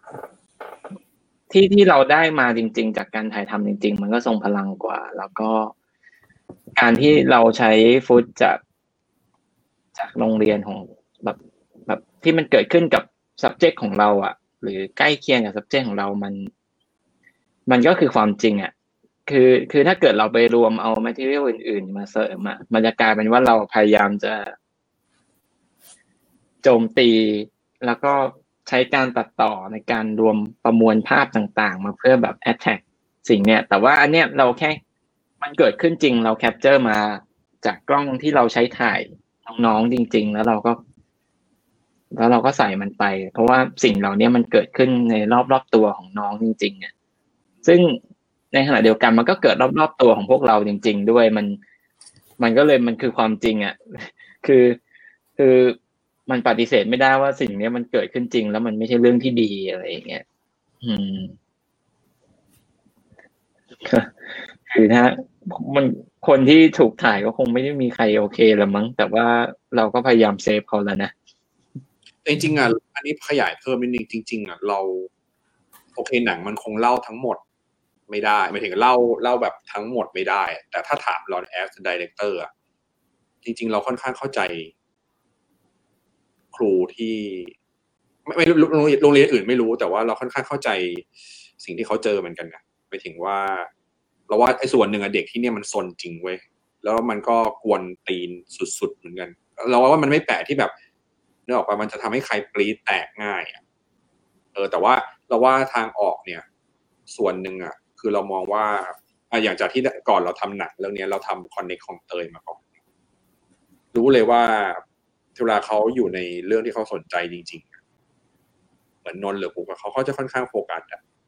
ที่เราได้มาจริงๆจากการถ่ายทำจริงๆมันก็ทรงพลังกว่าแล้วก็การที่เราใช้ฟุตจากโรงเรียนของแบบที่มันเกิดขึ้นกับ subject ของเราอ่ะหรือใกล้เคียงกับ subject ของเรามันก็คือความจริงอ่ะคือถ้าเกิดเราไปรวมเอา material อื่นๆมาเสริมอ่ะมันจะกลายเป็นว่าเราพยายามจะโจมตีแล้วก็ใช้การตัดต่อในการรวมประมวลภาพต่างๆมาเพื่อแบบ attack สิ่งเนี้ยแต่ว่าอันเนี้ยเราแค่มันเกิดขึ้นจริงเรา capture มาจากกล้องที่เราใช้ถ่ายน้องๆจริงๆแล้วเราก็ใส่มันไปเพราะว่าสิ่งเหล่านี้มันเกิดขึ้นในรอบๆตัวของน้องจริงๆอ่ะซึ่งในขณะเดียวกันมันก็เกิดรอบๆตัวของพวกเราจริงๆด้วยมันก็เลยมันคือความจริงอ่ะคือมันปฏิเสธไม่ได้ว่าสิ่งนี้มันเกิดขึ้นจริงแล้วมันไม่ใช่เรื่องที่ดีอะไรอย่างเงี้ยคือถ้ามันคนที่ถูกถ่ายก็คงไม่ได้มีใครโอเคละมั้งแต่ว่าเราก็พยายามเซฟเขาแล้วนะจริงๆอ่ะอันนี้ขยายเพิ่มนิดนึงจริงๆอ่ะเราโอเคหนังมันคงเล่าทั้งหมดไม่ได้หมายถึงเล่าแบบทั้งหมดไม่ได้แต่ถ้าถามเราแอสไดเรคเตอร์อ่ะจริงๆเราค่อนข้างเข้าใจครูที่ไม่รู้โรงเรียนอื่นไม่รู้แต่ว่าเราค่อนข้างเข้าใจสิ่งที่เขาเจอเหมือนกันนะหมายถึงว่าเราว่าไอ้ส่วนหนึ่งอะเด็กที่เนี่ยมันซนจริงเว้ยแล้วมันก็กวนตีนสุดๆเหมือนกันเราว่ามันไม่แปลกที่แบบนึกออกป่ะมันจะทำให้ใครปรี๊ดแตกง่ายอะแต่ว่าเราว่าทางออกเนี่ยส่วนหนึ่งอะคือเรามองว่าอย่างจากที่ก่อนเราทำหนังเรื่องนี้เราทำคอนเนคของเตยมาก่อนรู้เลยว่าเวลาเขาอยู่ในเรื่องที่เขาสนใจจริงเหมือนนนท์หรือปุ๊กเขาจะค่อนข้างโฟกัส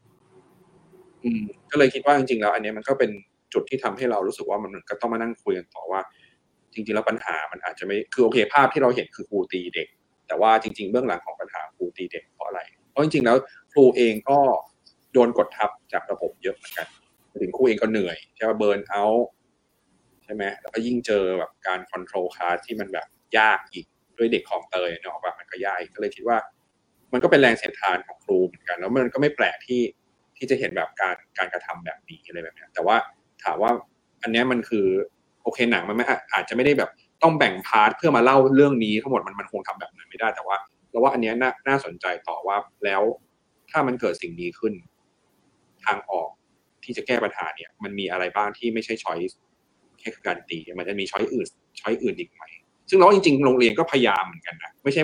ก็เลยคิดว่าจริงๆแล้วอันนี้มันก็เป็นจุดที่ทำให้เรารู้สึกว่ามันก็ต้องมานั่งคุยกันต่อว่าจริงๆแล้วปัญหามันอาจจะไม่คือโอเคภาพที่เราเห็นคือครูตีเด็กแต่ว่าจริงๆเบื้องหลังของปัญหาครูตีเด็กเพราะอะไรเพราะจริงๆแล้วครูเองก็โดนกดทับจากระบบเยอะเหมือนกันถึงครูเองก็เหนื่อยใช่ป่ะเบิร์นเอาท์ใช่ไหมแล้วก็ยิ่งเจอแบบการคอนโทรลคลาสที่มันแบบยากอีกด้วยเด็กของเตยเนาะแบบมันก็ยากก็เลยคิดว่ามันก็เป็นแรงเสียดทานของครูเหมือนกันแล้วมันก็ไม่แปลกที่จะเห็นแบบการกระทำแบบนี้อะไรแบบนี้แต่ว่าถามว่าอันนี้มันคือโอเคหนังมันไม่อาจจะไม่ได้แบบต้องแบ่งพาร์ทเพื่อมาเล่าเรื่องนี้ทั้งหมดมันคงทำแบบนั้นไม่ได้แต่ว่าเราว่าอันนี้น่าสนใจต่อว่าแล้วถ้ามันเกิดสิ่งนี้ขึ้นทางออกที่จะแก้ปัญหาเนี่ยมันมีอะไรบ้างที่ไม่ใช่ช้อยส์แค่การตีมันจะมีช้อยอื่นอีกไหมซึ่งเราจริงๆโรงเรียนก็พยายามเหมือนกันนะไม่ใช่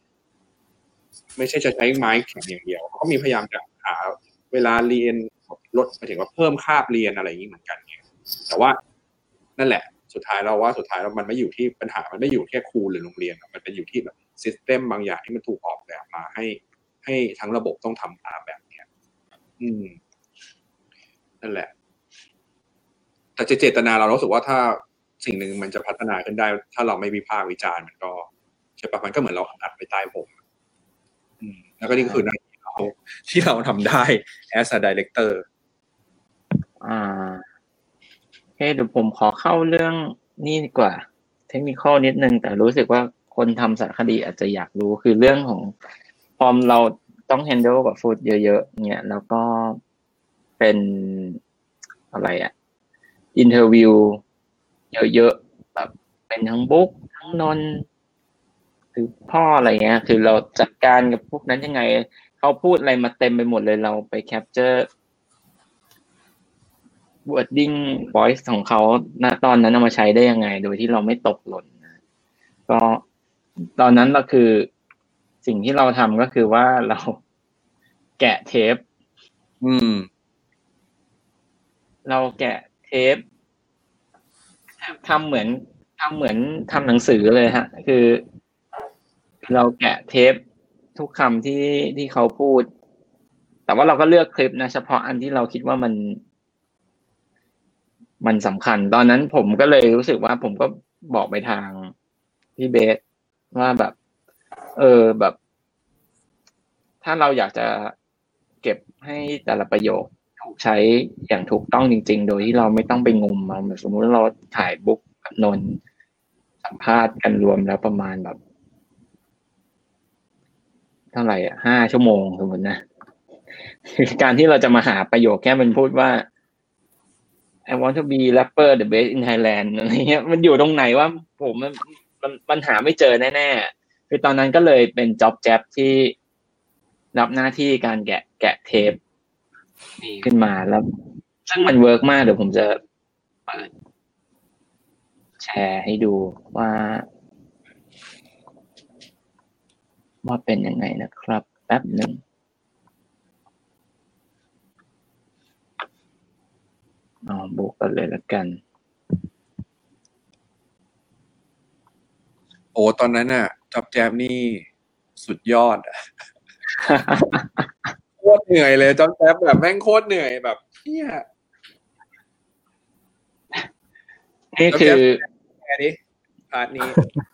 จะใช้ไม้แข็งอย่างเดียวเขาก็มีพยายามจะหาเวลาเรียนลดหมายถึงว่าเพิ่มคาบเรียนอะไรอย่างนี้เหมือนกันเนี่ยแต่ว่านั่นแหละสุดท้ายเรามันไม่อยู่ที่ปัญหามันไม่อยู่แค่ครูหรือโรงเรียนมันเป็นอยู่ที่แบบซิสเต็มบางอย่างที่มันถูกออกแบบมาให้ทั้งระบบต้องทำตามแบบเนี้ยนั่นแหละแต่เจตนาเรารู้สึกว่าถ้าสิ่งหนึ่งมันจะพัฒนาขึ้นได้ถ้าเราไม่วิพากษ์วิจารณ์มันก็ใช่ปะมันก็เหมือนเราอัดไปใต้ผมแล้วก็นี่คือหน้าที่เราทำได้ as a director เดี๋ยวผมขอเข้าเรื่องนี่ดีกว่าเทคนิคอลนิดนึงแต่รู้สึกว่าคนทำสารคดีอาจจะอยากรู้คือเรื่องของพอเราต้อง handle กับฟู้ดเยอะๆเนี่ยแล้วก็เป็นอะไรอินเทอร์วิวเยอะๆแบบเป็นทั้งบุ๊กทั้งนนหรือพ่ออะไรเงี้ยคือเราจัดการกับพวกนั้นยังไงเขาพูดอะไรมาเต็มไปหมดเลยเราไปแคปเจอร์wording voice ของเขาณตอนนั้นเอามาใช้ได้ยังไงโดยที่เราไม่ตกหล่นก็ตอนนั้นก็คือสิ่งที่เราทำก็คือว่าเราแกะเทปเราแกะเทปทำเหมือนทำหนังสือเลยฮะคือเราแกะเทปทุกคำที่เขาพูดแต่ว่าเราก็เลือกคลิปนะเฉพาะอันที่เราคิดว่ามันสำคัญตอนนั้นผมก็เลยรู้สึกว่าผมก็บอกไปทางพี่เบสว่าแบบแบบถ้าเราอยากจะเก็บให้แต่ละประโยคถูกใช้อย่างถูกต้องจริงๆโดยที่เราไม่ต้องไปงมมาแบบสมมุติเราถ่ายบุ๊กกับนนท์สัมภาษณ์กันรวมแล้วประมาณแบบเท่าไหร่5 ชั่วโมงสมมตินะการที่เราจะมาหาประโยคแค่มันพูดว่าI want to be rapper the best in Thailand อะไรเงี้ยมันอยู่ตรงไหนว่าผมมันหาไม่เจอแน่ๆคือตอนนั้นก็เลยเป็นจ็อบแจ๊บที่รับหน้าที่การแกะเทปนี้ขึ้นมาแล้วซึ่งมันเวิร์กมากเดี๋ยวผมจะเปิดแชร์ให้ดูว่าเป็นยังไงนะครับแป๊บนึงบุกกันเลยละกันโอ้ตอนนั้นจ็อบแจมนี่สุดยอดโคตรเหนื่อยเลยจ็อบแจมแบบแม่งโคตรเหนื่อยแบบเหี้ยนี่คือแค่นี้พาร์ทนี้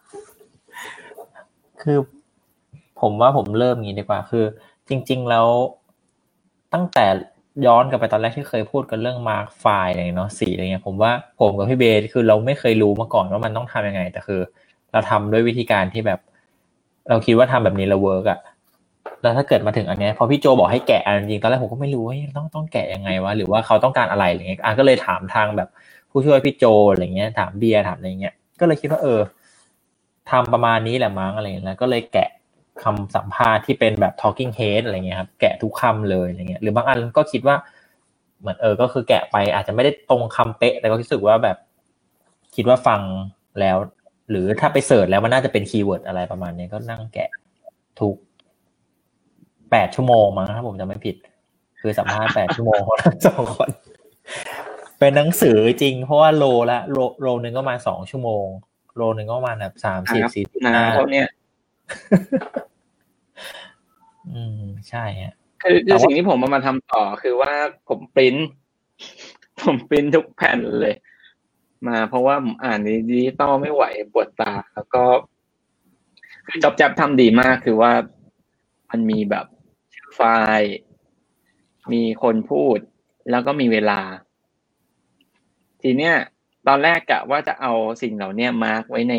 คือผมว่าผมเริ่มงี้ดีกว่าคือจริงๆแล้วตั้งแต่ย้อนกลับไปตอนแรกที่เคยพูดกันเรื่องมาร์คไฟล์อะไรเนาะสีอะไรเงี้ยผมว่าผมกับพี่เบสคือเราไม่เคยรู้มาก่อนว่ามันต้องทำยังไงแต่คือเราทำด้วยวิธีการที่แบบเราคิดว่าทำแบบนี้แล้วเวิร์กแล้วถ้าเกิดมาถึงอันนี้พอพี่โจบอกให้แกะจริงๆตอนแรกผมก็ไม่รู้ว่าต้องแกะยังไงวะหรือว่าเขาต้องการอะไรอะไรเงี้ยก็เลยถามทางแบบผู้ช่วยพี่โจอะไรเงี้ยถามเบียร์ถามอะไรเงี้ยก็เลยคิดว่าทำประมาณนี้แหละมั้งอะไรเงี้ยแล้วก็เลยแกะคำสัมภาษณ์ที่เป็นแบบ talking head อะไรเงี้ยครับแกะทุกคำเลยอะไรเงี้ยหรือบางอันก็คิดว่าเหมือนก็คือแกะไปอาจจะไม่ได้ตรงคำเป๊ะแต่ก็รู้สึกว่าแบบคิดว่าฟังแล้วหรือถ้าไปเสิร์ชแล้วมันน่าจะเป็นคีย์เวิร์ดอะไรประมาณนี้ก็นั่งแกะทุก8 ชั่วโมงมั้งถ้าผมจำไม่ผิดคือสัมภาษณ์8 ชั่วโมงทั้ง2คนเป็นหนังสือจริงเพราะว่าโลนึงก็มา2 ชั่วโมงโลนึงก็มาแบบ30-40 หน้าเท่านี้ใช่ฮะคือสิ่งที่ผมเอามาทำต่อคือว่าผมปริ้นทุกแผ่นเลยมาเพราะว่าผมอ่านในดิจิตอลไม่ไหวปวดตาแล้วก็คือจับทำดีมากคือว่ามันมีแบบไฟล์มีคนพูดแล้วก็มีเวลาทีเนี้ยตอนแรกกะว่าจะเอาสิ่งเหล่านี้มาร์กไว้ใน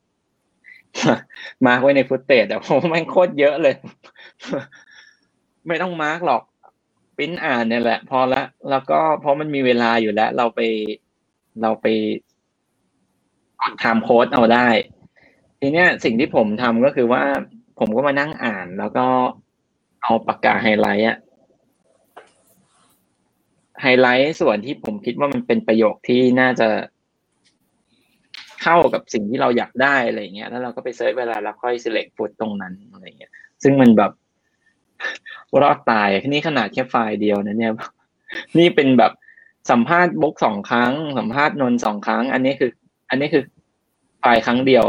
ฟุตเทจแต่โหแม่งโคตรเยอะเลย ไม่ต้องมาร์กหรอกปริ้นอ่านเนี่ยแหละพอละแล้วก็เพราะมันมีเวลาอยู่แล้วเราไปกดไทม์โค้ดเอาได้ทีเนี้ยสิ่งที่ผมทำก็คือว่าผมก็มานั่งอ่านแล้วก็เอาปากกาไฮไลท์ส่วนที่ผมคิดว่ามันเป็นประโยคที่น่าจะเข้ากับสิ่งที่เราอยากได้อะไรเงี้ยแล้วเราก็ไปเซิร์ชเวลาแล้วค่อย select ฟุตตรงนั้นอะไรเงี้ยซึ่งมันแบบรอดตายนี่ขนาดแค่ไฟล์เดียวนะเนี่ยนี่เป็นแบบสัมภาษณ์บุ๊ก2 ครั้งสัมภาษณ์นนท์2 ครั้งอันนี้คือไฟล์ครั้งเดียว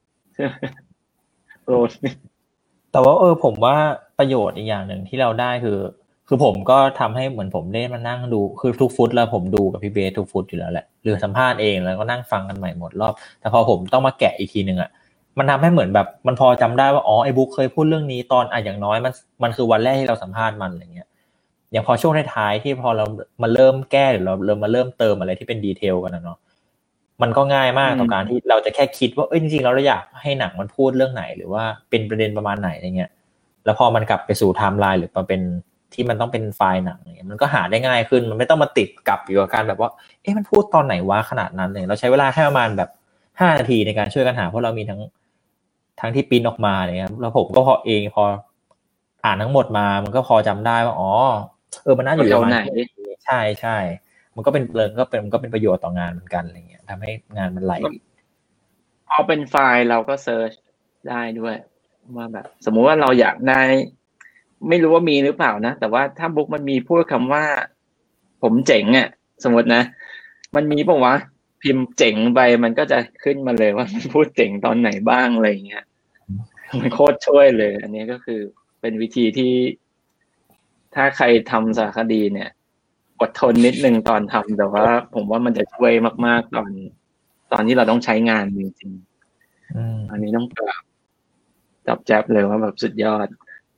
โอ้แต่ว่าผมว่าประโยชน์อีกอย่างหนึ่งที่เราได้คือผมก็ทำให้เหมือนผมได้มานั่งดูคือทุกฟุตแล้วผมดูกับพี่เบสทุกฟุตอยู่แล้วแหละหรือสัมภาษณ์เองแล้วก็นั่งฟังกันใหม่หมดรอบแต่พอผมต้องมาแกะอีกทีนึงอ่ะมันทำให้เหมือนแบบมันพอจำได้ว่าไอ้บุ๊กเคยพูดเรื่องนี้ตอนอย่างน้อยมันคือวันแรกที่เราสัมภาษณ์มันอะไรเงี้ยอย่างพอช่วงท้ายๆที่พอเรามาเริ่มแก้หรือเรามาเริ่มเติมอะไรที่เป็นดีเทลกันนะเนาะมันก็ง่ายมากต่อการที่เราจะแค่คิดว่าจริงๆเราอยากให้หนังมันพูดเรื่องไหนหรือว่าเป็นประเด็นประมาณไหนอะไรเงี้ยแล้วพอมันกลับไปสู่ไทม์ไลน์หรือมาเป็นที่มันต้องเป็นไฟล์หนังเนี่ยมันก็หาได้ง่ายขึ้นมันไม่ต้องมาติดกับอยู่กับการแบบว่ามันพูดตอนไหนวะขนาดนั้นเลยเราใช้เวลาแค่ประมาณแบบ5 นาทีในการช่วยกันหาเพราะเรามีทั้งที่ปริ้นออกมาเนี่ยครับแล้วผมก็พออ่านทั้งหมดมามันก็พอจำได้ว่ามันน่าอยู่ประมาณนี้ใช่มันก็เป็นประโยชน์ต่องานเหมือนกันอะไรเงี้ยทำให้งานมันไหลพอเป็นไฟล์เราก็เซิร์ชได้ด้วยว่าแบบสมมุติว่าเราอยากได้ไม่รู้ว่ามีหรือเปล่านะแต่ว่าถ้าบุ๊กมันมีพูดคำว่าผมเจ๋งอ่ะสมมตินะมันมีป่าววะพิมพ์เจ๋งไปมันก็จะขึ้นมาเลยว่ามันพูดเจ๋งตอนไหนบ้างอะไรเงี้ยมันโคตรช่วยเลยอันนี้ก็คือเป็นวิธีที่ถ้าใครทำสารคดีเนี่ยอดทนนิดนึงตอนทำแต่ว่าผมว่ามันจะช่วยมากๆตอนที่เราต้องใช้งานจริงๆอันนี้ต้องกราบจับแจ๊บเลยว่าแบบสุดยอด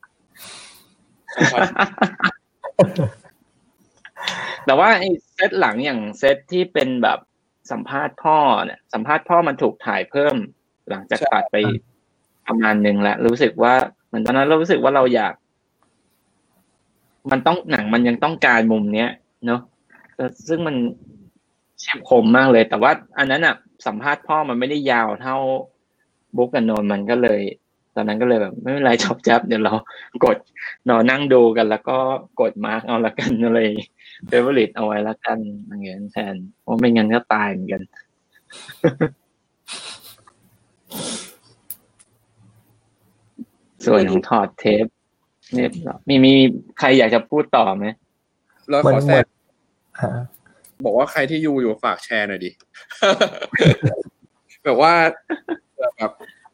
แต่ว่าไอ้เซตหลังอย่างเซตที่เป็นแบบสัมภาษณ์พ่อเนี่ยสัมภาษณ์พ่อมันถูกถ่ายเพิ่มหลังจากตัดไปประมาณนึงแล้วรู้สึกว่าเหมือนตอนนั้นเรารู้สึกว่าเราอยากมันต้องหนังมันยังต้องการมุมเนี้ยเนาะซึ่งมันเฉียบคมมากเลยแต่ว่าอันนั้นอ่ะสัมภาษณ์พ่อมันไม่ได้ยาวเท่าบุ๊กกับโนนมันก็เลยตอนนั้นก็เลยแบบไม่เป็นไรจบจับเดี๋ยวเรากดนั่งดูกันแล้วก็กดมาร์กเอาละกันอะไรเฟเวอริตเอาไว้ละกันอย่างเงี้ยแทนเพราะไม่งั้นก็ตายเหมือนกัน ส่วนของถอดเทปเนี่ยมีใครอยากจะพูดต่อไหมแล้วขอแทรกบอกว่าใครที่อยู่ฝากแชร์หน่อยดิ แบบว่าแบบ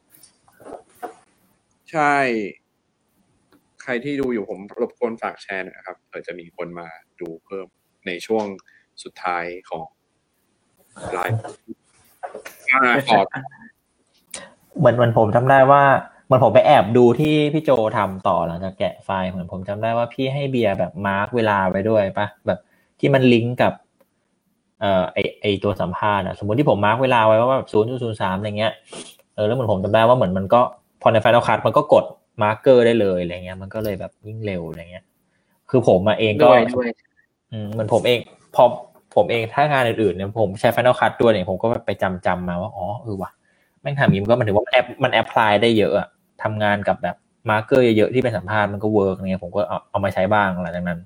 ใช่ใครที่ดูอยู่ผมรบกวนฝากแชร์หน่อยนะครับเผื่อจะมีคนมาดูเพิ่มในช่วงสุดท้ายของไลฟ์เหมือนผมจำได้ว่าเหมือนผมไปแอบดูที่พี่โจทำต่อหลังจากแกะไฟล์เหมือนผมจำได้ว่าพี่ให้เบียร์แบบมาร์กเวลาไว้ด้วยปะแบบที่มันลิงก์กับไอตัวสัมภาษณ์สมมติที่ผมมาร์กเวลาไว้ว่าแบบ 0.03 อะไรเงี้ยแล้วเหมือนผมจำได้ว่าเหมือนมันก็พอใน Final Cut มันก็กดมาร์กเกอร์ได้เลยอะไรเงี้ยมันก็เลยแบบยิ่งเร็วอะไรเงี้ยคือผมเองก็เหมือนผมเองพอผมเองถ้างานอื่นๆเนี่ยผมใช้ Final Cut ด้วยเนี่ยผมก็ไปจำมาว่าว่ะแม่งทำอย่างนี้มันก็มันถือว่ามันแอพพลายได้เยอะอะทำงานกับแบบมาร์กเกอร์เยอะๆที่เป็นสัมภาษณ์มันก็เวิร์กเนี่ยผมก็เอามาใช้บ้างหลังจากนั้น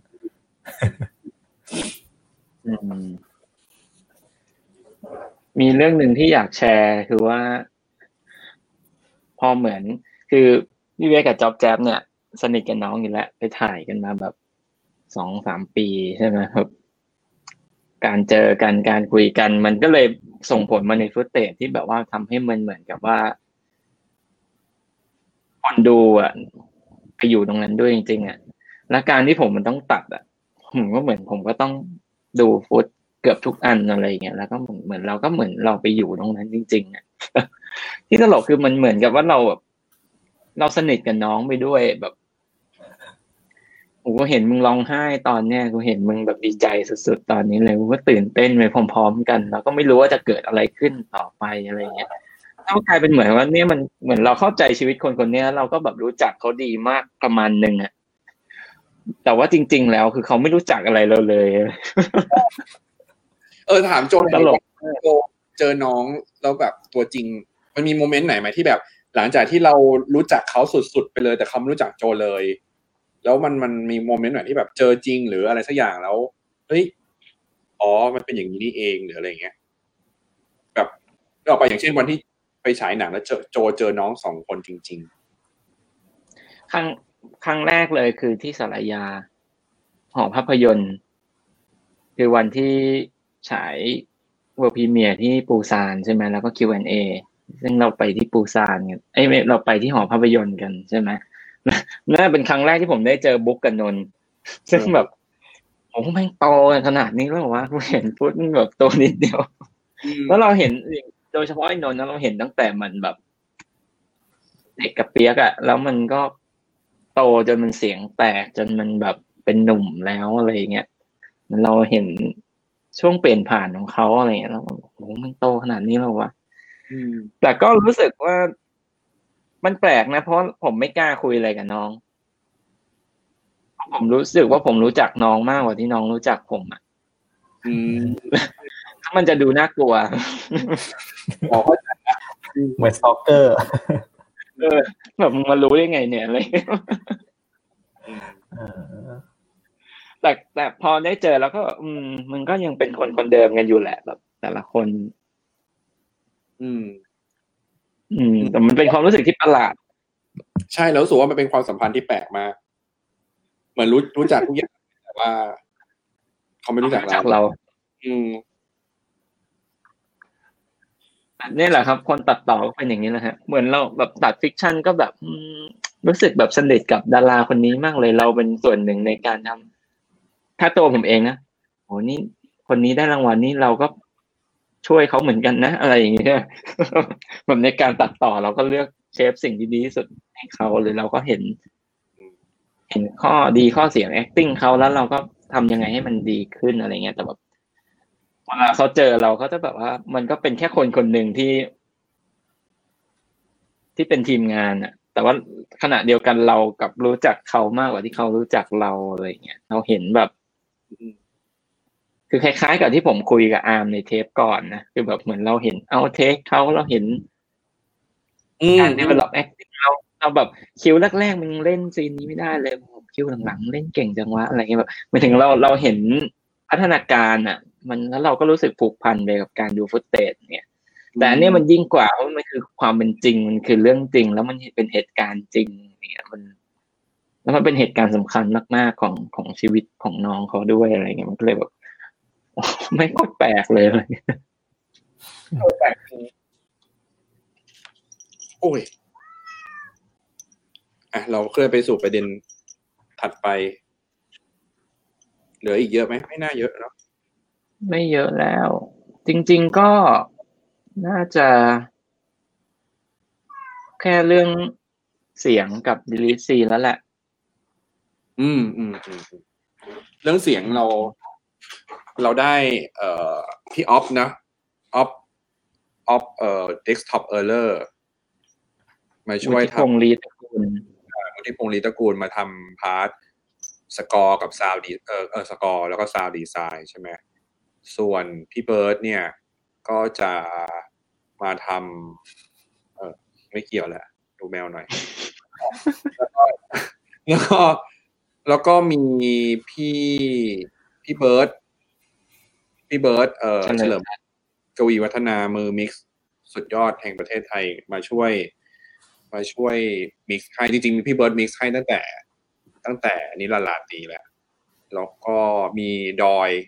มีเรื่องหนึ่งที่อยากแชร์คือว่าพอเหมือนคือพี่เวกับจ๊อบแจ๊บเนี่ยสนิทกับน้องอยู่แล้วไปถ่ายกันมาแบบ 2-3 ปีใช่ไหมครับการเจอกันการคุยกันมันก็เลยส่งผลมาในฟุตเทจที่แบบว่าทำให้มันเหมือนกับว่าคนดูไปอยู่ตรงนั้นด้วยจริงๆอ่ะและการที่ผมมันต้องตัดอ่ะผมก็เหมือนผมก็ต้องดูฟุตเกือบทุกอันอะไรอย่างเงี้ยแล้วก็เหมือนเราก็เหมือนเราไปอยู่ตรงนั้นจริงๆอ่ะ ที่ตลกคือมันเหมือนกับว่าเราสนิทกับน้องไปด้วยแบบกูก็เห็นมึงร้องไห้ตอนเนี้ยกูเห็นมึงแบบดีใจสุดๆตอนนี้เลยกูก็ตื่นเต้นไปพร้อมๆกันแล้วก็ไม่รู้ว่าจะเกิดอะไรขึ้นต่อไปอะไรเงี้ยก็กลายเป็นเหมือนว่าเนี่ยมันเหมือนเราเข้าใจชีวิตคนคนนี้เราก็แบบรู้จักเขาดีมากประมาณนึงอ่ะแต่ว่าจริงๆแล้วคือเขาไม่รู้จักอะไรเราเลยถามโจตลกโจเจอน้องแล้วแบบตัวจริงมันมีโมเมนต์ไหนไหมที่แบบหลังจากที่เรารู้จักเขาสุดๆไปเลยแต่เขาไม่รู้จักโจเลยแล้วมันมีโมเมนต์ไหนที่แบบเจอจริงหรืออะไรสักอย่างแล้วเฮ้ยมันเป็นอย่างนี้นี่เองหรืออะไรเงี้ยแบบออกไปอย่างเช่นวันที่ไปฉายหนังแล้วโจเจอน้องสองคนจริงๆครั้งแรกเลยคือที่สารยาหอภาพยนตร์คือวันที่ฉายเวิลด์พรีเมียร์ที่ปูซานใช่ไหมแล้วก็ Q&A ซึ่งเราไปที่ปูซานกันเราไปที่หอภาพยนตร์กันใช่ไหมนั่นเป็นครั้งแรกที่ผมได้เจอบุ๊กกับนนท์ซึ่งแบบโอ้แม่งโตขนาดนี้แล้วว่ากูเห็นพุทธแบบโตนิดเดียวแล้วเราเห็นโดยเฉพาะไอ้นนท์เราเห็นตั้งแต่มันแบบเด็กกับเปียกอะแล้วมันก็โตจนมันเสียงแตกจนมันแบบเป็นหนุ่มแล้วอะไรเงี้ยเราเห็นช่วงเปลี่ยนผ่านของเขาอะไรเงี้ยแล้วโอ้มันโตขนาดนี้แล้ววะแต่ก็รู้สึกว่ามันแปลกนะเพราะผมไม่กล้าคุยอะไรกับน้องผมรู้สึกว่าผมรู้จักน้องมากกว่าที่น้องรู้จักผมอ่ะถ้ามันจะดูน่ากลัวเหมือนสตอกเกอร์แบบมึงมารู้ได้ไงเนี่ยอะไรแต่พอได้เจอแล้วก็มันก็ยังเป็นคนเดิมกันอยู่แหละแบบแต่ละคนแต่มันเป็นความรู้สึกที่ประหลาดใช่แล้วรู้สึกว่ามันเป็นความสัมพันธ์ที่แปลกมากเหมือนรู้จักทุกอย่างแต่ว่าเขาไม่รู้จักเรานี่แหละครับคนตัดต่อก็เป็นอย่างนี้แหละฮะเหมือนเราแบบตัดฟิกชันก็แบบรู้สึกแบบสนิทกับดาราคนนี้มากเลยเราเป็นส่วนหนึ่งในการทำถ้าตัวผมเองนะโหนี่คนนี้ได้รางวัลนี่เราก็ช่วยเขาเหมือนกันนะอะไรอย่างเงี้ยแบบในการตัดต่อเราก็เลือกเชฟสิ่งที่ดีที่สุดให้เขาหรือเราก็เห็นข้อดีข้อเสีย acting เขาแล้วเราก็ทำยังไงให้มันดีขึ้นอะไรเงี้ยแต่แบบเวลาเขาเจอเราก็จะแบบว่ามันก็เป็นแค่คนหนึ่งที่เป็นทีมงานอ่ะแต่ว่าขณะเดียวกันเรากับรู้จักเขามากกว่าที่เขารู้จักเราอะไรเงี้ยเราเห็นแบบคือคล้ายๆกับที่ผมคุยกับอาร์มในเทปก่อนนะคือแบบเหมือนเราเห็นเอาเทคเขาเราเห็นการ develop acting เราแบบคิวแรกๆมึงเล่นซีนนี้ไม่ได้เลยคิวหลังๆเล่นเก่งจังวะอะไรเงี้ยแบบหมายถึงเราเห็นพัฒนาการอ่ะมันแล้วเราก็รู้สึกผูกพันไปกับการดูฟุตเทจเนี่ยแต่อันนี้มันยิ่งกว่าเพราะมันคือความเป็นจริงมันคือเรื่องจริงแล้วมันเป็นเหตุการณ์จริงเนี่ยแล้วมันเป็นเหตุการณ์สำคัญมากๆของชีวิตของน้องเขาด้วยอะไรเงี้ยมันก็เลยแบบไม่ค่อยแปลกเลยแปลกจริงโอ้ยเราเคลื่อนไปสู่ประเด็นถัดไปเหลืออีกเยอะไหมไม่น่าเยอะเนาะไม่เยอะแล้วจริงๆก็น่าจะแค่เรื่องเสียงกับ delete scene แล้วแหละเรื่องเสียงเราได้พี่ออฟนะออฟdesktop error มาช่วยทำพงลีตระกูลที่พงลีตระกูลมาทำพาร์ทสกอร์กับซาวด์สกอร์แล้วก็ซาวด์ดีไซน์ใช่ไหมส่วนพี่เบิร์ดเนี่ยก็จะมาทำไม่เกี่ยวแหละดูแมวหน่อย แล้วก็มีพี่เบิร์ดเฉลิมกวีวัฒนามือมิกซ์สุดยอดแห่งประเทศไทยมาช่วยมิกซ์ให้จริงๆพี่เบิร์ดมิกซ์ให้ตั้งแต่นิรันดร์ลาตรีแหละแล้วก็มีด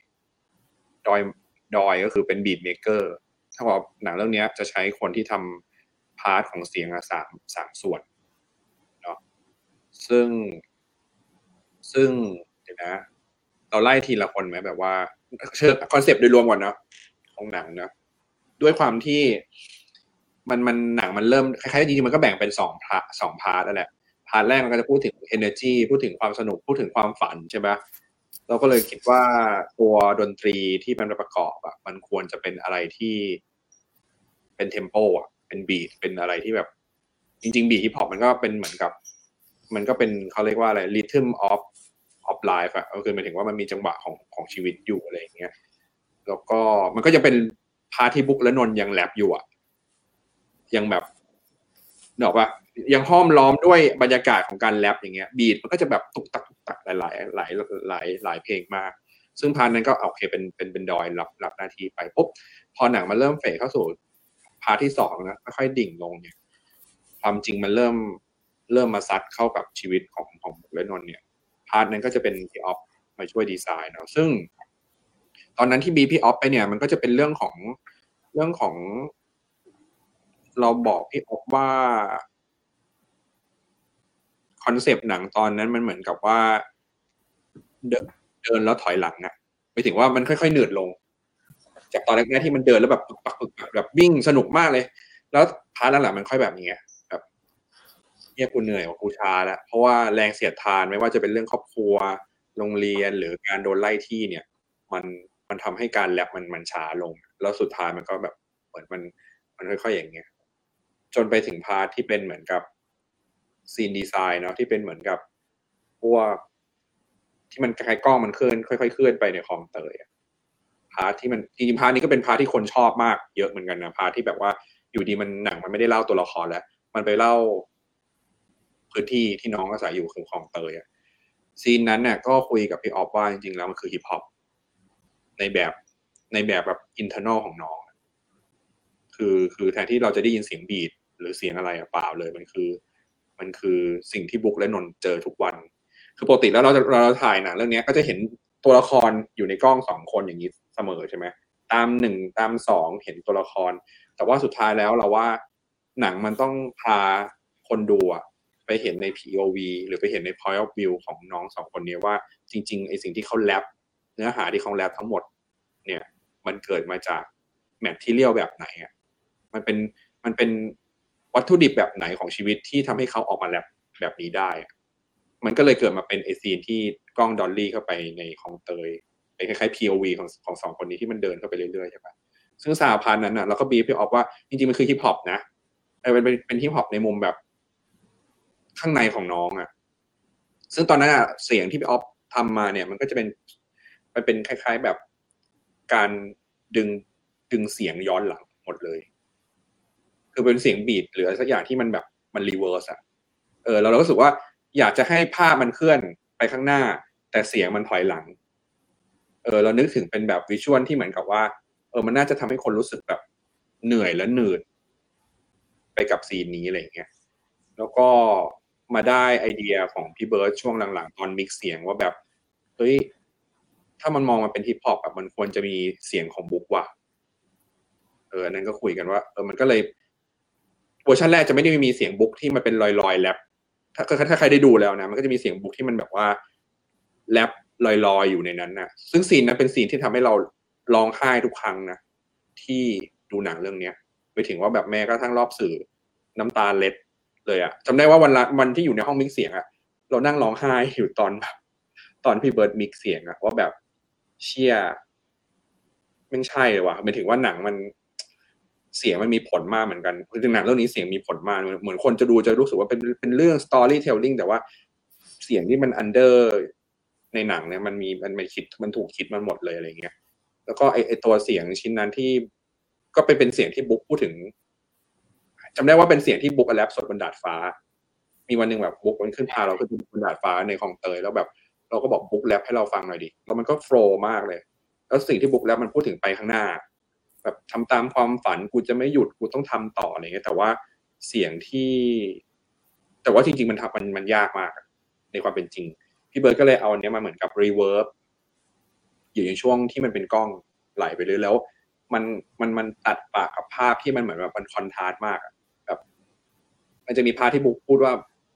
อยก็คือเป็นบีทเมเกอร์ถ้าว่าหนังเรื่องนี้จะใช้คนที่ทำพาร์ทของเสียง3ส่วนเนาะซึ่งเดี๋ยวนะเราไล่ทีละคนไหมแบบว่าเชิงคอนเซปต์โดยรวมก่อนเนาะของหนังเนาะด้วยความที่มันหนังมันเริ่มคล้ายๆจริงๆมันก็แบ่งเป็น2 พาร์ทนั่นแหละพาร์ทแรกมันก็จะพูดถึง energy พูดถึงความสนุกพูดถึงความฝันใช่ไหมเราก็เลยคิดว่าตัวดนตรีที่มันประกอบอะมันควรจะเป็นอะไรที่เป็นเทมโปอะเป็นบีทเป็นอะไรที่แบบจริงๆบีทฮิปฮอปมันก็เป็นเหมือนกับมันก็เป็นเขาเรียกว่าอะไร rhythm of life อะก็คือหมายถึงว่ามันมีจังหวะของชีวิตอยู่อะไรอย่างเงี้ยแล้วก็มันก็จะเป็นพาร์ทที่บุ๊กและนนท์ยังแรปอยู่อะยังแบบเนอะว่ายังห้อมล้อมด้วยบรรยากาศของการแรปอย่างเงี้ยบีทมันก็จะแบบตุกตักหลายเพลงมากซึ่งพาร์ทนั้นก็โอเคเป็นดอยรับหน้าที่ไปปุ๊บพอหนังมันเริ่มเฟดเข้าสู่พาร์ทที่2นะค่อยๆดิ่งลงเนี่ยความจริงมันเริ่มมาซัดเข้ากับชีวิตของบุ๊กและนนท์เนี่ยพาร์ทนั้นก็จะเป็นพี่ออฟมาช่วยดีไซน์เนาะซึ่งตอนนั้นที่บีพี่ออฟไปเนี่ยมันก็จะเป็นเรื่องของเราบอกพี่ออฟว่าคอนเซปต์หนังตอนนั้นมันเหมือนกับว่าเดินแล้วถอยหลังอะไปถึงว่ามันค่อยๆเหนื่อยลงจากตอนแรกๆที่มันเดินแล้วแบบปึกปักแบบวิ่งสนุกมากเลยแล้วพาร์ทหลังๆมันค่อยแบบนี้แบบเนี่ยกูเหนื่อยกูช้าแล้วเพราะว่าแรงเสียดทานไม่ว่าจะเป็นเรื่องครอบครัวโรงเรียนหรือการโดนไล่ที่เนี่ยมันทำให้การแรปมันช้าลงแล้วสุดท้ายมันก็แบบเหมือนมันค่อยๆอย่างเงี้ยจนไปถึงพาร์ทที่เป็นเหมือนกับซีนดีไซน์เนาะที่เป็นเหมือนกับพวกที่มันคล้ายกล้องมันเคลื่อนค่อยๆเคลื่อนไปในคลองเตยพาร์ทที่มันจริงๆพาร์ทนี้ก็เป็นพาร์ทที่คนชอบมากเยอะเหมือนกันนะพาร์ทที่แบบว่าอยู่ดีมันหนังมันไม่ได้เล่าตัวละครแล้วมันไปเล่าพื้นที่ที่น้องอาศัยอยู่คือคลองเตยซีนนั้นเนี่ยก็คุยกับพี่ออฟว่าจริงๆแล้วมันคือฮิปฮอปในแบบแบบอินเทอร์นอลของน้องคือแทนที่เราจะได้ยินเสียงบีทหรือเสียงอะไรเปล่าเลยมันคือสิ่งที่บุ๊กและนนท์เจอทุกวันคือปกติแล้วเราถ่ายหนังเรื่องนี้ก็จะเห็นตัวละครอยู่ในกล้อง2 คนอย่างนี้เสมอใช่ไหมตาม1ตาม2เห็นตัวละครแต่ว่าสุดท้ายแล้วเราว่าหนังมันต้องพาคนดูไปเห็นใน POV หรือไปเห็นใน point of view ของน้อง2 คนนี้ว่าจริงๆไอสิ่งที่เขาแรปเนื้อหาที่เขาแรปทั้งหมดเนี่ยมันเกิดมาจากแมททีเรียลแบบไหนมันเป็นวัตถุดิบแบบไหนของชีวิตที่ทำให้เขาออกมาแรปแบบนี้ได้มันก็เลยเกิดมาเป็นไอซีนที่กล้องดอลลี่เข้าไปในคลองเตยเป็นคล้ายๆ POV ของ2 คนนี้ที่มันเดินเข้าไปเรื่อยๆใช่ปะซึ่งสาวพานนั้นเราก็บีบพี่ออฟว่าจริงๆมันคือฮิปฮอปนะเป็นฮิปฮอปในมุมแบบข้างในของน้องซึ่งตอนนั้นเสียงที่พี่ออฟทำมาเนี่ยมันก็จะเป็นคล้ายๆแบบการดึงเสียงย้อนหลังหมดเลยคือเป็นเสียงบีทหรืออะไรสักอย่างที่มันแบบมันรีเวิร์สเรารู้สึกว่าอยากจะให้ภาพมันเคลื่อนไปข้างหน้าแต่เสียงมันถอยหลังเรานึกถึงเป็นแบบวิชวลที่เหมือนกับว่ามันน่าจะทำให้คนรู้สึกแบบเหนื่อยและหนืดไปกับซีนนี้อะไรอย่างเงี้ยแล้วก็มาได้ไอเดียของพี่เบิร์ดช่วงหลังๆตอนมิกซ์เสียงว่าแบบเฮ้ยถ้ามันมองมาเป็นฮิปฮอปมันควรจะมีเสียงของบุ๊กว่ะอันนั้นก็คุยกันว่ามันก็เลยเวอร์ชันแรกจะไม่ได้มีเสียงบุ๊กที่มันเป็นลอยๆแรปถ้าใครได้ดูแล้วนะมันก็จะมีเสียงบุ๊กที่มันแบบว่าแรปลอยๆอยู่ในนั้นนะซึ่งซีนนั้นเป็นซีนที่ทำให้เราร้องไห้ทุกครั้งนะที่ดูหนังเรื่องนี้ไปถึงว่าแบบแม้กระทั่งรอบสื่อน้ำตาเล็ดเลยจำได้ว่าวันที่อยู่ในห้องมิกซ์เสียงเรานั่งร้องไห้อยู่ตอนพี่เบิร์ดมิกซ์เสียงว่าแบบเชี่ยไม่ใช่เลยว่ะหมายถึงว่าหนังมันเสียงมันมีผลมากเหมือนกันคือหนังเรื่องนี้เสียงมีผลมากเหมือนคนจะดูจะรู้สึกว่าเป็นเรื่อง storytelling แต่ว่าเสียงที่มัน under ในหนังเนี่ยมันถูกคิดมันหมดเลยอะไรเงี้ยแล้วก็ไอตัวเสียงชิ้นนั้นที่ก็เป็นเสียงที่บุ๊กพูดถึงจำได้ว่าเป็นเสียงที่บุ๊กแรปสดบนดาดฟ้ามีวันหนึ่งแบบบุ๊กมันขึ้นพาเราขึ้นบนดาดฟ้าในคลองเตยแล้วแบบเราก็บอกบุ๊กแรปให้เราฟังหน่อยดิแล้วมันก็โฟลว์มากเลยแล้วสิ่งที่บุ๊กแรปมันพูดถึงไปข้างหน้าแบบทำตามความฝันกูจะไม่หยุดกูต้องทำต่ออะไรเงี้ยแต่ว่าเสียงที่แต่ว่าจริงๆมันยากมากในความเป็นจริงพี่เบิร์ดก็เลยเอาอันนี้มาเหมือนกับรีเวิร์บอยู่ในช่วงที่มันเป็นกล้องไหลไปเลยแล้วมันตัดปากกับภาพที่มันเหมือนแบบมันคอนทราสต์มากแบบมันจะมีพาร์ทที่บุ๊กพูดว่า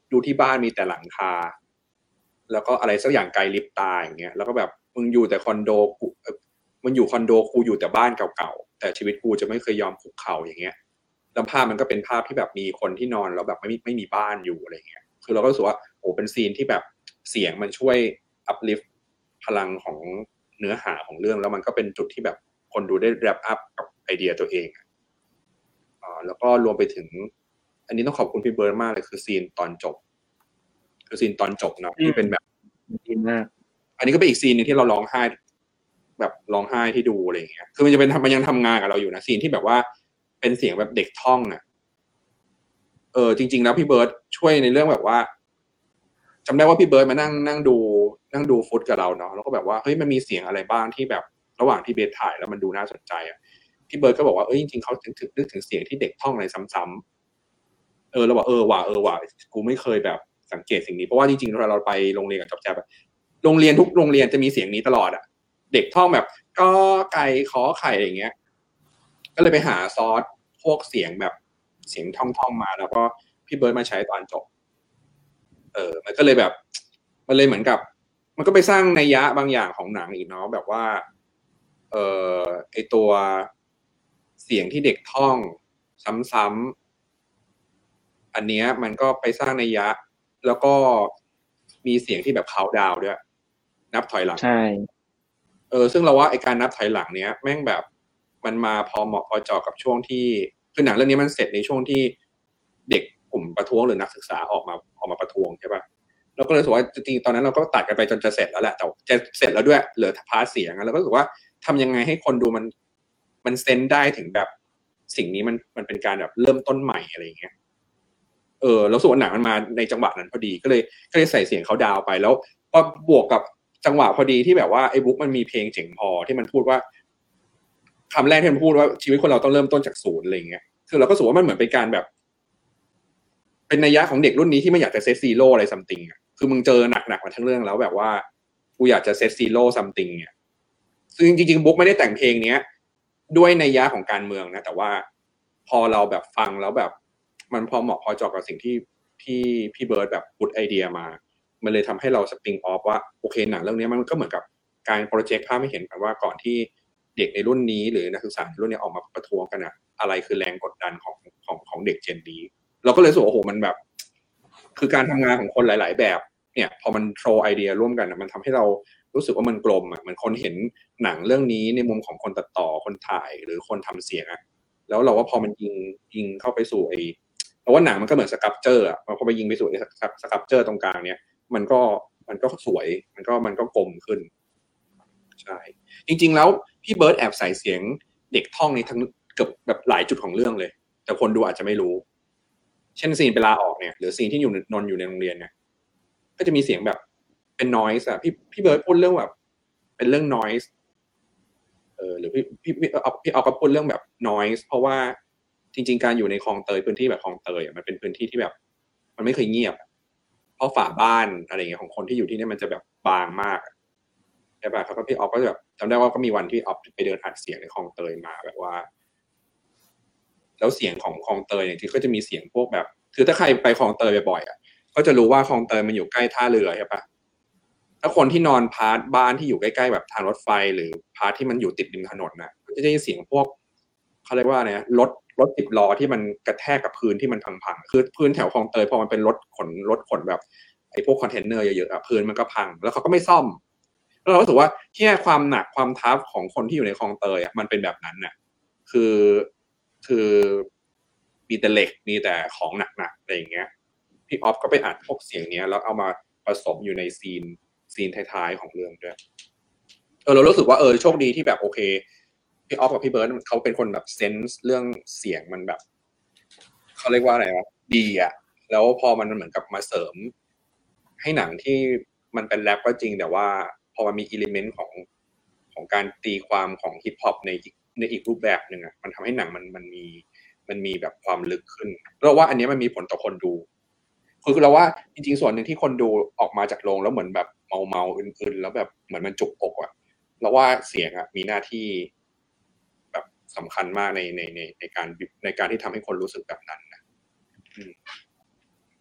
ดูที่บ้านมีแต่หลังคาแล้วก็อะไรสักอย่างไกลลิบตาอย่างเงี้ยแล้วก็แบบมึงอยู่แต่คอนโดกูมันอยู่คอนโดกูอยู่แต่บ้านเก่าๆแต่ชีวิตกูจะไม่เคยยอมคุกเข่าอย่างเงี้ยแล้วภาพมันก็เป็นภาพที่แบบมีคนที่นอนแล้วแบบไม่มีบ้านอยู่อะไรเงี้ยคือเราก็รู้สึกว่าโอ้เป็นซีนที่แบบเสียงมันช่วย uplift พลังของเนื้อหาของเรื่องแล้วมันก็เป็นจุดที่แบบคนดูได้ wrap up กับไอเดียตัวเองแล้วก็รวมไปถึงอันนี้ต้องขอบคุณพี่เบิร์ดมากเลยคือซีนตอนจบคือซีนตอนจบเนาะที่เป็นแบบดีมากอันนี้ก็เป็นอีกซีนนึงที่เราร้องไห้แบบร้องไห้ที่ดูอะไรอย่างเงี้ยคือมันยังทำงานกับเราอยู่นะซีนที่แบบว่าเป็นเสียงแบบเด็กท่องอ่ะจริงๆแล้วพี่เบิร์ดช่วยในเรื่องแบบว่าจำได้ว่าพี่เบิร์ดมานั่งดูฟุตกับเราเนาะแล้วก็แบบว่าเฮ้ยมันมีเสียงอะไรบ้างที่แบบระหว่างที่เบสถ่ายแล้วมันดูน่าสนใจอ่ะพี่เบิร์ดก็บอกว่าจริงๆเขานึกถึงเสียงที่เด็กท่องอะไรซ้ำๆเราบอกว่ะกูไม่เคยแบบสังเกตสิ่งนี้เพราะว่าจริงๆเราไปโรงเรียนกับจ๊อบแจ๊บโรงเรียนทุกโรงเรียนจะมีเสียงนี้ตลอดอ่ะเด็กท่องแบบก็ไก่ขอไข่อะไรอย่างเงี้ยก็เลยไปหาซอสพวกเสียงแบบเสียงท่องมาแล้วก็พี่เบิร์ดมาใช้ตอนจบมันก็เลยแบบมันเลยเหมือนกับมันก็ไปสร้างนัยยะบางอย่างของหนังอีกเนาะแบบว่าไอตัวเสียงที่เด็กท่องซ้ำๆอันเนี้ยมันก็ไปสร้างนัยยะแล้วก็มีเสียงที่แบบเคาน์ดาวน์ด้วยนับถอยหลังใช่ซึ่งเราว่าไอการนับถอยหลังเนี้ยแม่งแบบมันมาพอเหมาะพอเจาะกับช่วงที่คือหนังเรื่องนี้มันเสร็จในช่วงที่เด็กกลุ่มประท้วงหรือนักศึกษาออกมาประท้วงใช่ป่ะเราก็เลยรู้สึกว่าจริงๆตอนนั้นเราก็ตัดกันไปจนจะเสร็จแล้วแหละแต่จะเสร็จแล้วด้วยเหลือพาร์ทเสียงแล้วก็รู้สึกว่าทำยังไงให้คนดูมันเซนส์ได้ถึงแบบสิ่งนี้มันเป็นการแบบเริ่มต้นใหม่อะไรอย่างเงี้ยแล้วรู้สึกว่าหนังมันมาในจังหวะนั้นพอดีก็เลยใส่เสียงเขาดาวไปแล้วพอบวกกับจังหวะพอดีที่แบบว่าไอ้บุ๊กมันมีเพลงเจ๋งพอที่มันพูดว่าคำแรกที่มันพูดว่าชีวิตคนเราต้องเริ่มต้นจากศูนย์อะไรอย่างเงี้ยคือเราก็รู้สึกว่ามันเหมือนเป็นการแบบเป็นนัยยะของเด็กรุ่นนี้ที่ไม่อยากจะเซตซีโร่อะไรซัมติงอ่ะคือมึงเจอหนักมาทั้งเรื่องแล้วแบบว่ากูอยากจะเซตซีโร่ซัมติงเนี่ยซึ่งจริงๆบุ๊กไม่ได้แต่งเพลงเนี้ยด้วยนัยยะของการเมืองนะแต่ว่าพอเราแบบฟังแล้วแบบมันพอเหมาะพอเจาะกับสิ่งที่พี่เบิร์ดแบบพุทไอเดียมามันเลยทำให้เราสปริงออฟว่าโอเคหนังเรื่องนี้มันก็เหมือนกับการโปรเจกต์ภาพให้เห็นกันว่าก่อนที่เด็กในรุ่นนี้หรือนักศึกษาในรุ่นนี้ออกมาประท้วงกันอะอะไรคือแรงกดดันของเด็กเจนนี้เราก็เลยรู้สึกว่าโอ้โหมันแบบคือการทำงานของคนหลายๆแบบเนี่ยพอมันโทรไอเดียร่วมกันมันทำให้เรารู้สึกว่ามันกลมอ่ะเหมือนคนเห็นหนังเรื่องนี้ในมุมของคนตัดต่อคนถ่ายหรือคนทำเสียงอ่ะแล้วเราว่าพอมันยิงเข้าไปสู่เราว่าหนังมันก็เหมือนสครับเจอร์อ่ะพอไปยิงไปสู่สครับเจอร์ตรงกลางเนี้ยมันก็สวยมันก็กลมขึ้นใช่จริงๆแล้วพี่เบิร์ดแอบใส่เสียงเด็กท่องในทั้งเกือบแบบหลายจุดของเรื่องเลยแต่คนดูอาจจะไม่รู้เช่นซีนเวลาออกเนี่ยหรือซีนที่อยู่ในโรงเรียนเนี่ยก็จะมีเสียงแบบเป็น noise อ่ะพี่เบิร์ดพูดเรื่องแบบเป็นเรื่อง noise หรือพี่เอาก็พูดเรื่องแบบ noise เพราะว่าจริงๆการอยู่ในคลองเตยพื้นที่แบบคลองเตยมันเป็นพื้นที่ที่แบบมันไม่เคยเงียบเพราะฝาบ้านอะไรเงี้ยของคนที่อยู่ที่นี่มันจะแบบบางมากใช่ป่ะครับพี่ออฟก็แบบจำได้ว่าก็มีวันที่ออฟไปเดินอัดเสียงในคลองเตยมาแบบว่าแล้วเสียงของคลองเตยเนี่ยที่ก็จะมีเสียงพวกแบบคือถ้าใครไปคลองเตยบ่อยๆอ่ะก็จะรู้ว่าคลองเตยมันอยู่ใกล้ท่าเรือใช่ป่ะถ้าคนที่นอนพาร์ทบ้านที่อยู่ใกล้ๆแบบทางรถไฟหรือพาร์ทที่มันอยู่ติดริมถนนนะก็จะได้ยินเสียงพวกเขาเรียกว่าเนี่ยรถ10 ล้อที่มันกระแทกกับพื้นที่มันพังๆคือพื้นแถวคลองเตยพอมันเป็นรถขนแบบไอ้พวกคอนเทนเนอร์เยอะๆพื้นมันก็พังแล้วเขาก็ไม่ซ่อมแล้วเราก็รู้สึกว่าแค่ความหนักความทับของคนที่อยู่ในคลองเตยมันเป็นแบบนั้นน่ะคือมีแต่เหล็กมีแต่ของหนักๆอะไรอย่างเงี้ยพี่ออฟก็ไปอัดพวกเสียงเนี้ยแล้วเอามาผสมอยู่ในซีนท้ายๆของเรื่องด้วยเรารู้สึกว่าโชคดีที่แบบโอเคพี่ออฟกับพี่เบิร์ดเขาเป็นคนแบบเซนส์เรื่องเสียงมันแบบเขาเรียกว่าอะไรวะดีอ่ะแล้วพอมันเหมือนกับมาเสริมให้หนังที่มันเป็นแรปก็จริงแต่ว่าพอมันมีอิเลเมนต์ของการตีความของฮิปฮอปในอีกรูปแบบหนึ่งอ่ะมันทำให้หนังมันมีแบบความลึกขึ้นเราว่าอันนี้มันมีผลต่อคนดูคือเราว่าจริงๆส่วนหนึ่งที่คนดูออกมาจากโรงแล้วเหมือนแบบเมาอื่นๆแล้วแบบเหมือนมันจุกอกอ่ะเราว่าเสียงอ่ะมีหน้าที่แบบสำคัญมากในการที่ทำให้คนรู้สึกแบบนั้นนะ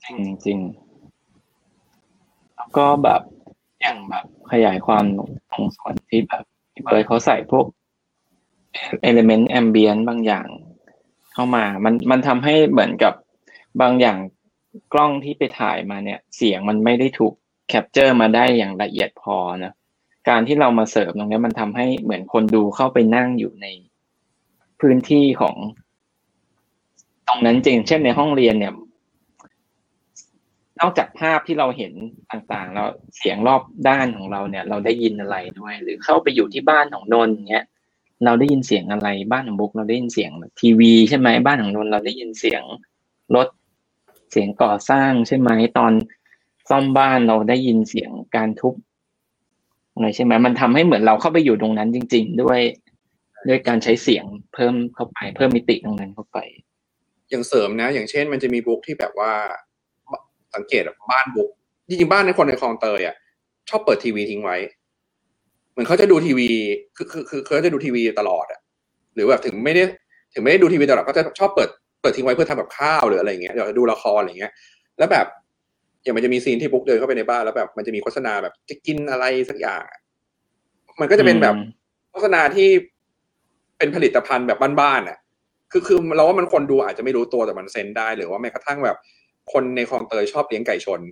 จริงแล้วก็แบบอย่างแบบขยายความตรงส่วนที่แบบที่เบิร์ดเขาใส่พวก element ambient บางอย่างเข้ามามันทำให้เหมือนกับบางอย่างกล้องที่ไปถ่ายมาเนี่ยเสียงมันไม่ได้ถูกแคปเจอร์มาได้อย่างละเอียดพอนะการที่เรามาเสริมตรงนี้มันทำให้เหมือนคนดูเข้าไปนั่งอยู่ในพื้นที่ของตรงนั้นจริงเช่นในห้องเรียนเนี่ยนอกจากภาพที่เราเห็นต่างๆแล้วเสียงรอบด้านของเราเนี่ยเราได้ยินอะไรด้วยหรือเข้าไปอยู่ที่บ้านของนนท์เงี้ยเราได้ยินเสียงอะไรบ้านของบุ๊กเราได้ยินเสียงทีวีใช่ไหมบ้านของนนท์เราได้ยินเสียงรถเสียงก่อสร้างใช่ไหมตอนซ่อมบ้านเราได้ยินเสียงการทุบอะไรใช่ไหมมันทำให้เหมือนเราเข้าไปอยู่ตรงนั้นจริงๆด้วยการใช้เสียงเพิ่มเข้าไปเพิ่มมิติตรงนั้นเข้าไปอย่างเสริมนะอย่างเช่นมันจะมีบุ๊กที่แบบว่าสังเกตบ้านบุ๊กจริงๆบ้านในคนในคลองเตยอ่ะชอบเปิดทีวีทิ้งไว้เหมือนเขาจะดูทีวีคือเขาจะดูทีวีตลอดอ่ะหรือแบบถึงไม่ได้ดูทีวีตลอดก็จะชอบเปิดทิ้งไว้เพื่อทำกับข้าวหรืออะไรอย่างเงี้ยเดี๋ยวดูละครอะไรเงี้ยแล้วแบบอย่างมันจะมีซีนที่บุ๊กเดินเข้าไปในบ้านแล้วแบบมันจะมีโฆษณาแบบจะกินอะไรสักอย่างมันก็จะเป็นแบบโฆษณาที่เป็นผลิตภัณฑ์แบบบ้านๆอ่ะคือเราว่ามันคนดูอาจจะไม่รู้ตัวแต่มันเซนได้หรือว่าแม้กระทั่งแบบคนในคลองเตยชอบเลี้ยงไก่ชน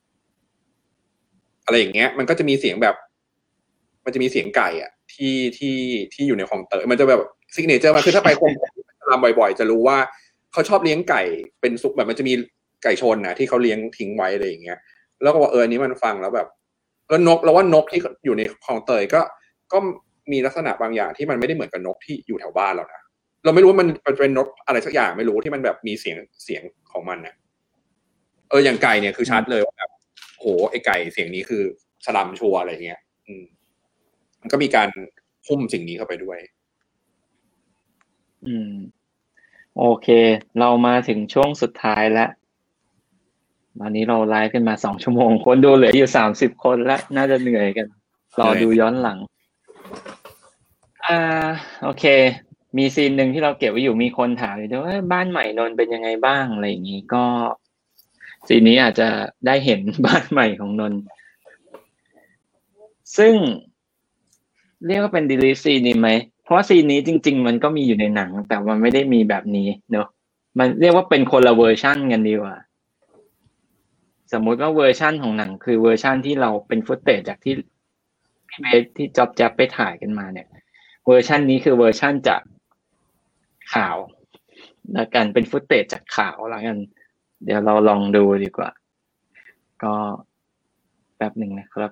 อะไรอย่างเงี้ยมันก็จะมีเสียงแบบมันจะมีเสียงไก่อ่ะที่อยู่ในคลองเตยมันจะแบบซิกเนเจอร์มันคือถ้าไปคนทำบ่อยๆจะรู้ว่าเขาชอบเลี้ยงไก่เป็นซุปแบบมันจะมีไก่ชนนะที่เขาเลี้ยงทิ้งไว้อะไรอย่างเงี้ยแล้วก็ว่าอันนี้มันฟังแล้วแบบนกเราว่านกที่อยู่ในคลองเตยก็มีลักษณะบางอย่างที่มันไม่ได้เหมือนกับนกที่อยู่แถวบ้านเรานะเราไม่รู้ว่ามันเป็นนกอะไรสักอย่างไม่รู้ที่มันแบบมีเสียงของมันนะอย่างไก่เนี่ยคือชัดเลยว่าแบบโหไอไก่เสียงนี้คือสลัมชัวร์อะไรเงี้ยมันก็มีการพุ่มสิ่งนี้เข้าไปด้วยโอเคเรามาถึงช่วงสุดท้ายแล้วตอนนี้เราไลฟ์กันมา2 ชั่วโมงคนดูเหลืออยู่30 คนแล้วน่าจะเหนื่อยกันรอดูย้อนหลังโอเคมีซีนหนึ่งที่เราเก็บไว้อยู่มีคนถามอยู่ด้วยว่าบ้านใหม่นนท์เป็นยังไงบ้างอะไรอย่างนี้ก็ซีนนี้อาจจะได้เห็นบ้านใหม่ของนนท์ซึ่งเรียกว่าเป็น delete scene นี้ไหมเพราะว่าซีนนี้จริงๆมันก็มีอยู่ในหนังแต่มันไม่ได้มีแบบนี้เนอะมันเรียกว่าเป็นคนละเวอร์ชันกันดีกว่าสมมุติว่าเวอร์ชันของหนังคือเวอร์ชันที่เราเป็นฟุตเทจจากที่พี่เบสที่จ๊อบแจ๊บไปถ่ายกันมาเนี่ยเวอร์ชันนี้คือเวอร์ชันจากข่าวแล้วกันเป็นฟุตเทจจากข่าวแล้วกันเดี๋ยวเราลองดูดีกว่าก็แป๊บหนึ่งนะครับ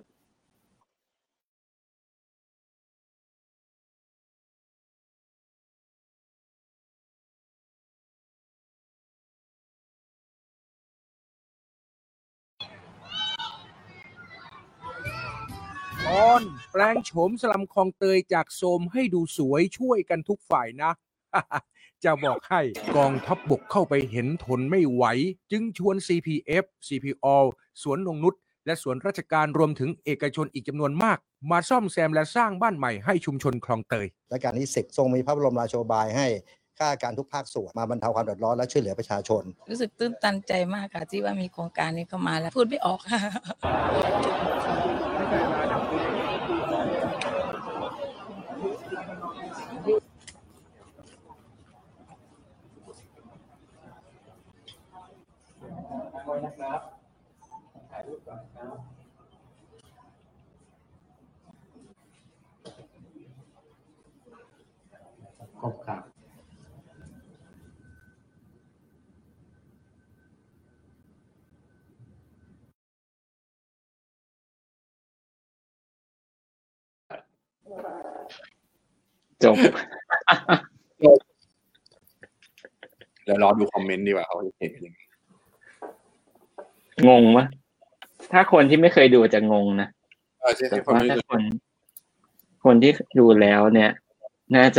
แปลงโฉมสลัมคลองเตยจากโทรมให้ดูสวยช่วยกันทุกฝ่ายนะ จะบอกให้กองทัพบกเข้าไปเห็นทนไม่ไหวจึงชวน CPF CPO สวนนงนุชและสวนราชการรวมถึงเอกชนอีกจำนวนมากมาซ่อมแซมและสร้างบ้านใหม่ให้ชุมชนคลองเตยและการที่ทรงมีพระบรมราโชบายให้ข้าราชการทุกภาคส่วนมาบรรเทาความเดือดร้อนและช่วยเหลือประชาชนรู้สึกตื้นตันใจมากค่ะที่ว่ามีโครงการนี้เข้ามาแล้วพูดไม่ออกค่ะนะครับถ่ายรูปก่อนครับขอบคุณจบเดี๋ยวรอดูคอมเมนต์ดีกว่าเขาเห็นยังไงงงมั้ยถ้าคนที่ไม่เคยดูจะงงนะแต่ว่าถ้าคนที่ดูแล้วเนี่ยน่าจะ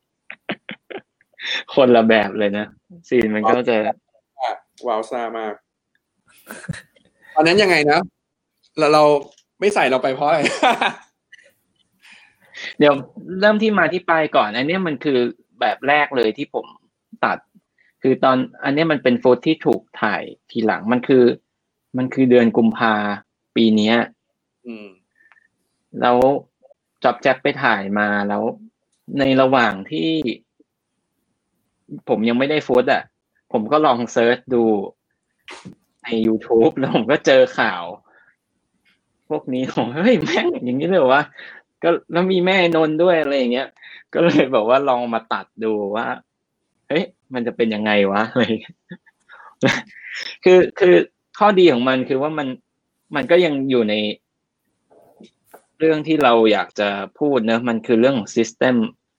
คนละแบบเลยนะซีนมันก็จะว้าวซ่ามากตอนนั้นยังไงนะเราไม่ใส่เราไปเพราะอะไรเดี๋ยวเริ่มที่มาที่ไปก่อนอันนี้มันคือแบบแรกเลยที่ผมตัดคือตอนอันนี้มันเป็นฟุตที่ถูกถ่ายทีหลังมันคือเดือนกุมภาปีเนี้ยแล้วจ๊อบแจ๊บไปถ่ายมาแล้วในระหว่างที่ผมยังไม่ได้ฟุตอ่ะผมก็ลองเซิร์ชดูใน YouTube แล้วผมก็เจอข่าวพวกนี้ผมเฮ้ยแม่งอย่างนี้เลยวะก็แล้วมีแม่นนท์ด้วยอะไรอย่างเงี้ยก็เลยบอกว่าลองมาตัดดูว่าเฮ้ยมันจะเป็นยังไงวะอะไรคือข้อดีของมันคือว่ามันก็ยังอยู่ในเรื่องที่เราอยากจะพูดนะมันคือเรื่องของ system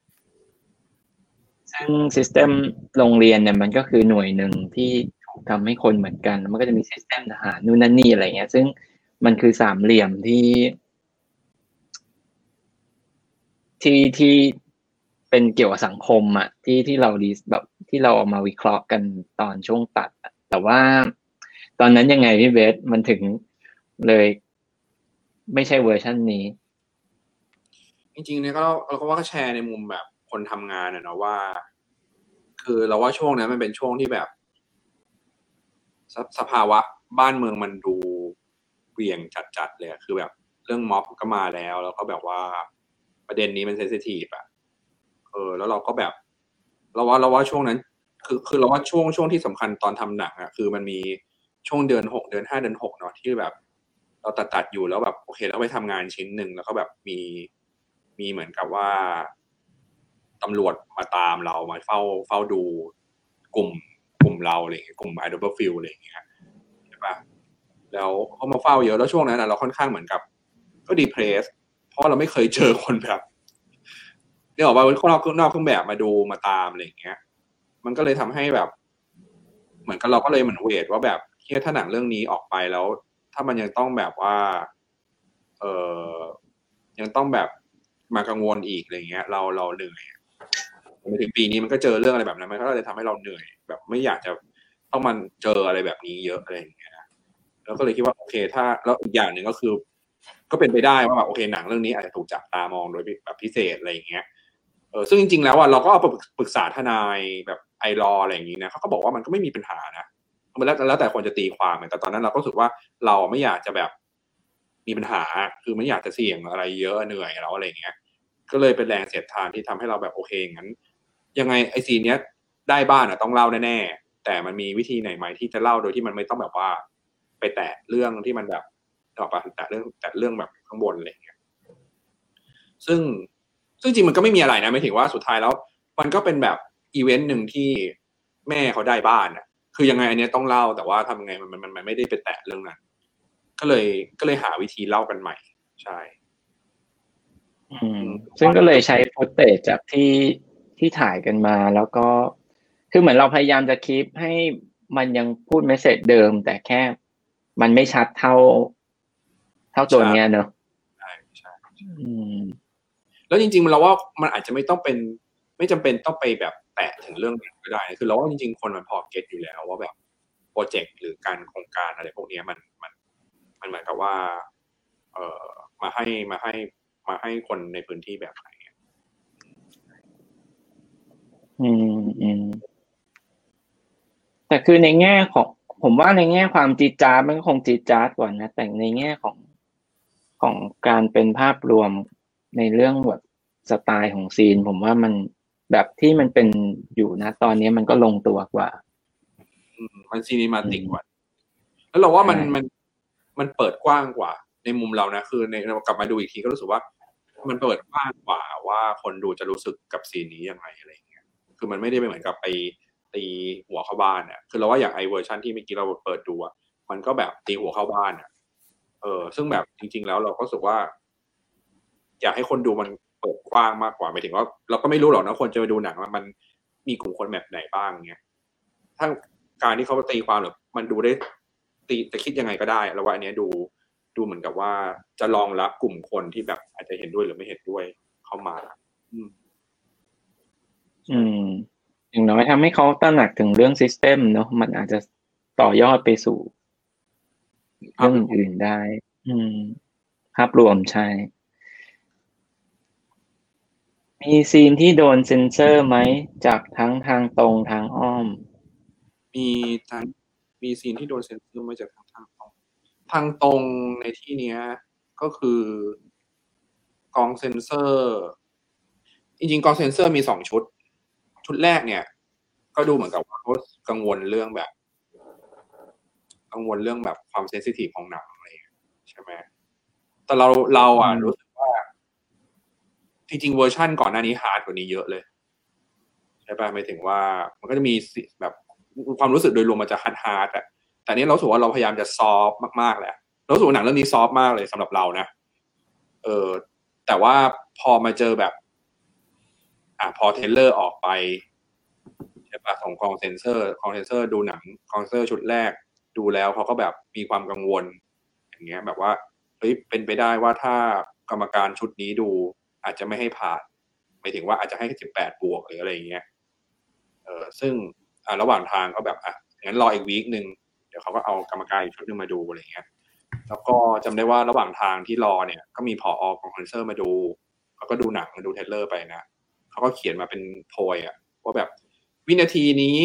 ซึ่ง system โรงเรียนเนี่ยมันก็คือหน่วยหนึ่งที่ถูกทำให้คนเหมือนกันมันก็จะมี system ทหารนู่นนั่นนี่อะไรเงี้ยซึ่งมันคือสามเหลี่ยมที่เป็นเกี่ยวกับสังคมอ่ะที่เราดีแบบที่เราเอามาวิเคราะห์กันตอนช่วงตัดแต่ว่าตอนนั้นยังไงพี่เบสมันถึงเลยไม่ใช่เวอร์ชันนี้จริงๆเนี่ยเราก็ว่าแชร์ในมุมแบบคนทำงานเนาะว่าคือเราว่าช่วงนั้นมันเป็นช่วงที่แบบสภาวะบ้านเมืองมันดูเบี่ยงจัดๆเลยคือแบบเรื่องม็อบก็มาแล้วก็แบบว่าประเด็นนี้มันเซนซิทีฟอ่ะแล้วเราก็แบบเราว่าช่วงนั้นคือเราว่าช่วงที่สำคัญตอนทำหนังอ่ะคือมันมีช่วงเดือน6เดือน5เดือน6เนาะที่แบบเราตัดอยู่แล้วแบบโอเคแล้วไปทำงานชิ้นหนึ่งแล้วก็แบบมีเหมือนกับว่าตำรวจมาตามเรามาเฝ้าดูกลุ่มเราอะไรอย่างเงี้ยกลุ่ม I Double Feel อะไรอย่างเงี้ยใช่ปะแล้วเขามาเฝ้าเยอะแล้วช่วงนั้นเราค่อนข้างเหมือนกับก็ดีเพรสเพราะเราไม่เคยเจอคนแบบเนี่ยออกมาเป็นคนนอกเครื่องแบบมาดูมาตามอะไรอย่างเงี้ยมันก็เลยทำให้แบบเหมือนกับเราก็เลยเหมือนเวทว่าแบบถ้าหนังเรื่องนี้ออกไปแล้วถ้ามันยังต้องแบบว่ายังต้องแบบมากังวลอีกอะไรเงี้ยเราเหนื่อยมาถึงปีนี้มันก็เจอเรื่องอะไรแบบนั้นมันก็เลยทำให้เราเหนื่อยแบบไม่อยากจะต้องมันเจออะไรแบบนี้เยอะอะไรอย่างเงี้ยแล้วก็เลยคิดว่าโอเคถ้าแล้วอีกอย่างหนึ่งก็คือก็เป็นไปได้ว่าแบบโอเคหนังเรื่องนี้อาจจะถูกจับตามองโดยแบบพิเศษอะไรอย่างเงี้ยซึ่งจริงๆแล้วเราก็ปรึกษาทนายแบบไอรออะไรอย่างงี้นะเขาก็บอกว่ามันก็ไม่มีปัญหานะแล้วแต่คนจะตีความแต่ตอนนั้นเราก็รู้สึกว่าเราไม่อยากจะแบบมีปัญหาคือไม่อยากจะเสี่ยงอะไรเยอะเหนื่อยแล้วอะไรอย่างเงี้ยก็เลยเป็นแรงเสียดทานที่ทำให้เราแบบโอเคงั้นยังไงไอซีนเนี้ยได้บ้านต้องเล่าแน่ๆแต่มันมีวิธีไหนไหมที่จะเล่าโดยที่มันไม่ต้องแบบว่าไปแตะเรื่องที่มันแบบแตะเรื่องแบบข้างบนอะไรอย่างเงี้ยซึ่งจริงมันก็ไม่มีอะไรนะไม่ถึงว่าสุดท้ายแล้วมันก็เป็นแบบอีเวนต์หนึ่งที่แม่เขาได้บ้านคือยังไงอันนี้ต้องเล่าแต่ว่าทำยังไงมันไม่ได้ไปแตะเรื่องนั้นก็เลยหาวิธีเล่ากันใหม่ใช่ซึ่งก็เลยใช้ฟุตเทจจากที่ถ่ายกันมาแล้วก็คือเหมือนเราพยายามจะคีปให้มันยังพูดเมสเสจเดิมแต่แค่มันไม่ชัดเท่าตัวเนี้ยเนอะใช่แล้วจริงๆเราว่ามันอาจจะไม่จำเป็นต้องไปแบบแตะถึงเรื่องนั้นก็ได้คือเราว่าจริงๆคนมันพอเก็ตอยู่แล้วว่าแบบโปรเจกต์หรือการโครงการอะไรพวกนี้มันเหมือนกับว่ามาให้คนในพื้นที่แบบไหนแต่คือในแง่ของผมว่าในแง่ความจี๊ดจ๊าดมันก็คงจี๊ดจ๊าดกว่านะแต่ในแง่ของการเป็นภาพรวมในเรื่องแบบสไตล์ของซีนผมว่ามันแบบที่มันเป็นอยู่นะตอนนี้มันก็ลงตัวกว่ามันซีนิมาติกกว่าแล้วเราว่ามันเปิดกว้างกว่าในมุมเรานะคือในเรากลับมาดูอีกทีก็รู้สึกว่ามันเปิดกว้างกว่าว่าคนดูจะรู้สึกกับซีนนี้ยังไงอะไรอย่างเงี้ยคือมันไม่ได้เหมือนกับไปตีหัวเข้าบ้านคือเราว่าอย่างไอเวอร์ชันที่เมื่อกี้เราเปิดดูมันก็แบบตีหัวเข้าบ้านซึ่งแบบจริงๆแล้วเราก็รู้สึกว่าอยากให้คนดูมันเปิดกว้างมากกว่าหมายถึงว่าเราก็ไม่รู้หรอกนะคนจะไปดูหนังมันมีกลุ่มคนแบบไหนบ้างเงี้ยถ้าการที่เขาตีความหรือมันดูได้จะคิดยังไงก็ได้แล้วว่าอันนี้ดูเหมือนกับว่าจะรองรับกลุ่มคนที่แบบอาจจะเห็นด้วยหรือไม่เห็นด้วยเข้ามาอย่างน้อยทำให้เขาตระหนักถึงเรื่องซิสเต็มเนาะมันอาจจะต่อยอดไปสู่เรื่องอื่นได้ภาพรวมใช่มีซีนที่โดนเซ็นเซอร์ไหมจากทั้งทางตรงทางอ้อมมีทั้งมีซีนที่โดนเซ็นเซอร์มาจากทางตรงในที่เนี้ยก็คือกองเซ็นเซอร์จริงๆกองเซ็นเซอร์มี2 ชุดแรกเนี่ยก็ดูเหมือนกับว่าเขากังวลเรื่องแบบความเซนซิทีฟของหนังอะไรใช่ไหมแต่เรารู้สึกว่าจริงๆเวอร์ชั่นก่อนหน้านี้ฮาร์ดกว่านี้เยอะเลยใช่ป่ะหมายถึงว่ามันก็จะมีแบบความรู้สึกโดยรวมมันจะฮาร์ดอ่ะแต่นี้เราสึกว่าเราพยายามจะซอฟต์มากๆแหละเราสึกว่าหนังเรื่องนี้ซอฟต์มากเลยสำหรับเรานะแต่ว่าพอมาเจอแบบพอเทรลเลอร์ออกไปใช่ป่ะของกองเซนเซอร์ดูหนังกองเซนเซอร์ชุดแรกดูแล้วเขาก็แบบมีความกังวลอย่างเงี้ยแบบว่าเฮ้ยเป็นไปได้ว่าถ้ากรรมการชุดนี้ดูอาจจะไม่ให้ผ่านหมายถึงว่าอาจจะให้18 บวกหรืออะไรอย่างเงี้ยซึ่งระหว่างทางก็แบบงั้นรออีกวีคนึงเดี๋ยวเขาก็เอากรรมการอีกชุดนึงมาดูอะไรอย่างเงี้ยแล้วก็จำได้ว่าระหว่างทางที่รอเนี่ยก็มีผอ.กองคอนเสิร์ตมาดูเขาก็ดูหนังมาดูเทรลเลอร์ไปนะเขาก็เขียนมาเป็นโพยว่าแบบวินาทีนี้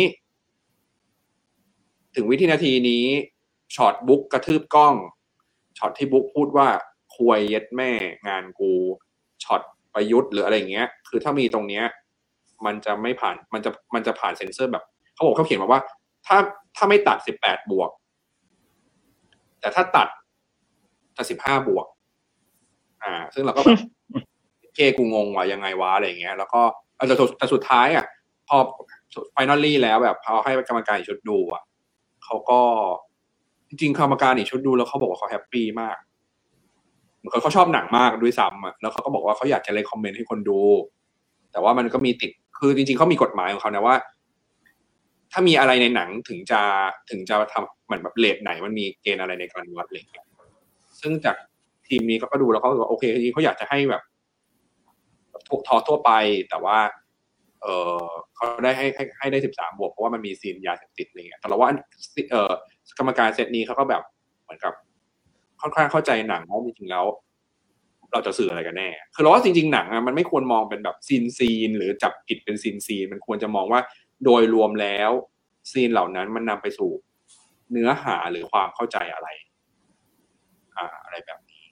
ถึงวินาทีนี้ช็อตบุ๊กกระทืบกล้องช็อตที่บุ๊กพูดว่าควยเย็ดแม่งานกูช็อตประยุทธ์หรืออะไรอย่างเงี้ยคือถ้ามีตรงเนี้ยมันจะไม่ผ่านมันจะผ่านเซ็นเซอร์แบบเขาเขียนมาว่าถ้าไม่ตัด18 บวกแต่ถ้าตัดจะ15 บวกซึ่งเราก็แบบเกกูงงว่ายังไงวะอะไรอย่างเงี้ยแล้วก็แต่สุดท้ายพอไฟนอลลี่แล้วแบบพอให้กรรมการอีกชุดดูเขาก็จริงๆกรรมการอีกชุดดูแล้วเขาบอกว่าเขาแฮปปี้มากเหมือนเขาชอบหนังมากด้วยซ้ำแล้วเขาก็บอกว่าเขาอยากจะเลยคอมเมนต์ให้คนดูแต่ว่ามันก็มีติดคือจริงๆเขามีกฎหมายของเขานะว่าถ้ามีอะไรในหนังถึงจะทำเหมือนแบบเรทไหนมันมีเกณฑ์อะไรในการวัดอะไรอย่างเงี้ยซึ่งจากทีมนี้เขาก็ดูแล้วเขาบอกโอเคจริงๆเขาอยากจะให้แบบทั่วไปแต่ว่าเขาได้ให้ได้13 บวกเพราะว่ามันมีซีนยาเสพติดอะไรเงี้ยแต่เราว่ากรรมการเซตนี้เขาก็แบบเหมือนกับค่อนข้างเข้าใจหนังว่าจริงๆแล้วเราจะสื่ออะไรกันแน่คือเราว่าจริงๆหนังมันไม่ควรมองเป็นแบบซีนหรือจับผิดเป็นซีนมันควรจะมองว่าโดยรวมแล้วซีนเหล่านั้นมันนำไปสู่เนื้อหาหรือความเข้าใจอะไรอะไรแบบนี้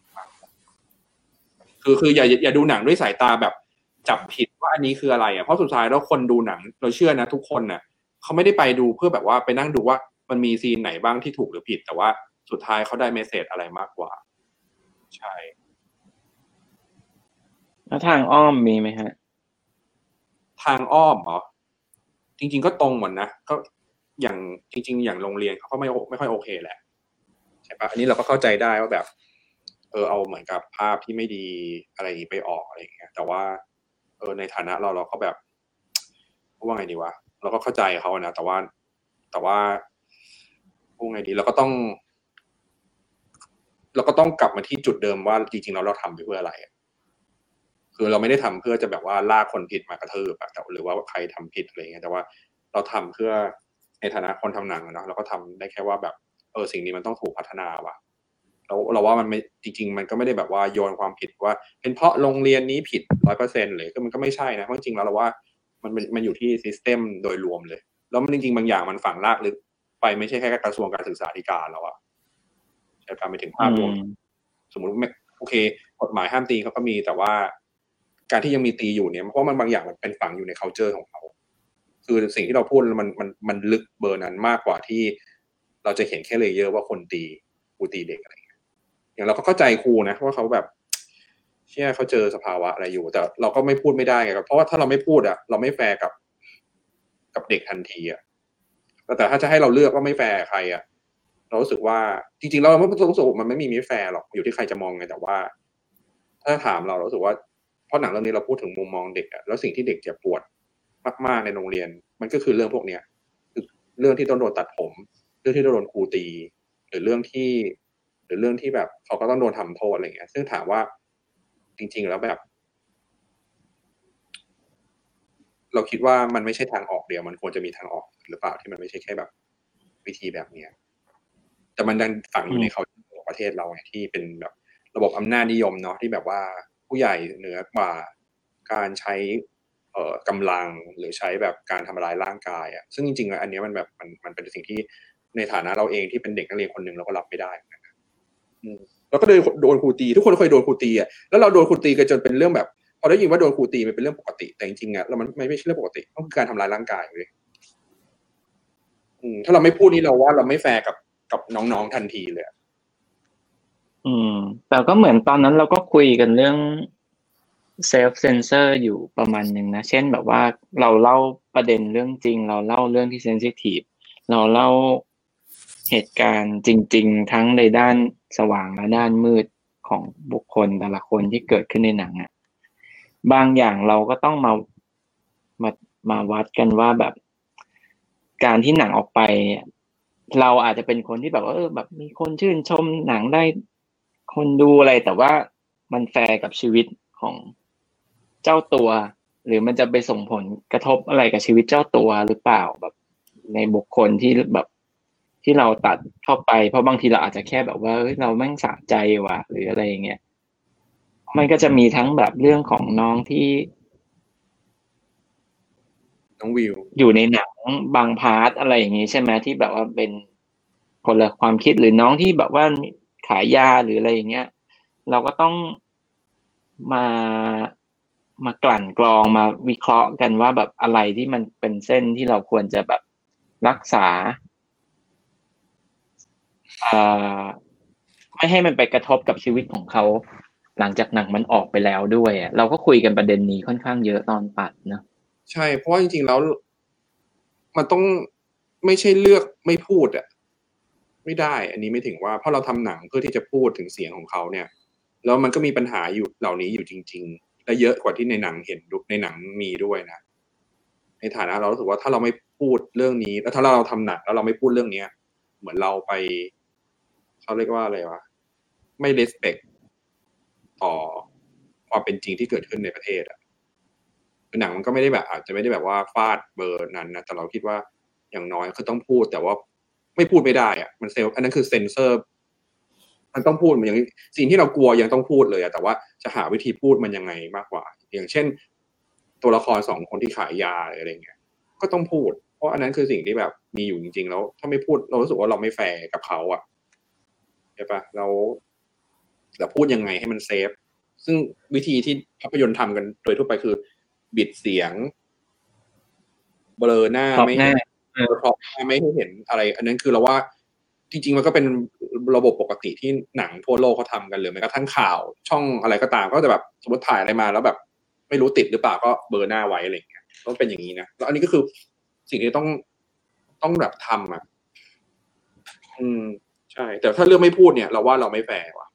คืออย่าดูหนังด้วยสายตาแบบจับผิดว่าอันนี้คืออะไรเพราะสุดท้ายแล้วคนดูหนังเราเชื่อนะทุกคนน่ะเขาไม่ได้ไปดูเพื่อแบบว่าไปนั่งดูว่ามันมีซีนไหนบ้างที่ถูกหรือผิดแต่ว่าสุดท้ายเขาได้เมสเสจอะไรมากกว่าใช่แล้วทางอ้อมมีไหมฮะทางอ้อมเหรอจริงๆก็ตรงหมดนะก็อย่างจริงๆอย่างโรงเรียนเขาก็ไม่ค่อยโอเคแหละใช่ปะอันนี้เราก็เข้าใจได้ว่าแบบเอาเหมือนกับภาพที่ไม่ดีอะไรไปออกอะไรอย่างเงี้ยแต่ว่าในฐานะเราก็แบบว่าไงดีวะเราก็เข้าใจเขานะแต่ว่าพูดไงดีเราก็ต้องกลับมาที่จุดเดิมว่าจริงๆเราทำไปเพื่ออะไรคือเราไม่ได้ทำเพื่อจะแบบว่าลากคนผิดมากระทืบแต่หรือว่าใครทำผิดอะไรเงี้ยแต่ว่าเราทำเพื่อในฐานะคนทำหนังเนาะเราก็ทำได้แค่ว่าแบบสิ่งนี้มันต้องถูกพัฒนาว่ะเราว่ามันไม่จริงๆมันก็ไม่ได้แบบว่าโยนความผิดว่าเป็นเพราะโรงเรียนนี้ผิด 100% เลยก็มันก็ไม่ใช่นะเพราะจริงๆแล้วเราว่ามันอยู่ที่ซิสเต็มโดยรวมเลยแล้วมันจริงๆบางอย่างมันฝังรากลึกไปไม่ใช่แค่กระทรวงการศึกษาธิการแล้วอะใช่การไปถึงภาพรวมสมมติโอเคกฎหมายห้ามตีเขาก็มีแต่ว่าการที่ยังมีตีอยู่เนี่ยเพราะมันบางอย่างมันเป็นฝังอยู่ใน culture ของเขาคือสิ่งที่เราพูดมันลึกเบอร์นั้นมากกว่าที่เราจะเห็นแค่เลเยอร์ว่าคนตีครูตีเด็กอะไรอย่างเราก็เข้าใจครูนะว่าเขาแบบเชื่อเขาเจอสภาวะอะไรอยู่แต่เราก็ไม่พูดไม่ได้ไงเพราะว่าถ้าเราไม่พูดเราไม่แฟร์กับเด็กทันทีแต่ถ้าจะให้เราเลือกว่าไม่แฟร์ใครเรารู้สึกว่าจริงๆเราไม่รู้สึกมันไม่มีไม่แฟร์หรอกอยู่ที่ใครจะมองไงแต่ว่าถ้าถามเรารู้สึกว่าเพราะหนังเรื่องนี้เราพูดถึงมุมมองเด็กแล้วสิ่งที่เด็กเจ็บปวดมากๆในโรงเรียนมันก็คือเรื่องพวกเนี้ยคือเรื่องที่ต้องโดนตัดผมเรื่องที่โดนครูตีหรือเรื่องที่แบบเขาก็ต้องโดนทำโทษอะไรเงี้ยซึ่งถามว่าจริงๆแล้วแบบเราคิดว่ามันไม่ใช่ทางออกเดียวมันควรจะมีทางออกหรือเปล่าที่มันไม่ใช่แค่แบบวิธีแบบเนี้ยแต่มันดันฝังอยู่ในเขาประเทศเราไงที่เป็นแบบระบบอำนาจนิยมเนาะที่แบบว่าผู้ใหญ่เหนือกว่าการใช้กำลังหรือใช้แบบการทำร้ายร่างกายอ่ะซึ่งจริงๆอันนี้มันแบบมันเป็นสิ่งที่ในฐานะเราเองที่เป็นเด็กนักเรียนคนหนึ่งเราก็รับไม่ได้นะครับแล้วก็โดนครูตีทุกคนเคยโดนครูตีอ่ะแล้วเราโดนครูตีกันจนเป็นเรื่องแบบพอได้ยินว่าโดนครูตีมันเป็นเรื่องปกติแต่จริงๆอ่ะแล้วมันไม่ใช่เรื่องปกติมันคือการทำร้ายร่างกายเลยถ้าเราไม่พูดนี่เราว่าเราไม่แฟร์กับน้องๆทันทีเลยแต่ก็เหมือนตอนนั้นเราก็คุยกันเรื่องเซลฟ์เซนเซอร์อยู่ประมาณนึงนะเช่นแบบว่าเราเล่าประเด็นเรื่องจริงเราเล่าเรื่องที่เซนซิทีฟเราเล่าเหตุการณ์จริงๆทั้งในด้านสว่างและด้านมืดของบุคคลแต่ละคนที่เกิดขึ้นในหนังอ่ะบางอย่างเราก็ต้องมาวัดกันว่าแบบการที่หนังออกไปเราอาจจะเป็นคนที่แบบแบบมีคนชื่นชมหนังได้คนดูอะไรแต่ว่ามันแฟร์กับชีวิตของเจ้าตัวหรือมันจะไปส่งผลกระทบอะไรกับชีวิตเจ้าตัวหรือเปล่าแบบในบุคคลที่แบบที่เราตัดเข้าไปเพราะบางทีเราอาจจะแค่แบบว่าเราแม่งสะใจว่ะหรืออะไรอย่างเงี้ยมันก็จะมีทั้งแบบเรื่องของน้องที่น้องวิวอยู่ในหนังบางพาร์ทอะไรอย่างงี้ใช่ไหมที่แบบว่าเป็นคนละความคิดหรือน้องที่แบบว่าขายยาหรืออะไรอย่างเงี้ยเราก็ต้องมากลั่นกรองมาวิเคราะห์กันว่าแบบอะไรที่มันเป็นเส้นที่เราควรจะแบบรักษาไม่ให้มันไปกระทบกับชีวิตของเขาหลังจากหนังมันออกไปแล้วด้วยเราก็คุยกันประเด็นนี้ค่อนข้างเยอะตอนปัดนะใช่เพราะว่าจริงๆแล้วมันต้องไม่ใช่เลือกไม่พูดไม่ได้อันนี้ไม่ถึงว่าเพราะเราทำหนังเพื่อที่จะพูดถึงเสียงของเขาเนี่ยแล้วมันก็มีปัญหาอยู่เหล่านี้อยู่จริงๆและเยอะกว่าที่ในหนังเห็นในหนังมีด้วยนะในฐานะเรารู้สึกว่าถ้าเราไม่พูดเรื่องนี้แล้วถ้าเราทำหนังแล้วเราไม่พูดเรื่องนี้เหมือนเราไปเขาเรียกว่าอะไรวะไม่ respect ต่อความเป็นจริงที่เกิดขึ้นในประเทศหนังมันก็ไม่ได้แบบอาจจะไม่ได้แบบว่าฟาดเบอร์นั้นนะแต่เราคิดว่าอย่างน้อยคือต้องพูดแต่ว่าไม่พูดไม่ได้มันอันนั้นคือเซนเซอร์มันต้องพูดอย่างสิ่งที่เรากลัวยังต้องพูดเลยแต่ว่าจะหาวิธีพูดมันยังไงมากกว่าอย่างเช่นตัวละคร2คนที่ขายยาอะไรเงี้ยก็ต้องพูดเพราะอันนั้นคือสิ่งที่แบบมีอยู่จริงๆแล้วถ้าไม่พูดเรารู้สึกว่าเราไม่แฟร์กับเขาใช่ปะเราพูดยังไงให้มันเซฟซึ่งวิธีที่ภาพยนตร์ทำกันโดยทั่วไปคือบิดเสียงเบลอหน้าไม่ให้ไม่ให้เห็นอะไรอันนั้นคือเราว่าจริงๆมันก็เป็นระบบปกติที่หนังทั่วโลกเขาทำกันหรือแม้กระทั่งข่าวช่องอะไรก็ตามก็จะแบบสมมติถ่ายอะไรมาแล้วแบบไม่รู้ติดหรือเปล่าก็เบลอหน้าไว้อะไรอย่างเงี้ยต้องเป็นอย่างนี้นะแล้วอันนี้ก็คือสิ่งที่ต้องแบบทำใช่แต่ถ้าเรื่องไม่พูดเนี่ยเราว่าเราไม่แฟร์ว่ะ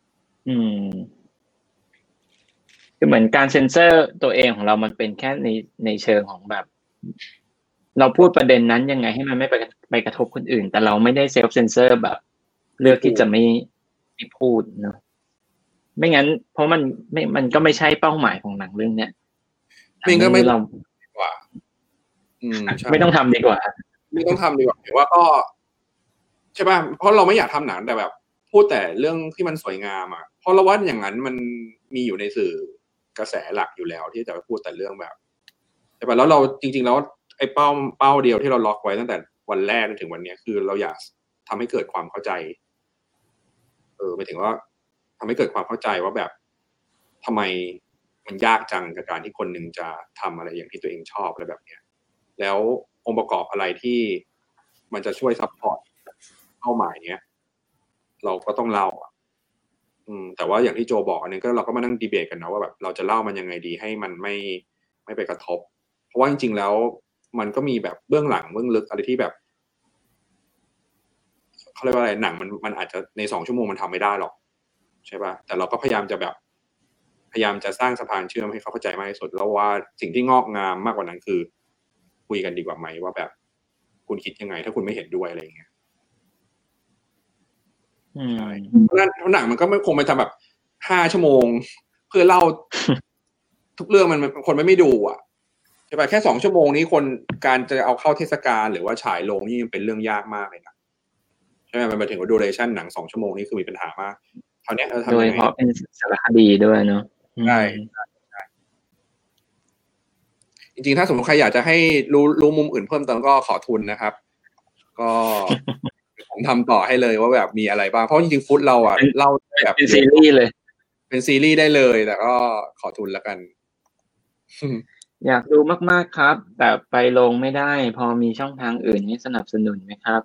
คือเหมือนการเซ็นเซอร์ตัวเองของเรามันเป็นแค่ในเชิงของแบบเราพูดประเด็นนั้นยังไงให้มันไม่ไปกระทบคนอื่นแต่เราไม่ได้เซลฟ์เซนเซอร์แบบเลือกที่จะไม่พูดเนาะไม่งั้นเพราะมันก็ไม่ใช่เป้าหมายของหนังเรื่องเนี้ยไม่เราดีกว่าไม่ต้องทำดีกว่าไม่ต้องทำดีกว่าหรือว่าก็ใช่ป่ะเพราะเราไม่อยากทำหนังแต่แบบพูดแต่เรื่องที่มันสวยงามเพราะเราว่าอย่างนั้นมันมีอยู่ในสื่อกระแสหลักอยู่แล้วที่จะไปพูดแต่เรื่องแบบใช่ป่ะแล้วเราจริงๆแล้วไอ้เป้าเดียวที่เราล็อกไว้ตั้งแต่วันแรกจนถึงวันนี้คือเราอยากทำให้เกิดความเข้าใจหมายถึงว่าทำให้เกิดความเข้าใจว่าแบบทำไมมันยากจังกับการที่คนหนึ่งจะทำอะไรอย่างที่ตัวเองชอบอะไรแบบเนี้ยแล้วองค์ประกอบอะไรที่มันจะช่วยซัพพอร์ตเป้าหมายเนี้ยเราก็ต้องเล่าแต่ว่าอย่างที่โจบอกอันนี้ก็เราก็มานั่งดีเบตกันนะว่าแบบเราจะเล่ามันยังไงดีให้มันไม่ไปกระทบเพราะว่าจริงๆแล้วมันก็มีแบบเบื้องหลังเบื้องลึกอะไรที่แบบเขาเรียกว่าอะไรหนังมันอาจจะใน2 ชั่วโมงมันทำไม่ได้หรอกใช่ป่ะแต่เราก็พยายามจะสร้างสะพานเชื่อมให้เขาเข้าใจมากที่สุดแล้วว่าสิ่งที่งอกงามมากกว่านั้นคือคุยกันดีกว่าไหมว่าแบบคุณคิดยังไงถ้าคุณไม่เห็นด้วยอะไรอย่างเงี้ยใช่เพราะหนังมันก็ไม่คงไปทำแบบ5 ชั่วโมงเพื่อเล่าทุกเรื่องมันคนไม่ดูใช่ป่ะแค่2 ชั่วโมงนี้คนการจะเอาเข้าเทศกาลหรือว่าฉายโรงนี่ยังเป็นเรื่องยากมากเลยนะใช่ไหมมันมาถึงว่าดูเรชั่นหนัง2 ชั่วโมงนี่คือมีปัญหามากคราวนี้เราทำยังไงโดยเฉพาะเป็นสารคดีด้วยเนาะใช่จริงๆถ้าสมมติใครอยากจะให้รู้มุมอื่นเพิ่มเติมก็ขอทุนนะครับ ก็ผมทำต่อให้เลยว่าแบบมีอะไรบ้างเพราะจริงๆฟุตเราอ่ะเล่าแบบเป็นซีรีส์เลยเป็นซีรีส์ได้เลยแต่ก็ขอทุนแล้วกันอยากดูมากๆครับแต่ไปลงไม่ได้พอมีช่องทางอื่นให้สนับสนุนไหมครับ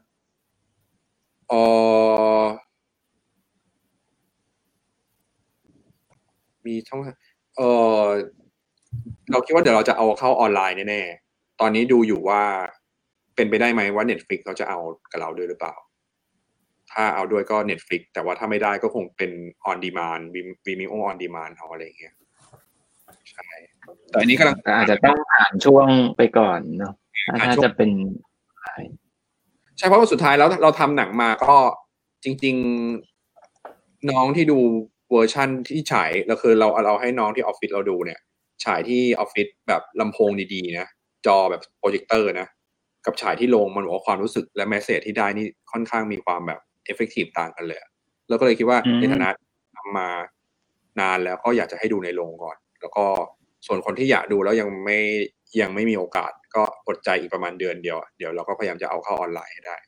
มีช่องเราคิดว่าเดี๋ยวเราจะเอาเข้าออนไลน์แน่ๆตอนนี้ดูอยู่ว่าเป็นไปได้ไหมว่า Netflix เขาจะเอากับเราด้วยหรือเปล่าถ้าเอาด้วยก็ Netflix แต่ว่าถ้าไม่ได้ก็คงเป็น on demand Vimeo on demand เอาอะไรอย่างเงี้ยใช่แต่อันนี้กำลังอาจจะต้องผ่านช่วงไปก่อนเนาะถ้าจะเป็นใช่เพราะว่าสุดท้ายแล้วเราทำหนังมาก็จริงๆน้องที่ดูเวอร์ชั่นที่ฉายแล้วคือเราให้น้องที่ออฟฟิศเราดูเนี่ยฉายที่ออฟฟิศแบบลำโพงดีๆนะจอแบบโปรเจคเตอร์นะกับฉายที่โรงมันบอกว่าความรู้สึกและแมสเสจที่ได้นี่ค่อนข้างมีความแบบเอฟเฟกตีฟต่างกันเลยแล้วก็เลยคิดว่าในฐานะทำมานานแล้วก็อยากจะให้ดูในโรงก่อนแล้วก็ส่วนคนที่อยากดูแล้วยังไม่มีโอกาสก็อดใจอีกประมาณเดือนเดียวเดี๋ยวเราก็พยายามจะเอาเข้าออนไลน์ให้ได้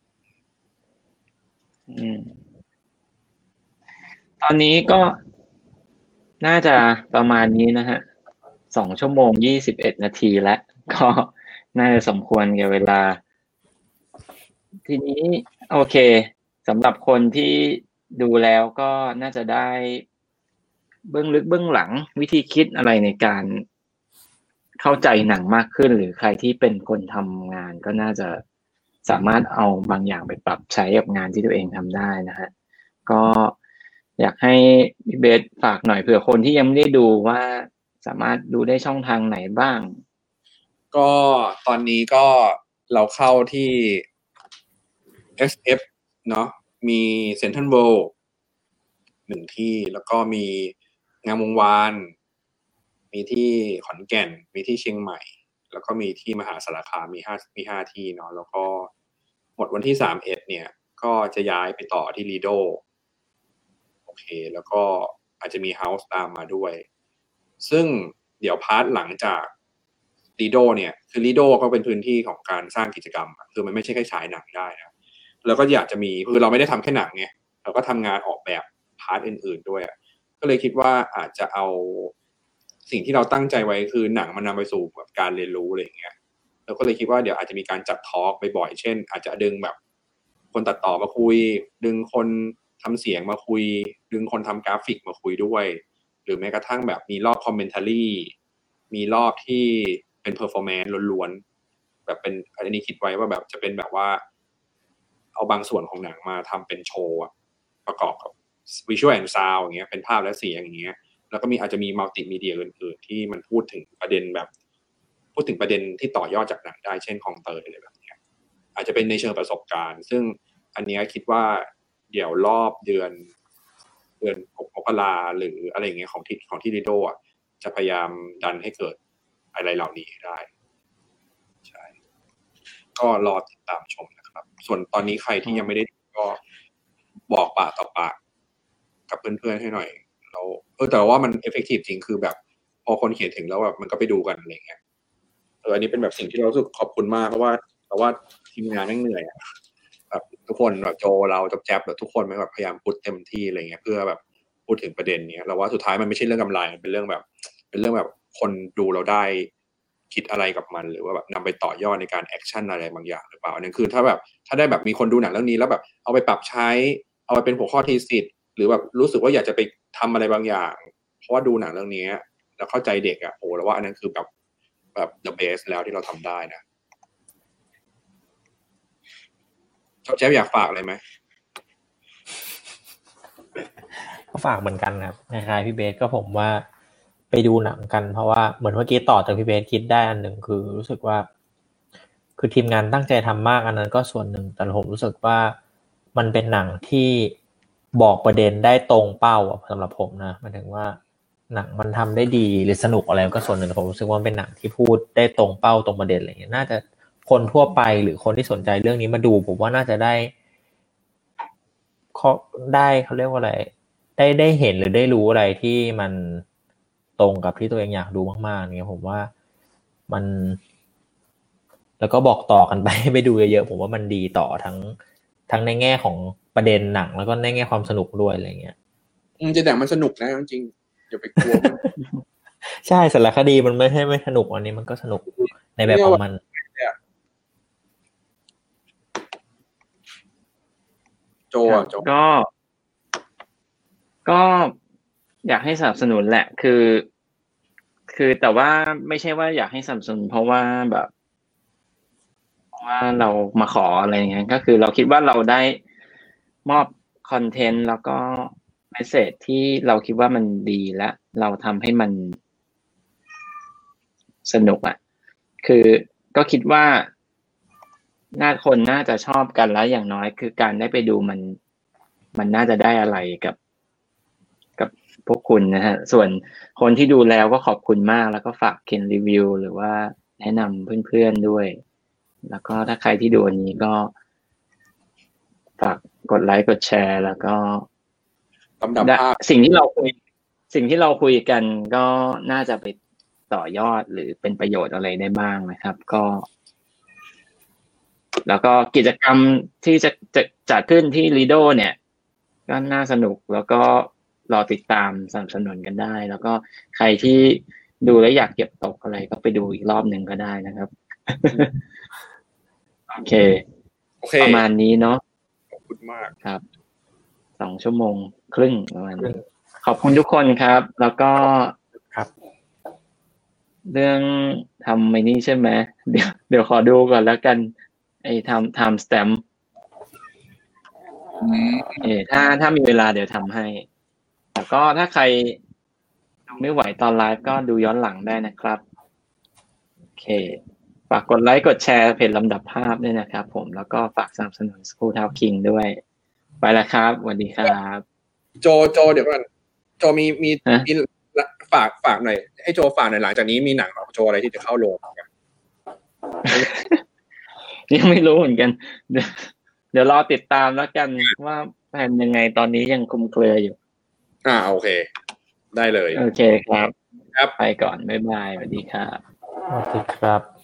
ตอนนี้ก็น่าจะประมาณนี้นะฮะ2 ชั่วโมง 21 นาทีแล้วก็น่าจะสมควรแก่เวลาทีนี้โอเคสำหรับคนที่ดูแล้วก็น่าจะได้เบื้องลึกเบื้องหลังวิธีคิดอะไรในการเข้าใจหนังมากขึ้นหรือใครที่เป็นคนทำงานก็น่าจะสามารถเอาบางอย่างไปปรับใช้กับงานที่ตัวเองทำได้นะฮะก็อยากให้พี่เบสฝากหน่อยเผื่อคนที่ยังไม่ได้ดูว่าสามารถดูได้ช่องทางไหนบ้างก็ตอนนี้ก็เราเข้าที่ SF เนาะมีเซ็นทรัลเวิลด์1ที่แล้วก็มีงามวงวานมีที่ขอนแก่นมีที่เชียงใหม่แล้วก็มีที่มหาสารคามมี5ที่เนาะแล้วก็หมดวันที่31เนี่ยก็จะย้ายไปต่อที่ลีโดโอเคแล้วก็อาจจะมีเฮ้าส์ตามมาด้วยซึ่งเดี๋ยวพาร์ทหลังจากลีโดเนี่ยคือลีโดก็เป็นพื้นที่ของการสร้างกิจกรรมคือมันไม่ใช่แค่ฉายหนังได้นะแล้วก็อยากจะมีคือเราไม่ได้ทำแค่หนังไงเราก็ทำงานออกแบบพาร์ทอื่นๆด้วยก็เลยคิดว่าอาจจะเอาสิ่งที่เราตั้งใจไว้คือหนังมันนำไปสู่แบบการเรียนรู้อะไรอย่างเงี้ยแล้วก็เลยคิดว่าเดี๋ยวอาจจะมีการจัดทอล์กบ่อยๆเช่นอาจจะดึงแบบคนตัดต่อมาคุยดึงคนทำเสียงมาคุยดึงคนทำกราฟิกมาคุยด้วยหรือแม้กระทั่งแบบมีรอบคอมเมนทารีมีรอบที่เป็นเพอร์ฟอร์แมนซ์ล้วนๆแบบเป็นอันนี้คิดไว้ว่าแบบจะเป็นแบบว่าเอาบางส่วนของหนังมาทำเป็นโชว์ประกอบกับวิชวลแอนด์ซาวด์อย่างเงี้ยเป็นภาพและเสียงอย่างเงี้ยแล้วก็อาจจะมีมัลติมีเดียอื่นๆที่มันพูดถึงประเด็นที่ต่อยอดจากหนังได้เช่นคลองเตยอะไรแบบนี้อาจจะเป็นในเชิงประสบการณ์ซึ่งอันนี้คิดว่าเดี๋ยวรอบเดือนมกราหรืออะไรอย่างเงี้ยของที่ลีโดจะพยายามดันให้เกิดอะไรเหล่านี้ได้ใช่ก็รอติดตามชมนะครับส่วนตอนนี้ใครที่ยังไม่ได้ก็บอกปากต่อปากกับเพื่อนๆให้หน่อยเราแต่ว่ามันเอฟเฟกตีฟจริงคือแบบพอคนเขียนถึงแล้วแบบมันก็ไปดูกันอะไรเงี้ยอันนี้เป็นแบบสิ่งที่เรารู้สึกขอบคุณมากเพราะว่าทีมงานแม่งเหนื่อยแบบทุกคนแบบโจเราแจ๊บแบบทุกคนมันแบบพยายามพูดเต็มที่อะไรเงี้ยเพื่อแบบพูดถึงประเด็นนี้เราว่าสุดท้ายมันไม่ใช่เรื่องกำไรเป็นเรื่องแบบคนดูเราได้คิดอะไรกับมันหรือว่าแบบนำไปต่อยอดในการแอคชั่นอะไรบางอย่างหรือเปล่านั่นคือถ้าได้แบบมีคนดูหนังเรื่องนี้แล้วแบบเอาไปปรับใช้เอาไปเป็นหัวข้อทีสิทธิ์หรือแบบรู้สึกว่าอยากจะไปทำอะไรบางอย่างเพราะว่าดูหนังเรื่องนี้แล้วเข้าใจเด็กโอ้แล้วว่าอันนั้นคือแบบ the best แล้วที่เราทำได้นะเจ๊อยากฝากอะไรไหมก็ฝากเหมือนกันครับคล้ายๆพี่เบสก็ผมว่าไปดูหนังกันเพราะว่าเหมือนเมื่อกี้ต่อจากพี่เบสคิดได้อันหนึ่งคือรู้สึกว่าคือทีมงานตั้งใจทำมากอันนั้นก็ส่วนหนึ่งแต่ผมรู้สึกว่ามันเป็นหนังที่บอกประเด็นได้ตรงเป้าสำหรับผมนะหมายถึงว่าหนังมันทำได้ดีหรือสนุกอะไรก็ส่วนหนึ่งผมรู้สึกว่าเป็นหนังที่พูดได้ตรงเป้าตรงประเด็นอะไรอย่างเงี้ยน่าจะคนทั่วไปหรือคนที่สนใจเรื่องนี้มาดูผมว่าน่าจะได้เขาเรียกว่าอะไรได้เห็นหรือได้รู้อะไรที่มันตรงกับที่ตัวเองอยากดูมากๆเนี่ยผมว่ามันแล้วก็บอกต่อกันไป ไปดูเยอะๆผมว่ามันดีต่อทั้งในแง่ของประเด็นหนังแล้วก็ในแง่ความสนุกด้วยอะไรเงี้ยจะแต่มันสนุกนะจริงๆอย่าไปกลัวใช่สารคดีมันไม่ใช่ไม่สนุกอันนี้มันก็สนุกในแบบของมันโจก็อยากให้สนับสนุนแหละคือแต่ว่าไม่ใช่ว่าอยากให้สนับสนุนเพราะว่าแบบว่าเรามาขออะไรอย่างเงี้ยก็คือเราคิดว่าเราได้มอบคอนเทนต์แล้วก็เมสเสจที่เราคิดว่ามันดีและเราทำให้มันสนุกอ่ะคือก็คิดว่าคนน่าจะชอบกันแล้วอย่างน้อยคือการได้ไปดูมันน่าจะได้อะไรกับพวกคุณนะฮะส่วนคนที่ดูแล้วก็ขอบคุณมากแล้วก็ฝากเขียนรีวิวหรือว่าแนะนำเพื่อนๆด้วยแล้วก็ถ้าใครที่ดูอันนี้ก็ฝากกดไลค์กดแชร์แล้วก็สิ่งที่เราคุยกันก็น่าจะไปต่อยอดหรือเป็นประโยชน์อะไรได้บ้างนะครับก็แล้วก็กิจกรรมที่จะจัดขึ้นที่ Lido เนี่ยก็น่าสนุกแล้วก็รอติดตามสนับสนุนกันได้แล้วก็ใครที่ดูแล้วอยากเก็บตกอะไรก็ไปดูอีกรอบหนึ่งก็ได้นะครับ โอเคประมาณนี้เนาะขอบคุณมากครับ2 ชั่วโมงครึ่งประมาณนี้ขอบคุณทุกคนครับแล้วก็ครับเรื่องทำไอ้นี่ใช่ไหมเดี๋ยวขอดูก่อนแล้วกันไอ้ทำสแตมป์ถ้ามีเวลาเดี๋ยวทำให้แล้วก็ถ้าใครไม่ไหวตอนไลฟ์ก็ดูย้อนหลังได้นะครับโอเคฝากกดไลค์กดแชร์เพจลำดับภาพด้วยนะครับผมแล้วก็ฝากสนับสนุน School Talking ด้วยไปแล้วครับสวัสดีครับโจเดี๋ยวก่อนโจมีฝากหน่อยให้โจฝากหน่อยหลังจากนี้มีหนังของโจอะไรที่จะเข้าโรงยังไม่รู้เหมือนกันเดี๋ยวรอติดตามแล้วกันว่าแผนยังไงตอนนี้ยังคลุมเครืออยู่โอเคได้เลยโอเคครับไปก่อนบ๊ายบายสวัสดีครับสวัสดีครับ